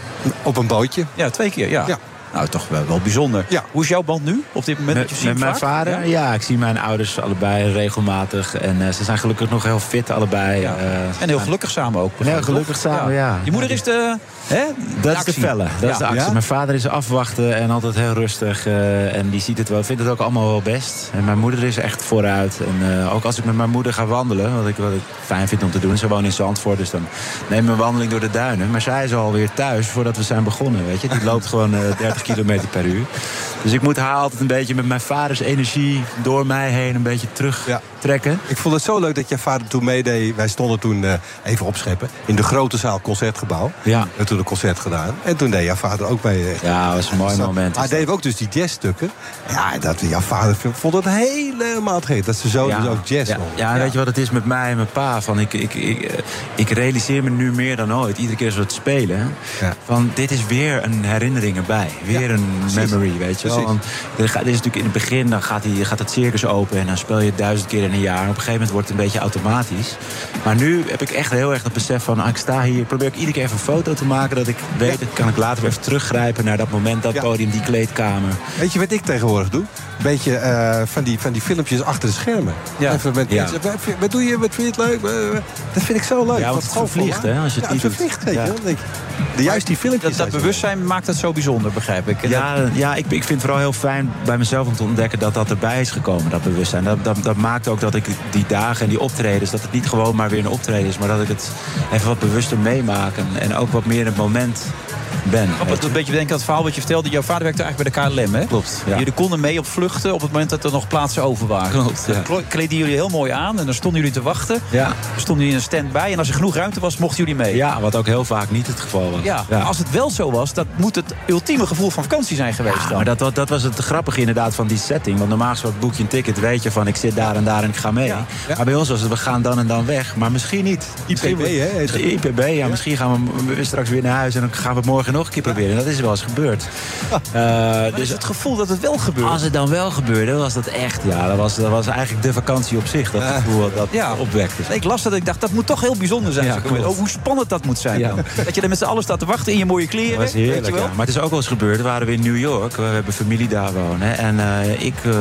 op een bootje. Ja, twee keer, ja. ja. Nou, toch wel, wel bijzonder. Ja. Hoe is jouw band nu, op dit moment? Met, dat je met ziet mijn vaak? vader? Ja? ja, ik zie mijn ouders allebei regelmatig. En uh, ze zijn gelukkig nog heel fit, allebei. Ja. Uh, en heel gelukkig samen ook. Heel gelukkig samen, ja. ja. Je moeder is de... Hè? Dat de is de felle, dat ja. is de actie. Ja? Mijn vader is afwachten en altijd heel rustig. Uh, en die ziet het wel, vindt het ook allemaal wel best. En mijn moeder is echt vooruit. En uh, ook als ik met mijn moeder ga wandelen, wat ik, wat ik fijn vind om te doen. Ze woont in Zandvoort, dus dan neem ik een wandeling door de duinen. Maar zij is alweer thuis voordat we zijn begonnen, weet je. Die loopt gewoon uh, dertig kilometer per uur. Dus ik moet haar altijd een beetje met mijn vaders energie door mij heen een beetje terugtrekken. Ja. Ik vond het zo leuk dat je vader toen meedeed. Wij stonden toen, uh, even opscheppen, in de grote zaal Concertgebouw. Ja. En toen een concert gedaan. En toen deed jouw vader ook mee. Ja, dat was een mooi moment. Hij deed ook dus die jazzstukken. Ja, dat jouw vader vond het helemaal te gek. Dat ze zo ja. dus ook jazz ja. nog. Ja, en weet je wat het is met mij en mijn pa? Van ik, ik, ik, ik realiseer me nu meer dan ooit. Iedere keer als we het spelen. Ja. Van dit is weer een herinnering erbij. Weer ja, een precies. memory, weet je wel. Want er gaat, dit is natuurlijk in het begin, dan gaat, die, gaat het circus open. En dan speel je het duizend keer in een jaar. En op een gegeven moment wordt het een beetje automatisch. Maar nu heb ik echt heel erg het besef van, ah, ik sta hier, probeer ik iedere keer even een foto te maken. Dat ik weet, ja. kan ik later weer even teruggrijpen naar dat moment, dat ja. podium, die kleedkamer. Weet je wat ik tegenwoordig doe? Een beetje uh, van, die, van die filmpjes achter de schermen. Ja. Even met ja. mensen, wat, wat doe je, wat vind je het leuk? Dat vind ik zo leuk. Ja, want het vervliegt, hè? Als je het ja, niet het vervliegt, weet je wel. Ja. De, juist die filmpjes. Dat, dat bewustzijn maakt het zo bijzonder, begrijp ik. Ja, dat... ja ik, ik vind het vooral heel fijn bij mezelf om te ontdekken dat dat erbij is gekomen, dat bewustzijn. Dat, dat, dat maakt ook dat ik die dagen en die optredens, dat het niet gewoon maar weer een optreden is, maar dat ik het even wat bewuster meemaak en, en ook wat meer in het moment ben. Ik heb een beetje bedenken aan het verhaal wat je vertelde. Jouw vader werkte eigenlijk bij de K L M, hè? Klopt, ja. Jullie konden mee op vluchten op het moment dat er nog plaatsen over waren. Klopt, ja. Dan kleden jullie heel mooi aan en dan stonden jullie te wachten. Ja. Dan stonden jullie in een stand-by en als er genoeg ruimte was, mochten jullie mee. Ja, wat ook heel vaak niet het geval was. Ja, ja. Als het wel zo was, dat moet het ultieme gevoel van vakantie zijn geweest ja, dan. Maar dat, dat, dat was het grappige inderdaad van die setting. Want normaal gesproken boek je een ticket, weet je van ik zit daar en daar en ik ga mee. Ja. Ja. Maar bij ons was het, we gaan dan en dan weg. Maar misschien niet. I P B, hè? I P B, ja, ja. Misschien gaan we straks weer naar huis en dan gaan we het morgen nog een keer proberen. En dat is wel eens gebeurd. Uh, dus het gevoel dat het wel gebeurde. Als het dan wel gebeurde, was dat echt. Ja, dat was, dat was eigenlijk de vakantie op zich. Dat uh, gevoel dat ja. opwekte. Ik las dat ik dacht, dat moet toch heel bijzonder zijn. Ja, oh, hoe spannend dat moet zijn. Ja. Dan. Dat je er met z'n allen staat te wachten in je mooie kleren. Dat was heerlijk, weet je wel? Ja. Maar het is ook wel eens gebeurd. We waren weer in New York. We hebben familie daar wonen. En uh, ik... Uh,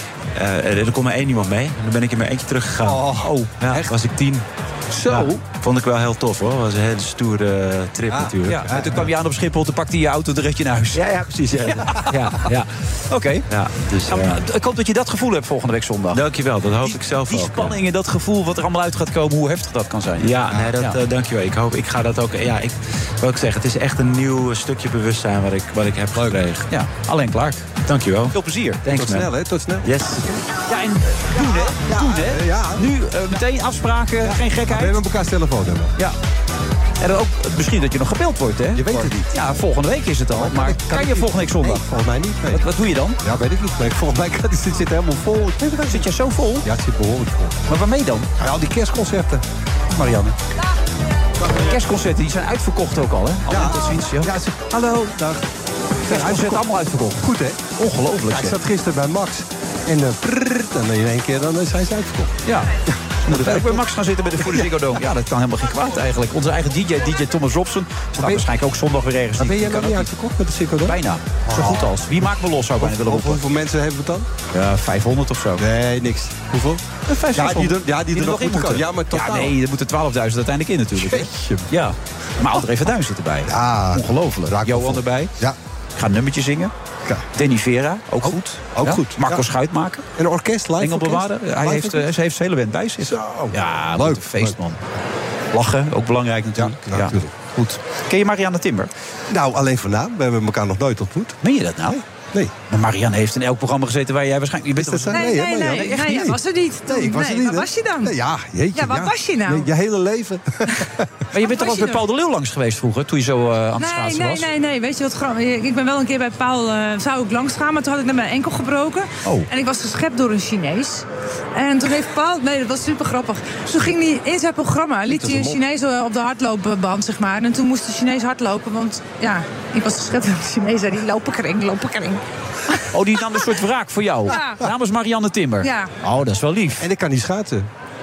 uh, er kon maar één iemand mee. En dan ben ik in mijn eentje teruggegaan. Oh, oh ja, echt? Was ik tien. Zo? Ja, vond ik wel heel tof, hoor. Het was een hele stoere uh, trip ah, natuurlijk. Ja. En toen kwam je aan op Schiphol, toen pakte je je auto en reed je naar huis. Ja, ja precies. Ja, ja. ja, ja. Oké. Okay. Ja, dus, uh, ja. Ik hoop dat je dat gevoel hebt volgende week zondag. Dankjewel, dat hoop die, ik zelf die ook. Die spanning en dat gevoel wat er allemaal uit gaat komen, hoe heftig dat kan zijn. Ja, nee, dat, ja. uh, dankjewel. Ik hoop, ik ga dat ook... Ja, ik wil ik zeggen, het is echt een nieuw stukje bewustzijn wat ik, wat ik heb gekregen. Ja, alleen Clark. Dankjewel. Veel plezier. Thanks, Tot man. snel, hè? Tot snel. Yes. Ja, en doen, hè? Ja, doen, hè? Ja. Nu uh, meteen afspraken, ja. geen gekheid. We hebben elkaars telefoon hebben. Ja. En dan ook misschien dat je nog gebeld wordt, hè? Je weet het niet. Ja, volgende week is het al. Maar, maar kan, kan, kan je volgende week zondag? Nee, volgens mij niet. Nee. Wat, wat doe je dan? Ja, weet ik niet. Nee, volgens mij kan, het zit helemaal vol. Zit je zo vol? Ja, het zit behoorlijk vol. Maar waarmee dan? Ja, al die kerstconcerten. Marianne. De kerstconcerten die zijn uitverkocht ook al, hè? Ja, tot ziens. Ja. Ja, ze, hallo, dag. Kerstconcerten allemaal uitverkocht. Goed, hè? Ongelooflijk. Ja, ik zat gisteren bij Max. En uh, prrrt, en in één keer dan zijn ze uitverkocht. Ja. Moet het ook bij Max gaan zitten bij de voor de Ziggo Dome. Ja, dat kan helemaal geen kwaad eigenlijk. Onze eigen D J, D J Thomas Robson, staat waarschijnlijk ook zondag weer ergens. Maar ben jij nog niet uitverkocht met de Ziggo Dome? Bijna. Oh. Zo goed als. Wie maakt me los, zou ik bijna willen roepen. Hoeveel mensen hebben we dan? Ja, vijfhonderd of zo. Nee, niks. Hoeveel? Ja, die er, ja, die die er nog in moeten. Ja, maar totaal. Ja, nee, er moeten twaalfduizend uiteindelijk in natuurlijk. Jeetje. Ja. Maar André Verduin zit erbij. Ja. Ongelooflijk. Johan erbij. Ja. Ga een nummertje zingen. Ja. Danny Vera, ook, ook goed. Ook ja? goed. Marco ja. Schuitmaker. En een orkest, live Engelbewaarder. Hij live heeft, uh, ze heeft zijn hele band bij zich. Zo. Ja, leuk. Een feest, man. Lachen, ook belangrijk natuurlijk. Ja, ja, natuurlijk. Goed. Ken je Marianne Timber? Nou, alleen van naam. We hebben elkaar nog nooit ontmoet. Meen je dat nou? Nee. Nee. Maar Marianne heeft in elk programma gezeten waar jij waarschijnlijk... Je bent dat nee, nee, nee, nee, nee, nee, nee, was er niet. Nee, ik was er niet. Waar was je dan? Nee, ja, jeetje. Ja, waar ja. was je nou? Nee, je hele leven. Maar je bent toch wel bij Paul de Leeuw langs geweest vroeger, toen je zo uh, aan het nee, schaatsen nee, was? Nee, nee, nee. Weet je wat grappig? Ik ben wel een keer bij Paul, uh, zou ik langs gaan, maar toen had ik net mijn enkel gebroken. Oh. En ik was geschept door een Chinees. En toen heeft Paul, nee, dat was super grappig. Toen ging hij in zijn programma, liet hij een Chinees op de hardloopband, zeg maar. En toen moest de Chinees hardlopen, want ja, ik was geschept door een Chinees. En die lopen kring, lopen kring. Oh, die nam een soort wraak voor jou. Ja. Namens Marianne Timber. Ja. Oh, dat is wel lief. En ik kan niet schaatsen.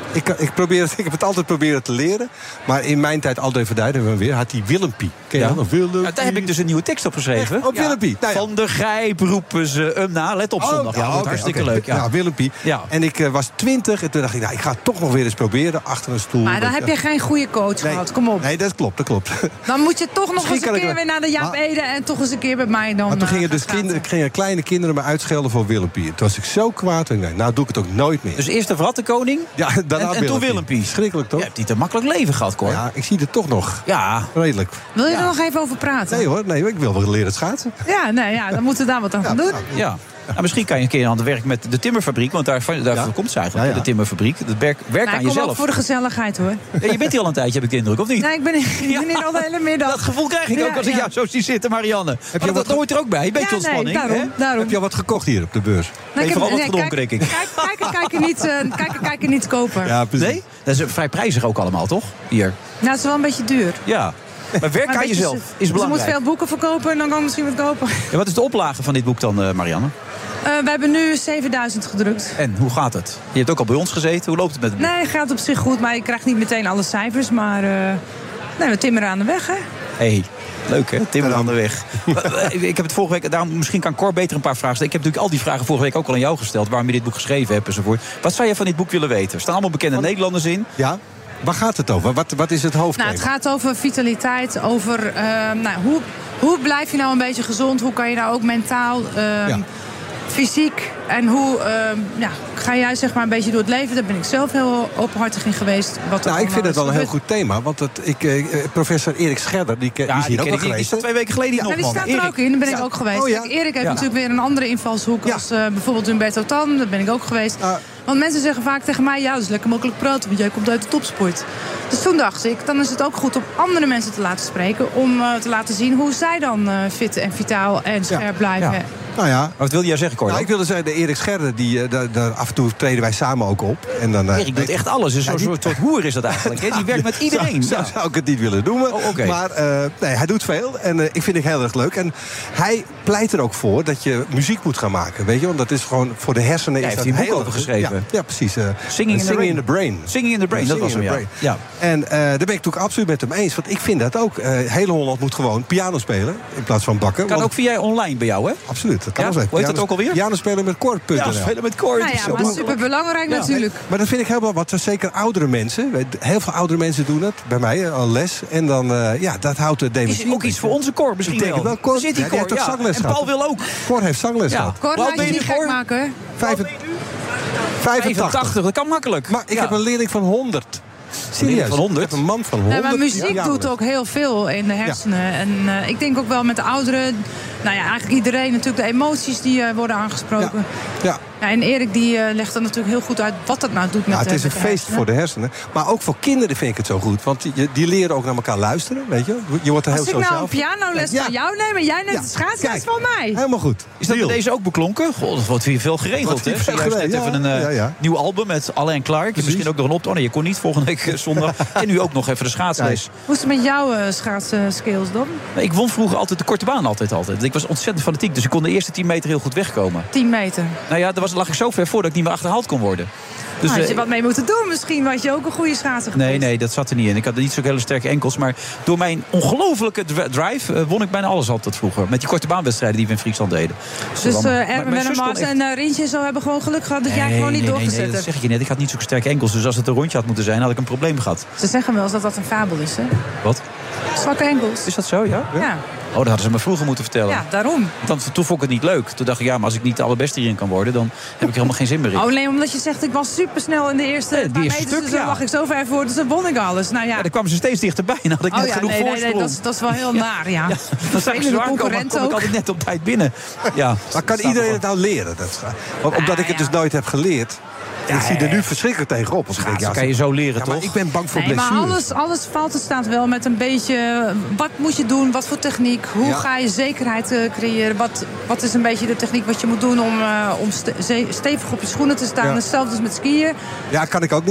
Ik, ik, probeer het, ik heb het altijd proberen te leren. Maar in mijn tijd, Aldo van Duin hebben we weer, had hij Willempie. Ken je Ja. dat nog? Willempie. Ja, daar heb ik dus een nieuwe tekst op geschreven. Echt? Op Ja. Willempie. Nou ja. Van der Grijp roepen ze hem na. Let op zondag. Ja, Oh, wordt oké, hartstikke oké. leuk. Ja. Ja, Willempie. Ja. En ik uh, was twintig en toen dacht ik, nou, ik ga het toch nog weer eens proberen. Achter een stoel. Maar dan heb je geen goede coach Nee. gehad. Kom op. Nee, dat klopt, dat klopt. Dan moet je toch nog Misschien eens een kan ik keer wel- weer naar de Jaap Maar- Ede... en toch eens een keer bij mij dan. Maar toen uh, gingen gaan dus praten. kinderen, gingen kleine kinderen me uitschelden voor Willempie. Toen was ik zo kwaad. En ik dacht, nou doe ik het ook nooit meer. Dus eerst de Rattenkoning. Ja, daarna en, en toen Willempie. Schrikkelijk toch? Je hebt niet een makkelijk leven gehad, Cor. Ja, ik zie het toch nog. Ja. Redelijk. Wil je er nog even over praten? Nee hoor, nee, ik wil wel leren schaatsen. Ja, nee, ja, dan moeten we daar wat aan gaan doen. Ja. Nou, misschien kan je een keer aan het werk met de timmerfabriek. Want daar, daarvoor komt ze eigenlijk, Ja, ja. de timmerfabriek. Het werk, werk Nou, aan ik kom jezelf. ook voor de gezelligheid, hoor. Ja, je bent hier al een tijdje, heb ik de indruk, of niet? Nee, ik ben, ik ben hier al de hele middag. Dat gevoel krijg ik Ja, ook als ik ja. jou zo zie zitten, Marianne. Heb Maar je dat, wat dat hoort er ook bij, een beetje Ja, nee, ontspanning. daarom, hè? daarom. Heb je al wat gekocht hier op de beurs? Nee, Even al wat nee, gedronken, kijk, denk ik. Kijk, kijken, kijken, niet, uh, kijken, kijken, niet kopen. Ja, precies. Nee? Dat is vrij prijzig ook allemaal, toch? Hier. Nou, het is wel een beetje duur. Ja. Maar werk Maar aan weet je, jezelf ze- is Ze moet belangrijk. veel boeken verkopen en dan kan ik misschien wat kopen. Ja, wat is de oplage van dit boek dan, uh, Marianne? Uh, we hebben nu zevenduizend gedrukt. En hoe gaat het? Je hebt ook al bij ons gezeten. Hoe loopt het met het boek? Nee, het gaat op zich goed, maar ik krijg niet meteen alle cijfers. Maar uh, nee, we timmeren aan de weg, hè? Hey, leuk hè? Timmer aan de weg. Ik heb het vorige week, daarom misschien kan Cor beter een paar vragen stellen. Ik heb natuurlijk al die vragen vorige week ook al aan jou gesteld. Waarom je dit boek geschreven hebt enzovoort. Wat zou jij van dit boek willen weten? Er staan allemaal bekende Nederlanders in. Ja? Waar gaat het over? Wat, wat is het hoofdthema? Nou, het gaat over vitaliteit, over uh, nou, hoe, hoe blijf je nou een beetje gezond? Hoe kan je nou ook mentaal, uh, Ja. fysiek en hoe uh, ja, ga jij zeg maar een beetje door het leven? Daar ben ik zelf heel openhartig in geweest. Wat er Nou, ik vind het wel een heel gebeurd. goed thema. Want het, ik, eh, professor Erik Scherder, die, ken- die is hier die ook ken al ik niet. Die geweest. staat twee weken geleden hier Ja, nog, die man. staat er Erik. ook in, daar ben ik Ja. ook geweest. Oh, ja. Kijk, Erik heeft Ja. natuurlijk weer een andere invalshoek Ja. als uh, bijvoorbeeld Humberto Tan. Daar ben ik ook geweest. Ah. Want mensen zeggen vaak tegen mij, ja, dat is lekker makkelijk praten, want jij komt uit de topsport. Dus toen dacht ik, dan is het ook goed om andere mensen te laten spreken, om uh, te laten zien hoe zij dan uh, fit en vitaal en scherp blijven. Ja. Nou ja. Wat wilde jij zeggen, Cor? Nou, ik wilde zeggen, de Erik Scherder, die, uh, daar, daar, af en toe treden wij samen ook op. En dan, uh, Erik doet echt alles. Een soort, soort hoer is dat eigenlijk. Hè? Die werkt met iedereen. Zo, zo Ja. zou ik het niet willen noemen. Oh, oké. Maar uh, nee, hij doet veel. En uh, ik vind het heel erg leuk. En hij pleit er ook voor dat je muziek moet gaan maken. Weet je? Want dat is gewoon voor de hersenen. Jij is heeft dat hier een boek heel over erg- geschreven. Ja, ja precies. Uh, Singing in the Singing Rain. in the Brain. Singing in the Brain, dat was hem, Singing ja. in the Brain. ja. En uh, daar ben ik natuurlijk absoluut met hem eens. Want ik vind dat ook. Uh, hele Holland moet gewoon piano spelen in plaats van bakken. Kan want, ook via online bij jou, hè? Absoluut, dat kan Ja? wel zijn. Hoe heet dat ook alweer? Piano spelen met Cor punt n l. Ja, spelen met Cor. Nou ja, maar super belangrijk natuurlijk. Maar dat vind ik heel belangrijk, want zeker oudere mensen. Heel veel oudere mensen doen het, bij mij al les. En dan, uh, ja, dat houdt de dementie. Is ook iets voor onze Cor misschien Ik denk wel. wel, Cor. Daar zit die Ja, die Cor, heeft ook ja. zangles En gehad. Paul wil ook. Cor heeft zangles Ja. gehad. Cor, Hoe oud laat ben je je niet nu, gek Cor? maken. vijfentachtig. vijfentachtig, dat kan makkelijk. Maar ik Ja. heb een leerling van honderd. leerling van honderd? Ik heb een man van honderd. Nee, maar muziek Ja, doet ook heel veel in de hersenen. En uh, ik denk ook wel met de ouderen, nou ja, eigenlijk iedereen natuurlijk, de emoties die uh, worden aangesproken. Ja. Ja, en Erik die uh, legt dan natuurlijk heel goed uit wat dat nou doet met Ja, het de is een met de feest hersenen. voor de hersenen. Maar ook voor kinderen vind ik het zo goed. Want die, die leren ook naar elkaar luisteren, weet je. Je wordt er heel Als ik sociaal nou een pianoles Ja. van jou neem en jij neemt Ja. de schaatsles Kijk. van mij. Helemaal goed. Is dat bij Deal. deze ook beklonken? God, dat wordt hier veel geregeld, Wordt hè? hier veel Zojuist net geregeld, even ja. een uh, Ja, ja. nieuw album met Alain Clark. En misschien ook nog een optoon. Nee, je kon niet volgende week uh, zondag. En nu ook nog even de schaatsles. Hoe is het met jouw uh, schaatsskills dan? Ik won vroeger altijd de korte baan. Altijd, altijd. Ik was ontzettend fanatiek. Dus ik kon de eerste tien meter heel goed wegkomen. tien meter. Nou ja, daar was, lag ik zo ver voor dat ik niet meer achterhaald kon worden. Dus, Nou, had je eh, wat mee moeten doen misschien. Was je ook een goede schaatser geweest. Nee, nee, dat zat er niet in. Ik had niet zo hele sterke enkels. Maar door mijn ongelofelijke dri- drive uh, won ik bijna alles altijd vroeger. Met die korte baanwedstrijden die we in Friesland deden. Dus dan- uh, maar Erwin mijn zus kon Wennemars echt- en uh, Rintje zo hebben gewoon geluk gehad dat jij Nee, gewoon niet nee, nee, doorgezet nee, dat hebt. zeg ik je net. Ik had niet zo sterke enkels. Dus als het een rondje had moeten zijn, had ik een probleem gehad. Ze zeggen wel eens dat dat een fabel is, hè? Wat? Zwakke enkels. Is dat zo, ja? Ja. Oh, dat hadden ze me vroeger moeten vertellen. Ja, daarom. Want toen vond ik het niet leuk. Toen dacht ik, ja, maar als ik niet de allerbeste hierin kan worden, dan heb ik helemaal geen zin meer in. Oh nee, omdat je zegt ik was supersnel in de eerste Nee, die paar eerste meters, stuk, dus dan ja. lag ik zo ver voor, dus dan won ik alles. Nou ja. Ja, dan kwamen ze steeds dichterbij en had ik net oh ja, genoeg nee, nee, voorsprong. nee, dat, is, dat is wel heel naar, ja. Dan zag ik Vervelende zo aankomen, concurrent kom ik ook. altijd net op tijd binnen. Ja, Maar kan iedereen het nou leren? Dat is, want omdat ik het dus nooit heb geleerd. En ik zie er nu verschrikkelijk tegenop. Want ik denk, dat kan je zo leren, ja, maar toch? ik ben bang voor Nee, maar blessures. alles, alles valt en staat wel met een beetje... Wat moet je doen? Wat voor techniek? Hoe Ja. ga je zekerheid uh, creëren? Wat, wat is een beetje de techniek wat je moet doen om, uh, om ste- ze- stevig op je schoenen te staan? Ja. Hetzelfde als met skiën. Ja, kan ik ook niet.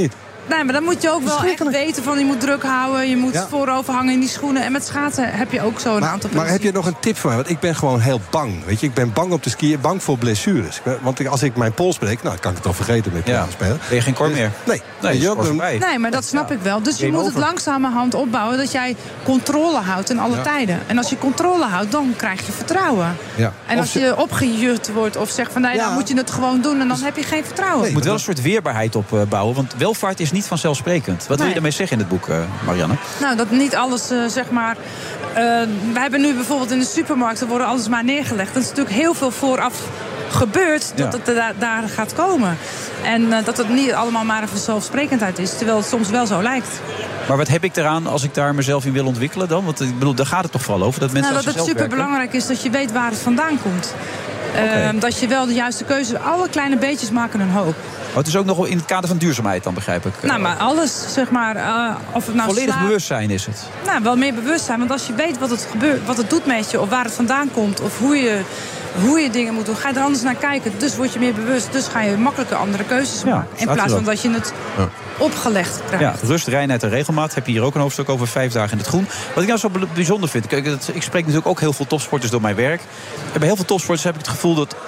Nee, maar dan moet je ook wel echt weten van... je moet druk houden, je moet Ja. voorover hangen in die schoenen. En met schaatsen heb je ook zo'n Maar, aantal maar heb je principes. nog een tip voor mij? Want ik ben gewoon heel bang. Weet je, ik ben bang op de skiën, bang voor blessures. Want ik- als ik mijn pols breek, nou, kan ik het al vergeten met Ja. ja. spelen. Ben je geen kor meer? Nee. Nee, Weet je, dat is dan- voorbij. Nee, maar dat snap ik wel. Dus je Game moet het over. langzamerhand opbouwen... dat jij controle houdt in alle Ja. tijden. En als je controle houdt, dan krijg je vertrouwen. Ja. En Of als ze- je opgejut wordt of zegt van... nee, Ja. dan moet je het gewoon doen en dan heb je geen vertrouwen. Je moet wel een soort weerbaarheid opbouwen, want welvaart is niet vanzelfsprekend. Wat wil je Nee. daarmee zeggen in het boek, uh, Marianne? Nou, dat niet alles, uh, zeg maar... Uh, wij hebben nu bijvoorbeeld in de supermarkt... er worden alles maar neergelegd. Er is natuurlijk heel veel vooraf gebeurd... dat Ja. het da- daar gaat komen. En uh, dat het niet allemaal maar een vanzelfsprekendheid is... terwijl het soms wel zo lijkt. Maar wat heb ik eraan als ik daar mezelf in wil ontwikkelen dan? Want ik bedoel, daar gaat het toch vooral over, dat mensen Nou, aan dat het zichzelf super belangrijk is dat je weet waar het vandaan komt. Oké. Uh, dat je wel de juiste keuze... alle kleine beetjes maken een hoop. Oh, het is ook nog wel in het kader van duurzaamheid dan, begrijp ik. Nou, maar alles, zeg maar... Uh, of het nou Volledig slaap- bewustzijn is het. Nou, wel meer bewustzijn. Want als je weet wat het, gebeurt, wat het doet met je... of waar het vandaan komt... of hoe je, hoe je dingen moet doen... ga je er anders naar kijken. Dus word je meer bewust. Dus ga je makkelijker andere keuzes Ja, maken. In staat plaats hier van ook. dat je het Ja. opgelegd krijgt. Ja, rust, reinheid en regelmaat. Heb je hier ook een hoofdstuk over, vijf dagen in het groen. Wat ik nou zo be- bijzonder vind... Kijk, het- ik spreek natuurlijk ook heel veel topsporters door mijn werk. En bij heel veel topsporters heb ik het gevoel dat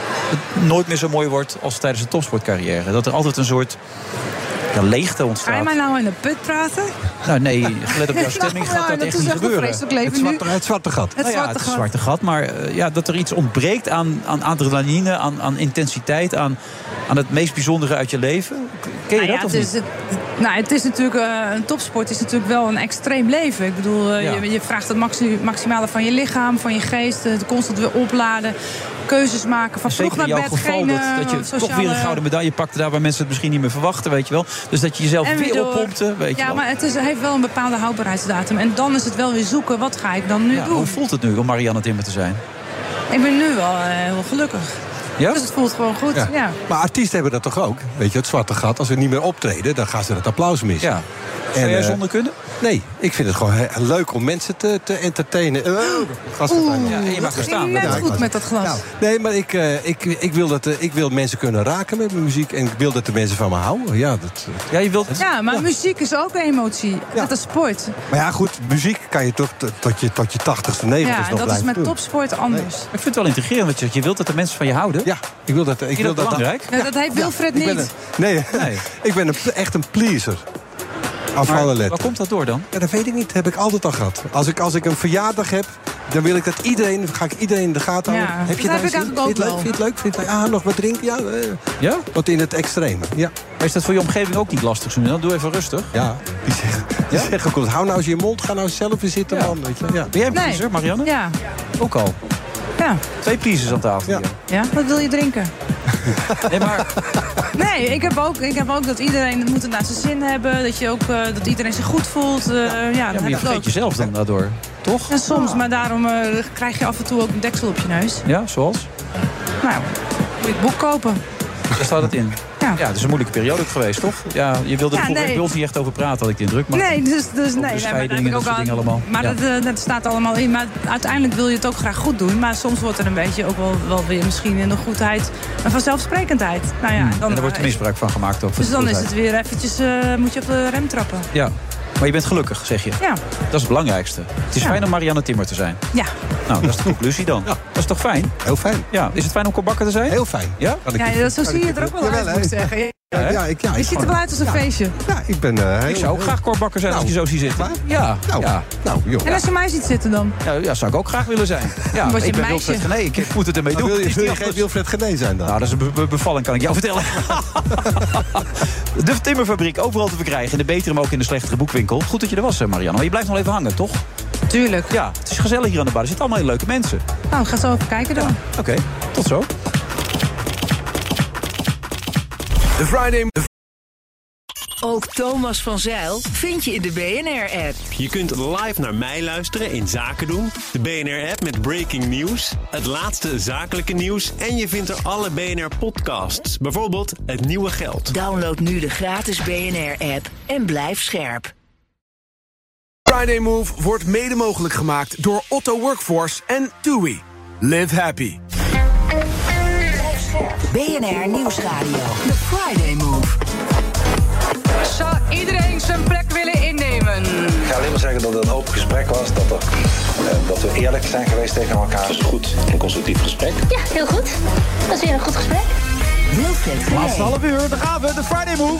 het nooit meer zo mooi wordt als tijdens een topsportcarrière. Dat er altijd een soort ja, leegte Ga je ontstaat. mij nou in de put praten? Nou nee, gelet op jouw stemming Nou, gaat dat dat echt is niet echt een gebeuren. vreselijk leven Het zwarte, nu. het zwarte gat. Het Nou ja, zwarte het gat. zwarte gat, maar uh, ja, dat er iets ontbreekt aan, aan adrenaline, aan, aan intensiteit, aan, aan het meest bijzondere uit je leven. Ken je Nou dat ja, of het is, niet? het, nou, het is natuurlijk, uh, een topsport is natuurlijk wel een extreem leven. Ik bedoel, uh, Ja. je, je vraagt het maxi- maximale van je lichaam, van je geest. Het constant weer opladen, keuzes maken, van vroeg Zeker naar in jouw bed. geval geen, dat, uh, dat je toch sociale... weer een gouden medaille pakte daar waar mensen het misschien niet meer verwachten, weet je wel. Dus dat je jezelf En weer weer door. oppompte, weet je Ja, wel. maar het is, heeft wel een bepaalde houdbaarheidsdatum. En dan is het wel weer zoeken, wat ga ik dan nu Ja, doen? hoe voelt het nu om Marianne Timmer te zijn? Ik ben nu wel uh, heel gelukkig. Ja? Dus het voelt gewoon goed, ja. Ja. Maar artiesten hebben dat toch ook? Weet je, het zwarte gat. Als we niet meer optreden, dan gaan ze het applaus missen. Ja. Zou jij eh, zonder kunnen? Nee, ik vind het gewoon he- leuk om mensen te, te entertainen. Uh, Oeh, Ja, en je mag er dat staan. ging net Ja, ik goed was- met dat glas. Nou, nee, maar ik, uh, ik, ik, wil dat, uh, ik wil mensen kunnen raken met mijn muziek. En ik wil dat de mensen van me houden. Ja, dat, uh. Ja, je wilt... Ja, maar muziek is ook emotie. Net als sport. Maar ja, goed, muziek kan je toch t- tot je, tot je tachtigste, negentigste Ja, nog en dat is blijven met doen. topsport anders. Ik vind het wel integrerend, want je, je wilt dat de mensen van je houden. Ja, ik wil dat. Ik Vind je wil dat belangrijk? Ja, dat heeft Wilfred Ik ben niet. een, nee, Nee. ik ben een, echt een pleaser. Af Maar alle waar letters. komt dat door dan? Ja, dat weet ik niet. Dat heb ik altijd al gehad. Als ik, als ik een verjaardag heb, dan wil ik dat iedereen, ga ik iedereen in de gaten Ja, houden. dat je heb daar ik zin? eigenlijk ook Vind je het leuk? wel. Vind je het leuk? Vind je het leuk? Ah, nog wat drinken? Ja, eh, Ja? wat in het extreme. Ja, Maar is dat voor je omgeving ook niet lastig? Zo? Dan doe even rustig. ja. Die zeggen, die zeggen ook, hou nou eens je mond, ga nou zelf eens zitten, Ja. man. Weet je? Ja. Ben jij een Nee. pleaser, Marianne? Ja. Ook al. Ja. Twee pleasers aan tafel Ja. hier. Ja, wat wil je drinken? Nee, maar Nee, ik heb ook, ik heb ook dat iedereen het moet het naar zijn zin hebben. Dat, je ook, uh, dat iedereen zich goed voelt. Uh, ja, ja, dat maar je heb ik vergeet ook. jezelf dan daardoor. Toch? En soms, maar daarom uh, krijg je af en toe ook een deksel op je neus. Ja, zoals? Nou, moet je het boek kopen. Daar staat het in. Ja. Ja, het is een moeilijke periode ook geweest, toch? Ja, je wilde er Ja, vroeger nee. bij ons niet echt over praten, had ik de indruk. Maar Nee, dus, dus nee, nee, maar daar scheiding heb en ik dat ook soort al. dingen allemaal. Maar Ja. dat, uh, dat staat allemaal in. Maar uiteindelijk wil je het ook graag goed doen. Maar soms wordt er een beetje ook wel, wel weer misschien in de goedheid een vanzelfsprekendheid. Nou ja, Hmm. dan, en daar wordt er uh, misbruik van gemaakt ook. Dus dan is het weer eventjes, uh, moet je op de rem trappen. Ja, maar je bent gelukkig, zeg je. Ja. Dat is het belangrijkste. Het is Ja. fijn om Marianne Timmer te zijn. Ja. Nou, dat is de conclusie dan. Dat is toch fijn? Heel fijn. Ja, is het fijn om korbakker te zijn? Heel fijn. Ja? Kan ik Ja, je- dat, zo kan zie ik je er ook wel Jawel, uit, hè? moet ik zeggen. Je, Ja, ja, ik, ja, je ik ziet er wel uit als een feestje. Ja, ik ben uh, heel... Ik zou ook graag korbakker zijn als ik je zo zie zitten. Ja, Nou, ja. nou joh. En als je mij ziet zitten dan? Ja, ja, zou ik ook graag willen zijn. Ja, Dan word je ik ben een meisje. Wilfred Gené, ik moet het ermee Maar doen. wil je, Is wil niet je geen anders. Wilfred Gené zijn dan? Nou, dat is een be- be- bevalling, kan ik jou vertellen. De Timmerfabriek, overal te verkrijgen. In de betere, maar ook in de slechtere boekwinkel. Goed dat je er was, hè, Marianne. Maar je blijft nog even hangen, toch? Tuurlijk. Ja, het is gezellig hier aan de bar. Er zitten allemaal hele leuke mensen. Nou, ik ga zo even kijken dan. Oké, tot zo. De Friday... Ook Thomas van Zijl vind je in de B N R-app. Je kunt live naar mij luisteren in Zaken doen. De B N R-app met breaking news. Het laatste zakelijke nieuws. En je vindt er alle B N R-podcasts. Bijvoorbeeld Het Nieuwe Geld. Download nu de gratis B N R-app en blijf scherp. Friday Move wordt mede mogelijk gemaakt door Otto Workforce en TUI. Live happy. B N R Nieuwsradio. The Friday Move. Zou iedereen zijn plek willen innemen? Ik ga alleen maar zeggen dat het een open gesprek was. Dat, er, eh, dat we eerlijk zijn geweest tegen elkaar. Dat is goed. Een constructief gesprek. Ja, heel goed. Dat is weer een goed gesprek. Wilfred Laatste half uur, daar gaan we. De Friday Move.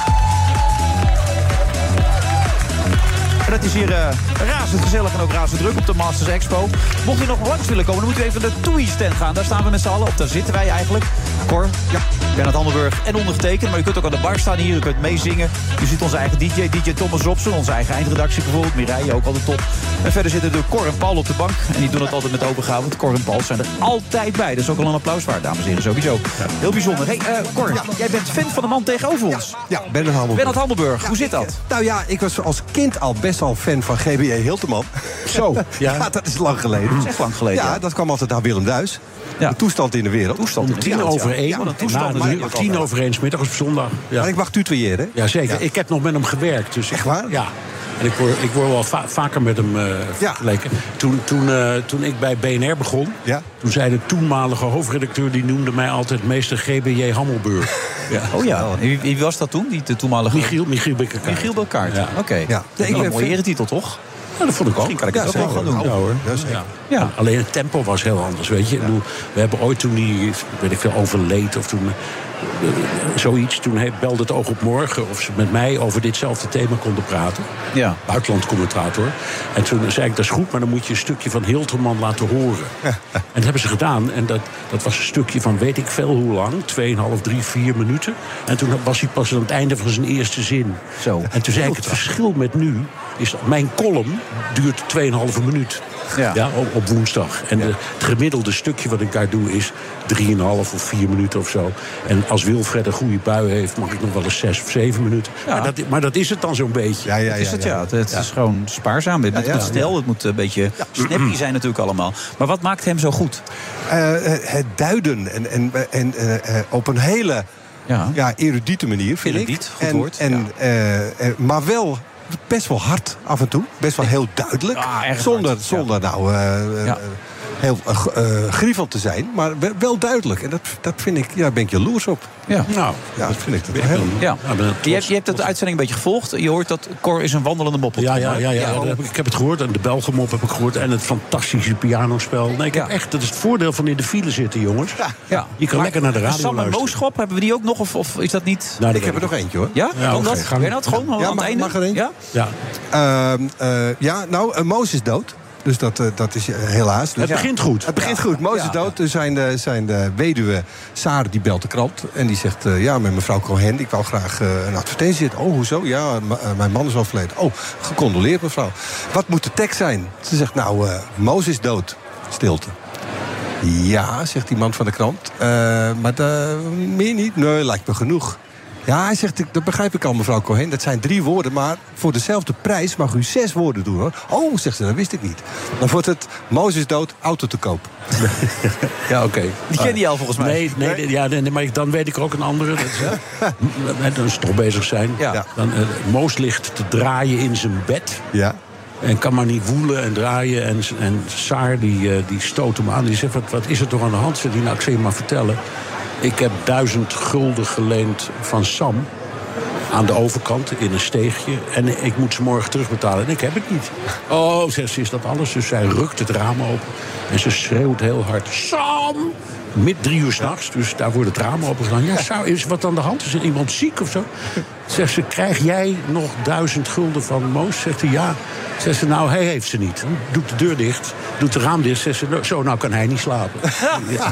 En dat is hier uh, razend gezellig en ook razend druk op de Masters Expo. Mocht u nog langs willen komen, dan moeten we even naar de T O E I stand gaan. Daar staan we met z'n allen op. Daar zitten wij eigenlijk. Cor, ja, Bernard Handelburg en ondergetekend. Maar u kunt ook aan de bar staan hier. U kunt meezingen. U ziet onze eigen D J, D J Thomas Robson. Onze eigen eindredactie bijvoorbeeld. Mireille ook altijd top. En verder zitten de Cor en Paul op de bank. En die doen het altijd met open gaan. Want Cor en Paul zijn er altijd bij. Dat is ook al een applaus waard, dames en heren. Sowieso. Heel bijzonder. Hey, uh, Cor, ja. jij bent fan van de man tegenover ons. Ja, ja Bernard Handelburg. Bernard Handelburg, ja, hoe zit dat? Ja. Nou ja, ik was als kind al best wel fan van G B J Hilterman. Zo, ja. ja, dat is lang geleden. Dat is echt lang geleden. Ja, ja. dat kwam altijd naar Willem Duis. Ja. De toestand in de wereld. Toestand in de tien over één. Ja, toestand na, na, tien over één 's middags op zondag. Ja. Maar ik mag tutoyeren. Ja, zeker. Ja. Ik heb nog met hem gewerkt. Dus echt waar? Ja. En ik word, ik word wel va- vaker met hem uh, vergeleken. Ja. Toen, toen, uh, toen ik bij B N R begon, ja. toen zei de toenmalige hoofdredacteur... die noemde mij altijd meester G B J Hammelburg. Ja. Oh ja, wie, wie was dat toen, die de toenmalige... Michiel, Michiel Bekkerkaart. Michiel Bekkerkaart, ja. oké. Okay. Ja. Ja, ik ben een mooie eretitel, toch? Ja, dat vond ik ook. Misschien kan ik het ja, ook wel gaan doen. Ja, hoor. Ja, ja. Ja. Alleen het tempo was heel anders, weet je. Ja. We hebben ooit toen die, weet ik veel, overleed of toen... Uh, zoiets, toen he, belde het Oog op Morgen... of ze met mij over ditzelfde thema konden praten. Ja. Buitenlandcommentator. En toen zei ik, dat is goed, maar dan moet je een stukje van Hilterman laten horen. Ja. En dat hebben ze gedaan. En dat, dat was een stukje van weet ik veel hoe lang. Tweeënhalf, drie, vier minuten. En toen was hij pas aan het einde van zijn eerste zin. Zo. En toen zei ik, het verschil met nu... is dat mijn column duurt tweeënhalve minuut. Ja. Ja, op, op woensdag. En ja. de, het gemiddelde stukje wat ik daar doe is drieënhalf of vier minuten of zo. En als Wilfred een goede bui heeft, mag ik nog wel eens zes of zeven minuten. Ja. Maar, dat, maar dat is het dan zo'n beetje. Ja, ja, ja, dat is het, ja. ja. Het, het ja. is gewoon spaarzaam. Het moet ja, ja, stel, ja. het moet een beetje ja. snappy zijn natuurlijk allemaal. Maar wat maakt hem zo goed? Uh, het duiden. En, en, en uh, uh, op een hele ja. Ja, erudiete manier, vind Erudiet, ik. goed en, woord. En, ja. uh, uh, maar wel... best wel hard af en toe. Best wel heel duidelijk. Ah, zonder hard. zonder ja. nou uh, ja. heel uh, uh, grievend te zijn. Maar wel duidelijk. En dat, dat vind ik, ja, daar ben ik jaloers op. Ja, nou, ja dat vind ik dat heel. Ja. Ja, je, hebt, je hebt de uitzending een beetje gevolgd. Je hoort dat Cor is een wandelende mop. Ja, ja, ja, ja, ja. Heb ik, ik heb het gehoord. En de Belgenmop heb ik gehoord. En het fantastische pianospel. Nee, ik heb ja. echt, dat is het voordeel van in de file zitten, jongens. Ja. Ja. Je kan maar, lekker naar de radio Sam en luisteren. Mooschop, hebben we die ook nog? Of, of is dat niet? Nou, ik heb er nog eentje, hoor. Ja? ja kan okay. dat? Ben dat gewoon ja, aan het einde? Mag er eentje? Ja? Ja. Uh, uh, ja, nou, uh, Moos is dood. Dus dat, uh, dat is uh, helaas. Dus het begint goed. Het begint ja. goed. Moos is ja. dood. Dus zijn de, zijn de weduwe Saar die belt de krant. En die zegt, uh, ja, met mevrouw Cohen, ik wou graag uh, een advertentie zetten. Oh, hoezo? Ja, m- uh, mijn man is overleden. Oh, gecondoleerd, mevrouw. Wat moet de tekst zijn? Ze zegt, nou, uh, Moos is dood. Stilte. Ja, zegt die man van de krant. Uh, maar de, meer niet? Nee, lijkt me genoeg. Ja, hij zegt, dat begrijp ik al, mevrouw Cohen. Dat zijn drie woorden, maar voor dezelfde prijs mag u zes woorden doen, hoor. Oh, zegt ze, dat wist ik niet. Dan wordt het, Mozes dood, auto te koop. Ja, oké. Okay. Die ken je al volgens mij. Nee, nee, nee? Ja, nee, maar dan weet ik er ook een andere. Dat is, ja. Dan is toch bezig zijn. Ja. Dan, uh, Moos ligt te draaien in zijn bed. Ja. En kan maar niet woelen en draaien. En, en Saar, die, uh, die stoot hem aan. Die zegt, wat, wat is er toch aan de hand? Zegt hij, nou, ik zal je maar vertellen. Ik heb duizend gulden geleend van Sam aan de overkant in een steegje. En ik moet ze morgen terugbetalen. En ik heb het niet. Oh, zegt ze, is dat alles? Dus zij rukt het raam open. En ze schreeuwt heel hard. Sam! Mid drie uur s'nachts. Dus daar wordt het raam open gedaan. Ja, zou, is wat aan de hand? Is er iemand ziek of zo? Zegt ze, krijg jij nog duizend gulden van Moos? Zegt hij, ja. Zegt ze, nou, hij heeft ze niet. Doet de deur dicht, doet de raam dicht. Zegt ze, zo, nou kan hij niet slapen. Ja.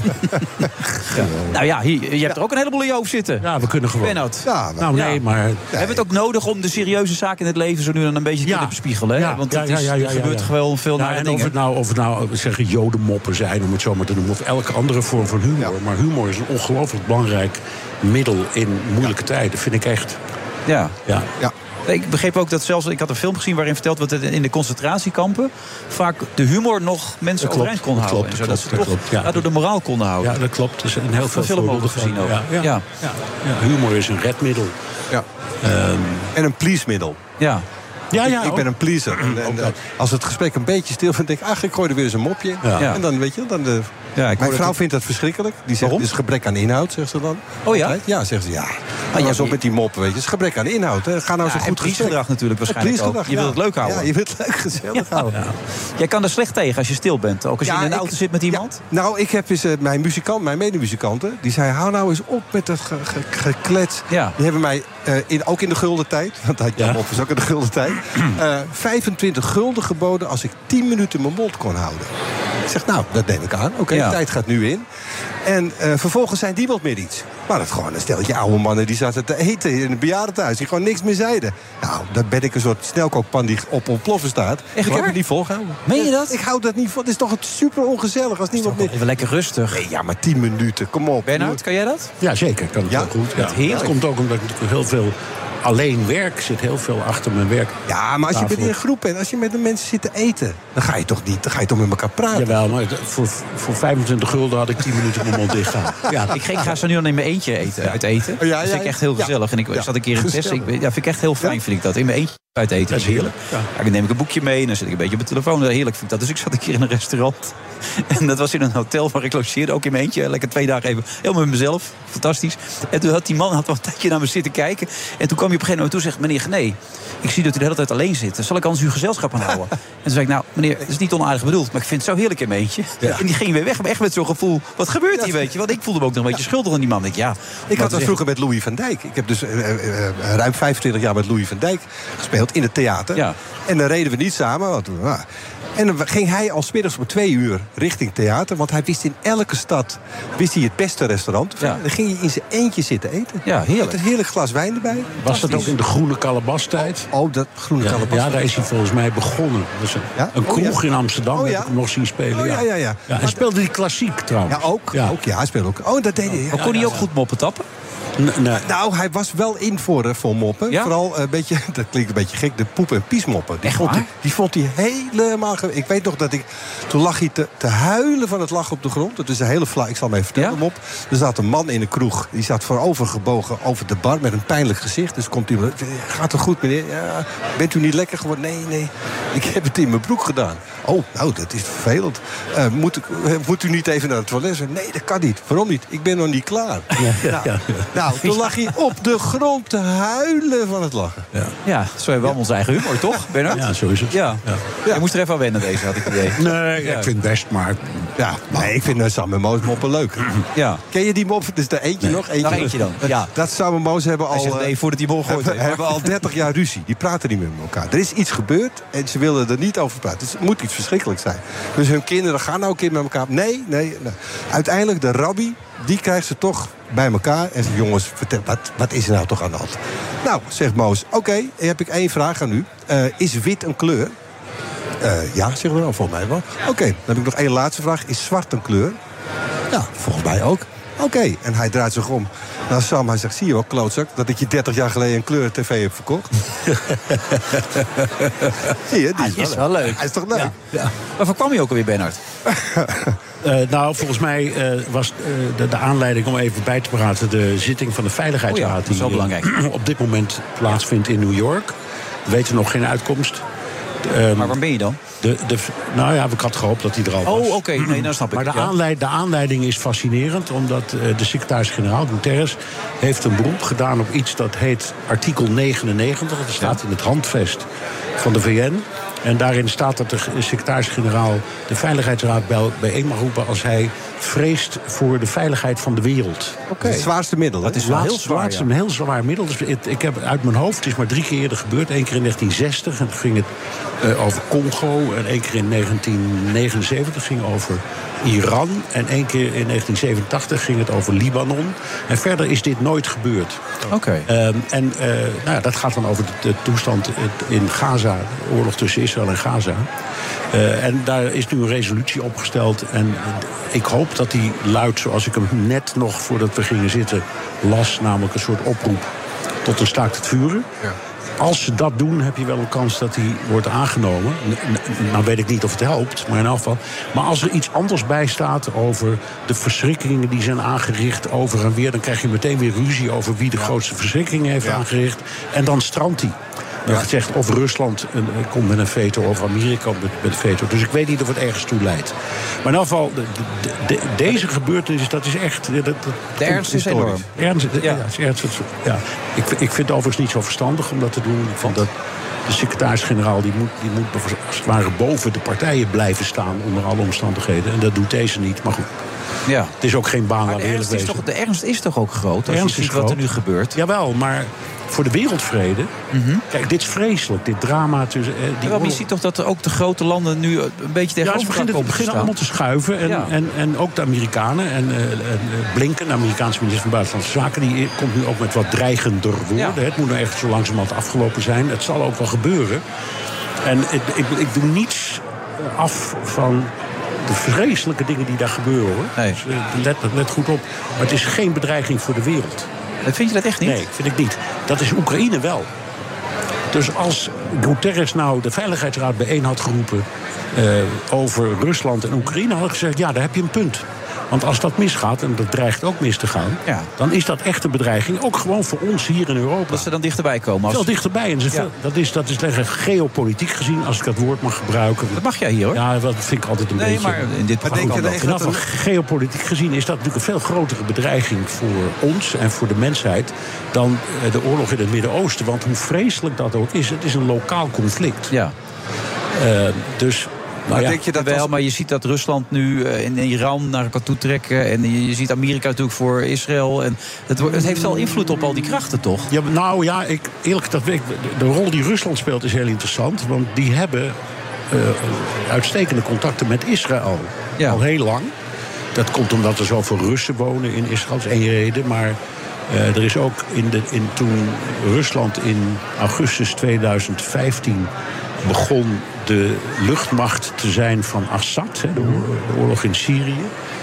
Ja. Nou ja, hier, je hebt er ook een heleboel in je hoofd zitten. Ja, we kunnen gewoon. Bennout. Ja, nou, nee, ja. maar... We hebben het ook nodig om de serieuze zaken in het leven zo nu dan een beetje te ja. kunnen bespiegelen. Ja. Want ja, het is, ja, ja, ja, er gebeurt ja. gewoon veel ja, nare en dingen. Of het nou, of het nou zeggen, jodenmoppen zijn, om het zo maar te noemen. Of elke andere vorm van humor. Ja. Maar humor is een ongelooflijk belangrijk middel in moeilijke ja. tijden. Vind ik echt. Ja. Ja. ja. Ik begreep ook dat zelfs, ik had een film gezien waarin verteld wat in de concentratiekampen vaak de humor nog mensen overeind kon houden. Klopt, en zodat klopt, ze toch klopt, ja. daardoor de moraal konden houden. Ja, dat klopt. Er zijn heel veel film over gezien ook. Ja, ja, ja. Ja. Ja. Humor is een redmiddel. Ja. Um, en een please-middel. Ja. Ja, ja, ik, ik ben een pleaser. En, en, uh, als het gesprek een beetje stil vindt, denk ik, ach, ik gooi er weer eens een mopje. Ja. En dan, weet je, dan de... Ja, mijn vrouw vindt dat verschrikkelijk. Die zegt, het is gebrek aan inhoud, zegt ze dan. Oh ja? Ja, zegt ze, ja. Ah, ja, zo met die moppen, weet je. Het is gebrek aan inhoud. Hè. Ga nou ja, zo goed priesgedrag natuurlijk waarschijnlijk ook. Je ja. wilt het leuk houden. Ja, je wilt het leuk gezellig ja. houden. Ja. Jij kan er slecht tegen als je stil bent. Ook als ja, je in een auto ik, zit met iemand. Ja, nou, ik heb eens uh, mijn muzikant, mijn medemuzikanten... die zei, hou nou eens op met dat ge, ge, geklets. Ja. Die hebben mij, uh, in, ook in de gulden tijd... want dat ja. op is ook in de gulden tijd... Uh, vijfentwintig gulden geboden als ik tien minuten mijn mond kon houden. Ik zeg, nou, dat neem ik aan. Oké, okay, ja. de tijd gaat nu in. En uh, vervolgens zei niemand meer iets. Maar dat gewoon een steltje oude mannen die zaten te eten in een bejaardentehuis. Die gewoon niks meer zeiden. Nou, dan ben ik een soort snelkookpan die op ontploffen staat. Echt, ik heb het niet volgehouden. Meen je dat? Ik hou dat niet vol. Het is toch super ongezellig als niemand meer... Even lekker rustig. Nee, ja, maar tien minuten. Kom op. Bernard, kan jij dat? Ja, zeker. Kan het ja? wel goed. Ja. Het, het komt ook omdat ik heel veel... alleen werk, zit heel veel achter mijn werk. Ja, maar als je in een groep bent, als je met de mensen zit te eten... dan ga je toch niet, dan ga je toch met elkaar praten. Jawel, maar voor, voor vijfentwintig gulden had ik tien minuten mijn mond dicht gaan. Ja, ik, ik ga zo nu dan in mijn eentje eten, uit eten. Ja, ja, dat vind ik echt heel gezellig. En ik ja. zat een keer in Tess. Ik, ja, vind ik echt heel fijn, ja? vind ik dat. In mijn eentje uit eten. Dat is heerlijk. Ja. Ja, dan neem ik een boekje mee en dan zit ik een beetje op mijn telefoon. Heerlijk vind ik dat. Dus ik zat een keer in een restaurant. En dat was in een hotel waar ik logeerde, ook in mijn eentje. Lekker twee dagen even, helemaal met mezelf. Fantastisch. En toen had die man had wel een tijdje naar me zitten kijken. En toen kwam hij op een gegeven moment toe en zegt... meneer Gené, ik zie dat u de hele tijd alleen zit. Zal ik anders uw gezelschap aanhouden? En toen zei ik, nou, meneer, dat is niet onaardig bedoeld... maar ik vind het zo heerlijk in mijn eentje. Ja. En die ging weer weg, maar echt met zo'n gevoel... wat gebeurt hier, weet je? Want ik voelde me ook nog een beetje schuldig aan die man. Ik, ja, ik had dat vroeger met Louis van Dijk. Ik heb dus uh, uh, ruim vijfentwintig jaar met Louis van Dijk gespeeld in het theater. Ja. En dan reden we niet samen... Want, uh, en dan ging hij al 's middags om twee uur richting theater. Want hij wist in elke stad wist hij het beste restaurant. Ja. Dan ging hij in zijn eentje zitten eten. Ja, heerlijk. Met een heerlijk glas wijn erbij. Was dat ook in de Groene Kalabastijd? Oh, dat Groene ja, Kalabas. Ja, daar is hij volgens mij begonnen. Dus een, ja? een kroeg oh, ja. in Amsterdam oh, ja? heb ik hem nog zien spelen. Oh, ja, ja, ja. ja hij speelde die klassiek trouwens. Ja, ook. Ja, ook, ja hij speelde ook. Oh, dat deed hij. Ja. Oh, kon hij ook goed moppen tappen? Nee. Nou, hij was wel in voor, voor moppen. Ja? Vooral een beetje, dat klinkt een beetje gek, de poep- en piesmoppen. Die, vond hij, die vond hij helemaal... Ge- ik weet nog dat ik... Toen lag hij te, te huilen van het lachen op de grond. Dat is een hele flauw... Ik zal hem even vertellen, ja? mop. Er zat een man in een kroeg. Die zat voorover gebogen over de bar met een pijnlijk gezicht. Dus komt iemand... Gaat het goed, meneer? Ja, bent u niet lekker geworden? Nee, nee. Ik heb het in mijn broek gedaan. Oh, nou, dat is vervelend. Uh, moet, ik, uh, moet u niet even naar het toilet? Nee, dat kan niet. Waarom niet? Ik ben nog niet klaar. Ja, nou, ja, ja. nou, toen lag hij op de grond te huilen van het lachen. Ja, ja zo hebben we allemaal onze eigen humor, toch, Bernard? Ja, zo is het. Ja. Ja. Ja. Je moest er even aan wennen, deze, had ik het idee. Nee, ja. ik vind het best, maar... Ja, nee, ik vind uh, Sam en Moos moppen leuk. Ja. Ken je die mop? Dus er eentje nee. nog? Eentje, nog eentje dan. Ja. Dat Sam en Moos hebben al... Zegt, nee, voordat die bol gooit. Hebben, hebben al dertig jaar ruzie. Die praten niet meer met elkaar. Er is iets gebeurd en ze willen er niet over praten. Dus het moet iets verschrikkelijks zijn. Dus hun kinderen gaan nou een keer met elkaar... Nee, nee, nee. Uiteindelijk de rabbi, die krijgt ze toch bij elkaar. En zegt, jongens, vertel, wat, wat is er nou toch aan de hand? Nou, zegt Moos, oké, okay, heb ik één vraag aan u. Uh, is wit een kleur? Uh, ja, zeggen we dan, volgens mij wel. Oké, okay, dan heb ik nog één laatste vraag. Is zwart een kleur? Ja, volgens mij ook. Oké, okay. En hij draait zich om naar Sam. Hij zegt, zie je wel, klootzak, dat ik je dertig jaar geleden een kleur-tv heb verkocht? Zie je, die is, ah, is wel leuk. leuk. Hij is toch leuk? Ja. Ja. Waarvoor kwam je ook alweer, Bernard? Uh, nou, volgens mij uh, was uh, de, de aanleiding om even bij te praten... de zitting van de Veiligheidsraad... Oh ja, dat is wel die belangrijk. Uh, op dit moment plaatsvindt in New York. We weten nog geen uitkomst. Um, maar waar ben je dan? De, de, nou ja, ik had gehoopt dat hij er al was. Oh, oké, okay. Nee, dan snap ik. Maar de, ja. aanleid, de aanleiding is fascinerend... omdat uh, de secretaris-generaal, Guterres... heeft een beroep gedaan op iets dat heet artikel negenennegentig. Dat staat in het handvest van de V N. En daarin staat dat de secretaris-generaal de Veiligheidsraad bijeen mag roepen... als hij vreest voor de veiligheid van de wereld. Okay. Het zwaarste middel. Dat is wel heel zwaar. Het is een heel zwaar middel. Dus het, ik heb uit mijn hoofd, het is maar drie keer eerder gebeurd. Eén keer in negentien zestig, en toen ging het uh, over Congo. En één keer in negentien negenenzeventig ging over Iran. En één keer in negentien zevenentachtig ging het over Libanon. En verder is dit nooit gebeurd. Oké. Okay. Um, en uh, nou ja, dat gaat dan over de, de toestand in Gaza. De oorlog tussen Israël en Gaza. Uh, en daar is nu een resolutie opgesteld. En ik hoop dat die luidt zoals ik hem net nog voordat we gingen zitten las. Namelijk een soort oproep tot een staakt het vuren. Ja. Als ze dat doen, heb je wel een kans dat die wordt aangenomen. Nou weet ik niet of het helpt, maar in elk geval. Maar als er iets anders bij staat over de verschrikkingen die zijn aangericht over en weer... dan krijg je meteen weer ruzie over wie de ja. grootste verschrikkingen heeft ja. aangericht. En dan strandt die. Ja. Gezegd of Rusland een, komt met een veto of Amerika met, met een veto. Dus ik weet niet of het ergens toe leidt. Maar in ieder geval, de, de, de, deze gebeurtenis, dat is echt... Dat, dat, de ernst is enorm. Ernst, ja. Ja, is ernst, ja. Ik, ik vind het overigens niet zo verstandig om dat te doen. Ik vond dat de secretaris-generaal die moet, die moet als het ware boven de partijen blijven staan onder alle omstandigheden. En dat doet deze niet, maar goed. Ja. Het is ook geen baan waar we eerlijk wezen. Toch, de ernst is toch ook groot? Als de je ziet wat er nu gebeurt. Jawel, maar voor de wereldvrede... Mm-hmm. Kijk, dit is vreselijk, dit drama tussen... Eh, die ja, maar je ziet toch dat ook de grote landen nu een beetje tegenover ja, ze beginnen, komen beginnen allemaal te schuiven. En, ja. en, en ook de Amerikanen. En, uh, en Blinken, de Amerikaanse minister van Buitenlandse Zaken... die komt nu ook met wat dreigender woorden. Ja. Het moet nou echt zo langzamerhand afgelopen zijn. Het zal ook wel gebeuren. En ik, ik, ik doe niets af van... de vreselijke dingen die daar gebeuren, hoor. Nee. Dus, uh, let, let goed op. Maar het is geen bedreiging voor de wereld. Vind je dat echt niet? Nee, vind ik niet. Dat is Oekraïne wel. Dus als Guterres nou de Veiligheidsraad bijeen had geroepen... Uh, over Rusland en Oekraïne, had ik gezegd... ja, daar heb je een punt. Want als dat misgaat, en dat dreigt ook mis te gaan... Ja. dan is dat echt een bedreiging, ook gewoon voor ons hier in Europa. Dat ze dan dichterbij komen? Als... Veel dichterbij. En ze ja. veel, dat is, dat is geopolitiek gezien, als ik dat woord mag gebruiken. Dat mag jij hier, hoor. Ja, dat vind ik altijd een nee, beetje... maar in dit programma denk je dat een... Geopolitiek gezien is dat natuurlijk een veel grotere bedreiging... voor ons en voor de mensheid dan de oorlog in het Midden-Oosten. Want hoe vreselijk dat ook is, het is een lokaal conflict. Ja. Uh, dus... Nou ja, denk je dat wel, was... maar je ziet dat Rusland nu in Iran naar elkaar toe trekken. En je ziet Amerika natuurlijk voor Israël. En het, het heeft wel invloed op al die krachten, toch? Ja, nou ja, ik, eerlijk dat weet, de rol die Rusland speelt is heel interessant. Want die hebben uh, uitstekende contacten met Israël. Ja. Al heel lang. Dat komt omdat er zoveel Russen wonen in Israël. Dat is één reden. Maar uh, er is ook in de, in, toen Rusland in augustus tweeduizend vijftien begon... de luchtmacht te zijn van Assad, de oorlog in Syrië.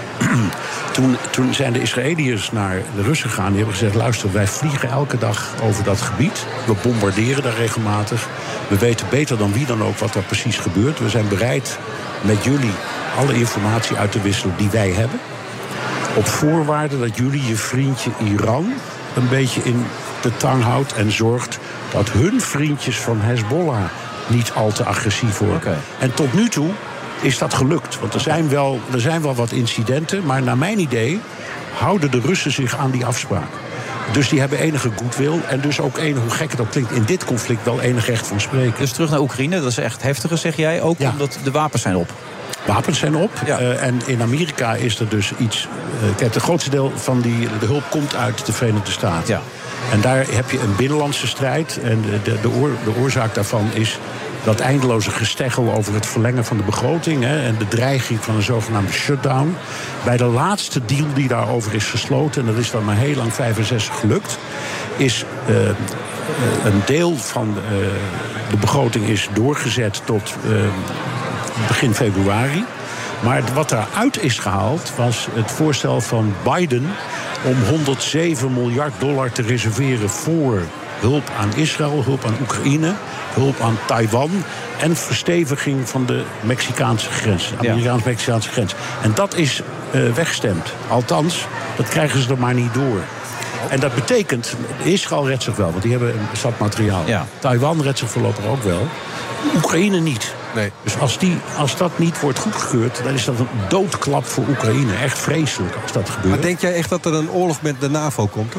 Toen, toen zijn de Israëliërs naar de Russen gegaan. Die hebben gezegd, luister, wij vliegen elke dag over dat gebied. We bombarderen daar regelmatig. We weten beter dan wie dan ook wat er precies gebeurt. We zijn bereid met jullie alle informatie uit te wisselen die wij hebben. Op voorwaarde dat jullie je vriendje Iran een beetje in de tang houdt... en zorgt dat hun vriendjes van Hezbollah... niet al te agressief worden. Okay. En tot nu toe is dat gelukt. Want er zijn, wel, er zijn wel wat incidenten. Maar naar mijn idee houden de Russen zich aan die afspraak. Dus die hebben enige goodwill. En dus ook enige, hoe gek het ook klinkt, in dit conflict wel enig recht van spreken. Dus terug naar Oekraïne, dat is echt heftiger, zeg jij. Ook ja. omdat de wapens zijn op. Wapens zijn op. Ja. Uh, en in Amerika is er dus iets... Uh, kijk, het grootste deel van die, de hulp komt uit de Verenigde Staten. Ja. En daar heb je een binnenlandse strijd. En de, de, de, oor, de oorzaak daarvan is dat eindeloze gesteggel over het verlengen van de begroting... Hè, en de dreiging van een zogenaamde shutdown. Bij de laatste deal die daarover is gesloten... en dat is dan maar heel lang vijfenzestig gelukt... is uh, uh, een deel van uh, de begroting is doorgezet tot uh, begin februari. Maar wat daaruit is gehaald was het voorstel van Biden... om honderdzeven miljard dollar te reserveren voor hulp aan Israël, hulp aan Oekraïne, hulp aan Taiwan en versteviging van de Mexicaanse grens, de Amerikaans-Mexicaanse grens. En dat is uh, weggestemd. Althans, dat krijgen ze er maar niet door. En dat betekent, Israël redt zich wel, want die hebben een zat materiaal. Ja. Taiwan redt zich voorlopig ook wel. Oekraïne niet. Nee. Dus als, die, als dat niet wordt goedgekeurd, dan is dat een doodklap voor Oekraïne. Echt vreselijk als dat gebeurt. Maar denk jij echt dat er een oorlog met de NAVO komt?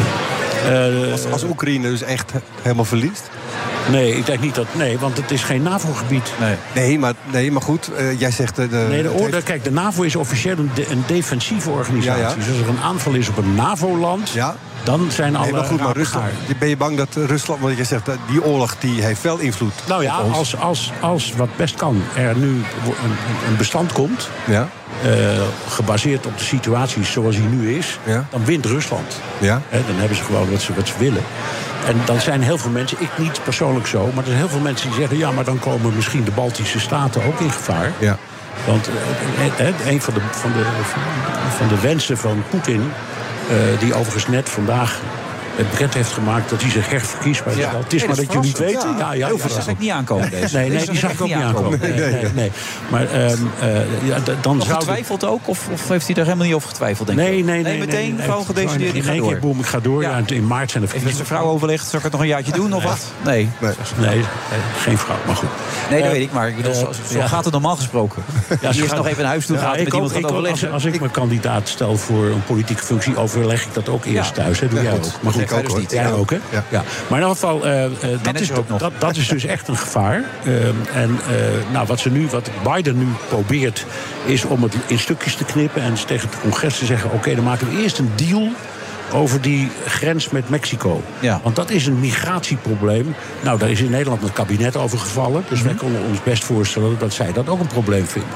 Uh, als, als Oekraïne dus echt helemaal verliest? Nee, ik denk niet dat... Nee, want het is geen NAVO-gebied. Nee, nee, maar, nee maar goed, uh, jij zegt... De, nee, de orde, heeft... Kijk, de NAVO is officieel een, de, een defensieve organisatie. Ja, ja. Dus als er een aanval is op een NAVO-land... Ja. Dan zijn alle... Nee, maar goed, maar Rusland, ben je bang dat Rusland... Want je zegt, die oorlog die heeft wel invloed. Nou ja, op ons. Als, als, als wat best kan er nu een, een bestand komt... Ja. Uh, gebaseerd op de situatie zoals die nu is... Ja. Dan wint Rusland. Ja. He, dan hebben ze gewoon wat ze, wat ze willen. En dan zijn heel veel mensen, ik niet persoonlijk zo... maar er zijn heel veel mensen die zeggen... ja, maar dan komen misschien de Baltische Staten ook in gevaar. Ja. Want uh, een van de, van, de, van de wensen van Poetin... Uh, die overigens net vandaag bekend heeft gemaakt dat hij zich herverkiest. Maar Ja. het is Nee, maar dat dat is jullie het verrassend. weten. Ja. Ja, ja, Heel ja, veel ja. zag ik niet aankomen, deze. Nee, nee, Deze die zag zag ik ik ook niet niet aankomen. aankomen. Nee, nee, nee. Maar ehm, uh, ja, d- dan Nog zou getwijfeld ook? Of, of heeft hij daar helemaal niet over getwijfeld, denk je? Nee, nee, nee. meteen nee, gewoon gedecideerd, In ik ga één door. keer, boem, ik ga door. Ja. In maart zijn er Heeft met zijn vrouw overlegd, zal ik het nog een jaartje doen of wat? Nee. Nee, nee, geen vrouw, maar goed. Nee, dat Uh, weet ik, maar ik bedoel, zo, zo ja. gaat het normaal gesproken. Ja, Die ze is gaan- nog even naar huis toe Ja, gaat ik met iemand ook- gaat ik ook- overleggen. Als, als ik me kandidaat stel voor een politieke functie, overleg ik dat ook eerst Ja. thuis. Hè? Doe Ja, jij goed. ook. Maar goed, Ik ook, hoor. jij Ja. ook, hè? Ja. Ja. Maar in elk geval, uh, uh, dat, is, ook nog. dat, dat is dus echt een gevaar. Um, en uh, nou, wat, ze nu, wat Biden nu probeert, is om het in stukjes te knippen en tegen het congres te zeggen, oké, okay, dan maken we eerst een deal over die grens met Mexico. Ja. Want dat is een migratieprobleem. Nou, daar is in Nederland het kabinet over gevallen. Dus wij kunnen ons best voorstellen dat zij dat ook een probleem vinden.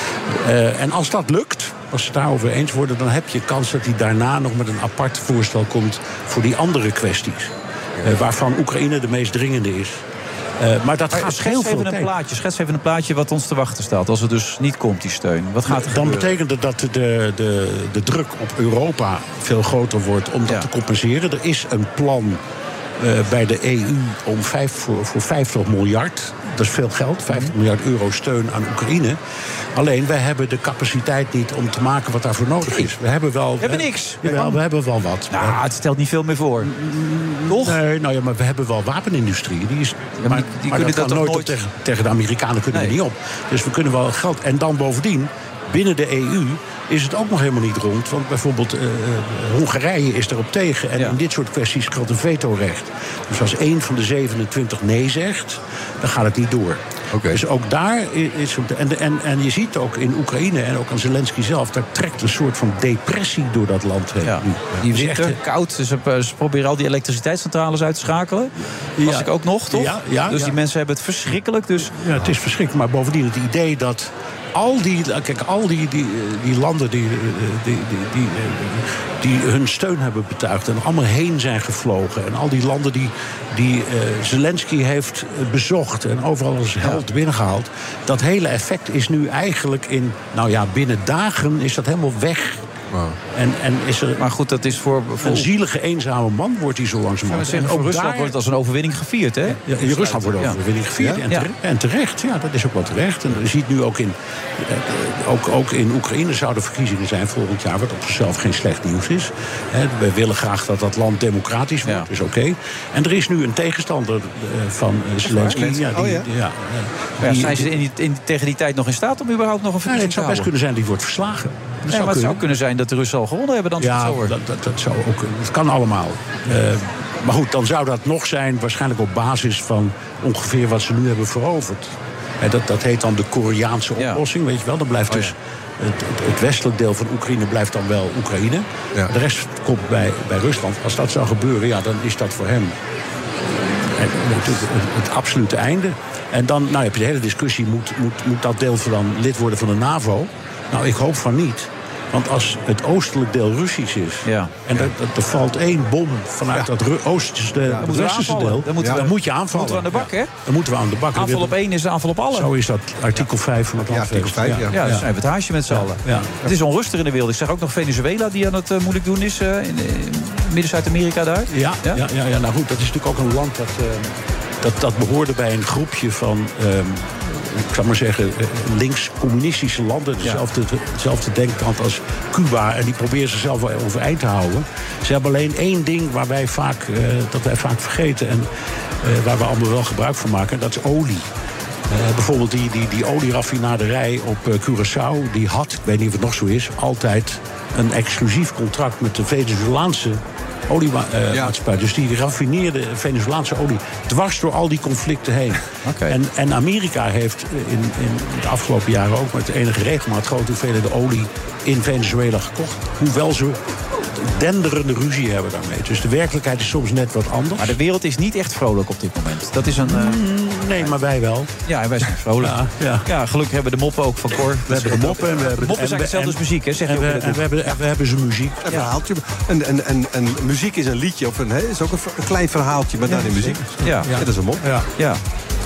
Uh, en als dat lukt, als ze het daarover eens worden, dan heb je kans dat hij daarna nog met een apart voorstel komt voor die andere kwesties. Uh, waarvan Oekraïne de meest dringende is. Uh, maar dat Maar gaat schets heel veel even een tijd. plaatje, schets even een plaatje wat ons te wachten staat. Als het dus niet komt, die steun. Wat gaat er Dan gebeuren? betekent het dat de, de, de druk op Europa veel groter wordt om dat Ja. te compenseren. Er is een plan uh, bij de E U om vijf, voor, voor vijftig miljard. Dat is veel geld, vijftig miljard euro steun aan Oekraïne. Alleen, wij hebben de capaciteit niet om te maken wat daarvoor nodig is. We hebben wel... We hebben niks. Jawel, we hebben wel wat. Nou, het stelt niet veel meer voor. Toch? Nee, nou ja, maar we hebben wel wapenindustrie. Die, is, maar maar, die- die maar kunnen dat dat kan toch nooit nooit- op tegen, tegen de Amerikanen kunnen we Nee. niet op. Dus we kunnen wel geld. En dan bovendien, binnen de E U is het ook nog helemaal niet rond. Want bijvoorbeeld uh, Hongarije is erop tegen. En Ja. in dit soort kwesties geldt een vetorecht. Dus als één van de zevenentwintig nee zegt, dan gaat het niet door. Okay. Dus ook daar is... En, en, en je ziet ook in Oekraïne en ook aan Zelensky zelf, daar trekt een soort van depressie door dat land heen. Ja. nu. Die Dus winter, echt, koud. Ze, ze proberen al die elektriciteitscentrales uit te schakelen. Was Ja. ik ook nog, toch? Ja, ja, dus ja. die mensen hebben het verschrikkelijk. Dus Ja, het is verschrikkelijk. Maar bovendien het idee dat al die, kijk, al die, die, die landen die, die, die, die, die hun steun hebben betuigd en allemaal heen zijn gevlogen. En al die landen die, die uh, Zelensky heeft bezocht en overal als held binnengehaald. Dat hele effect is nu eigenlijk in, nou ja, binnen dagen is dat helemaal weg. Wow. En, en is er maar goed, dat is voor... voor een zielige, eenzame man wordt hij zo langzamerhand. zeggen, En voor ook Rusland daar- wordt het als een overwinning gevierd, hè? Ja, in Rusland wordt Ja. overwinning gevierd. Ja? En, Ja. terecht, en terecht, ja, dat is ook wel terecht. En je ziet nu ook in, eh, ook, ook in Oekraïne zouden verkiezingen zijn volgend jaar, wat op zichzelf geen slecht nieuws is. He, wij willen graag dat dat land democratisch wordt, Ja. dus oké. En er is nu een tegenstander uh, van uh, Zelensky. Ja, die, Oh, ja? die- ja, Ja, die- zijn ze in die, in, tegen die tijd nog in staat om überhaupt nog een Ja, verkiezing het te zou best houden? kunnen zijn die wordt verslagen. Dat Ja, zou maar het zou kunnen. kunnen zijn dat de Russen al gewonnen hebben dan. als ik het Ja, zo hoor. dat, dat, dat zou ook. Het kan allemaal. Uh, maar goed, dan zou dat nog zijn, waarschijnlijk op basis van ongeveer wat ze nu hebben veroverd. En dat, dat heet dan de Koreaanse Ja. oplossing, weet je wel. Dan blijft Oh, ja. dus het, het, het westelijk deel van Oekraïne blijft dan wel Oekraïne. Ja. De rest komt bij, bij Rusland. Als dat zou gebeuren, ja, dan is dat voor hem het, het, het, het absolute einde. En dan nou, heb je de hele discussie, moet, moet, moet dat deel van dan lid worden van de NAVO? Nou, ik hoop van niet. Want als het oostelijk deel Russisch is, Ja. en er, er, er valt één bom vanuit Ja. dat Ru- oosterse deel, Dan het moeten we westerse aanvallen. deel, Dan moeten dan we- moet je aanvallen. moeten we aan de bak, Ja. hè? Dan moeten we aan de bak. Aanval op één is de aanval op alle. Zo is dat artikel vijf van het Ja, artikel landwezen. vijf, ja. Ja, dan zijn we het haasje met z'n allen. Ja. Het is onrustig in de wereld. Ik zag ook nog Venezuela die aan het uh, moeilijk doen is. Uh, in, in Midden-Zuid-Amerika daar. Ja, Ja? ja? Ja, ja, nou goed, dat is natuurlijk ook een land dat, uh, dat, dat behoorde bij een groepje van, um, ik zou maar zeggen, uh, links-communistische landen. Dezelfde, dezelfde denkkant als Cuba. En die proberen zichzelf wel overeind te houden. Ze hebben alleen één ding waar wij vaak, uh, dat wij vaak vergeten. En uh, waar we allemaal wel gebruik van maken. Dat is olie. Uh, bijvoorbeeld die, die, die olieraffinaderij op uh, Curaçao. Die had, ik weet niet of het nog zo is, altijd een exclusief contract met de Venezolaanse oliemaatschappij. Uh, ja. Dus die raffineerde Venezolaanse olie dwars door al die conflicten heen. Okay. En, en Amerika heeft in, in de afgelopen jaren ook met enige regelmaat grote hoeveelheden olie in Venezuela gekocht. Hoewel ze denderende ruzie hebben daarmee. Dus de werkelijkheid is soms net wat anders. Maar de wereld is niet echt vrolijk op dit moment. Dat is een... Uh... Nee, maar wij wel. Ja, en wij zijn vrolijk. Ja, ja. ja, gelukkig hebben we de moppen ook van Cor. We hebben de moppen en we hebben... De moppen en zijn we- hetzelfde als en- muziek, hè? Zeg je En ook we, in het en we, hebben, en we hebben ze muziek. Een verhaaltje. En, en, en, en muziek is een liedje. Of een, hè, is ook een, ver- een klein verhaaltje, maar dan in muziek. Ja. Ja, dat is een mop. Ja. Ja.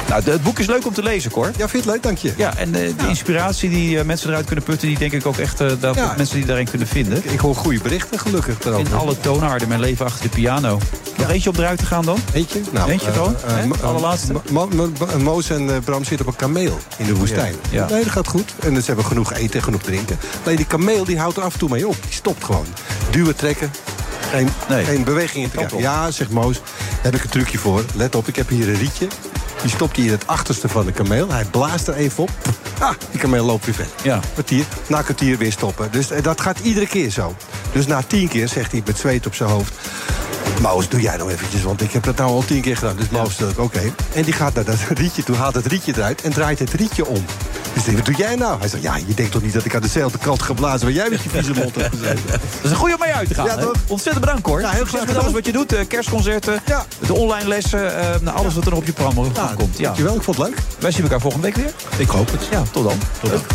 Nou, de, het boek is leuk om te lezen, Cor. Ja, vind je het leuk? Dank je. Ja, en uh, de ja. inspiratie die uh, mensen eruit kunnen putten... die denk ik ook echt uh, dat ja. mensen die daarin kunnen vinden. Ik, ik hoor goede berichten, gelukkig. In alle toonaarden, mijn leven achter de piano. Nog ja. eentje op eruit te gaan dan? Eentje? Nou, eentje gewoon, uh, uh, uh, allerlaatste. Mo- Mo- Mo- Moos en uh, Bram zitten op een kameel in de woestijn. Ja. Ja. Nee, dat gaat goed. En ze hebben genoeg eten en genoeg drinken. Nee, die kameel die houdt er af en toe mee op. Die stopt gewoon. Duwen, trekken. Geen, nee. geen beweging in te krijgen. Ja, zegt Moos, daar heb ik een trucje voor. Let op, ik heb hier een rietje. Die stopt hij in het achterste van de kameel. Hij blaast er even op. Ah, die kameel loopt weer verder. Ja. Kwartier, na een kwartier weer stoppen. Dus dat gaat iedere keer zo. Dus na tien keer zegt hij met zweet op zijn hoofd... Maus, doe jij nou eventjes, want ik heb dat nou al tien keer gedaan. Dus Maus zegt, oké. Okay. En die gaat naar dat rietje toe, haalt het rietje eruit... en draait het rietje om. Dus ik denk, wat doe jij nou? Hij zegt, ja, je denkt toch niet dat ik aan dezelfde kant geblazen... waar jij met je vieze mond hebt gezeten. Dat is een goede om mee uit te gaan. Ja, ontzettend bedankt, hoor. Ja, heel graag met alles wat je doet. Uh, kerstconcerten, ja. de online lessen, uh, nou, alles ja. wat er op je programma ja, komt. Ja. Dankjewel, ik vond het leuk. Wij zien elkaar volgende week weer. Ik hoop het. Ja, tot dan. Tot dan.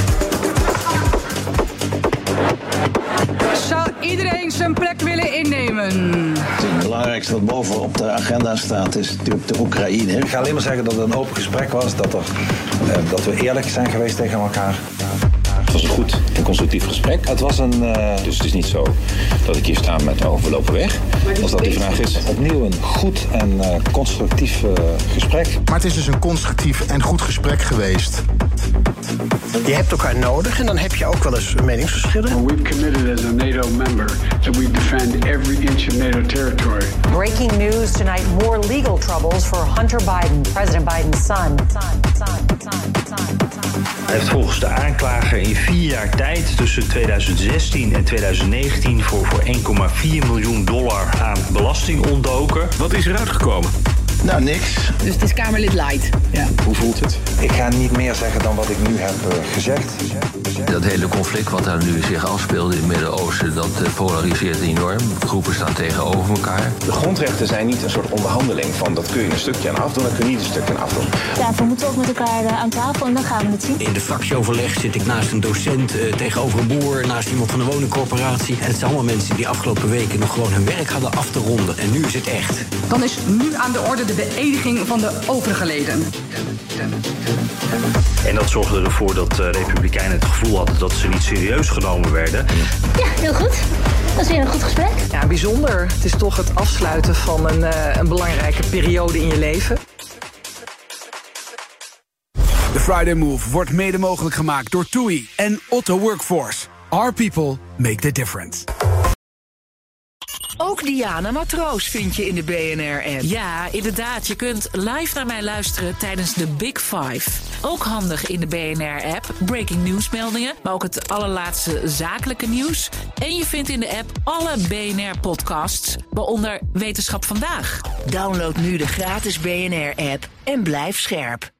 Zou iedereen zijn plek willen innemen? Het belangrijkste wat boven op de agenda staat is natuurlijk de Oekraïne. Ik ga alleen maar zeggen dat het een open gesprek was. Dat, er, eh, dat we eerlijk zijn geweest tegen elkaar. Het was een goed en constructief gesprek. Het was een... Uh, dus het is niet zo dat ik hier sta met oh, we lopen weg. Als dat die vraag is. Opnieuw een goed en uh, constructief uh, gesprek. Maar het is dus een constructief en goed gesprek geweest. Je hebt elkaar nodig en dan heb je ook wel eens meningsverschillen. We've committed as a NATO member that we defend every inch of NATO territory. Breaking news tonight: more legal troubles for Hunter Biden, President Biden's son. son, son, son, son, son. Hij heeft volgens de aanklager in vier jaar tijd tussen tweeduizend zestien en tweeduizend negentien voor, voor één komma vier miljoen dollar aan belasting ontdoken. Wat is eruit gekomen? Nou, niks. Dus het is Kamerlid light. Ja. Hoe voelt het? Ik ga niet meer zeggen dan wat ik nu heb uh, gezegd. Dat hele conflict wat daar nu zich afspeelt in het Midden-Oosten... dat uh, polariseert enorm. Groepen staan tegenover elkaar. De grondrechten zijn niet een soort onderhandeling van... dat kun je een stukje aan afdoen, dat kun je niet een stukje aan afdoen. Ja, we moeten ook met elkaar uh, aan tafel en dan gaan we het zien. In de fractieoverleg zit ik naast een docent, uh, tegenover een boer... naast iemand van de woningcorporatie. En het zijn allemaal mensen die afgelopen weken... nog gewoon hun werk hadden af te ronden. En nu is het echt. Dan is nu aan de orde de beëdiging van de overige leden. En dat zorgde ervoor dat de Republikeinen het gevoel hadden dat ze niet serieus genomen werden. Ja, heel goed. Dat is weer een goed gesprek. Ja, bijzonder. Het is toch het afsluiten van een, uh, een belangrijke periode in je leven. De Friday Move wordt mede mogelijk gemaakt door TUI en Otto Workforce. Our people make the difference. Ook Diana Matroos vind je in de B N R-app. Ja, inderdaad. Je kunt live naar mij luisteren tijdens de Big Five. Ook handig in de B N R-app. Breaking nieuwsmeldingen, maar ook het allerlaatste zakelijke nieuws. En je vindt in de app alle B N R-podcasts, waaronder Wetenschap Vandaag. Download nu de gratis B N R-app en blijf scherp.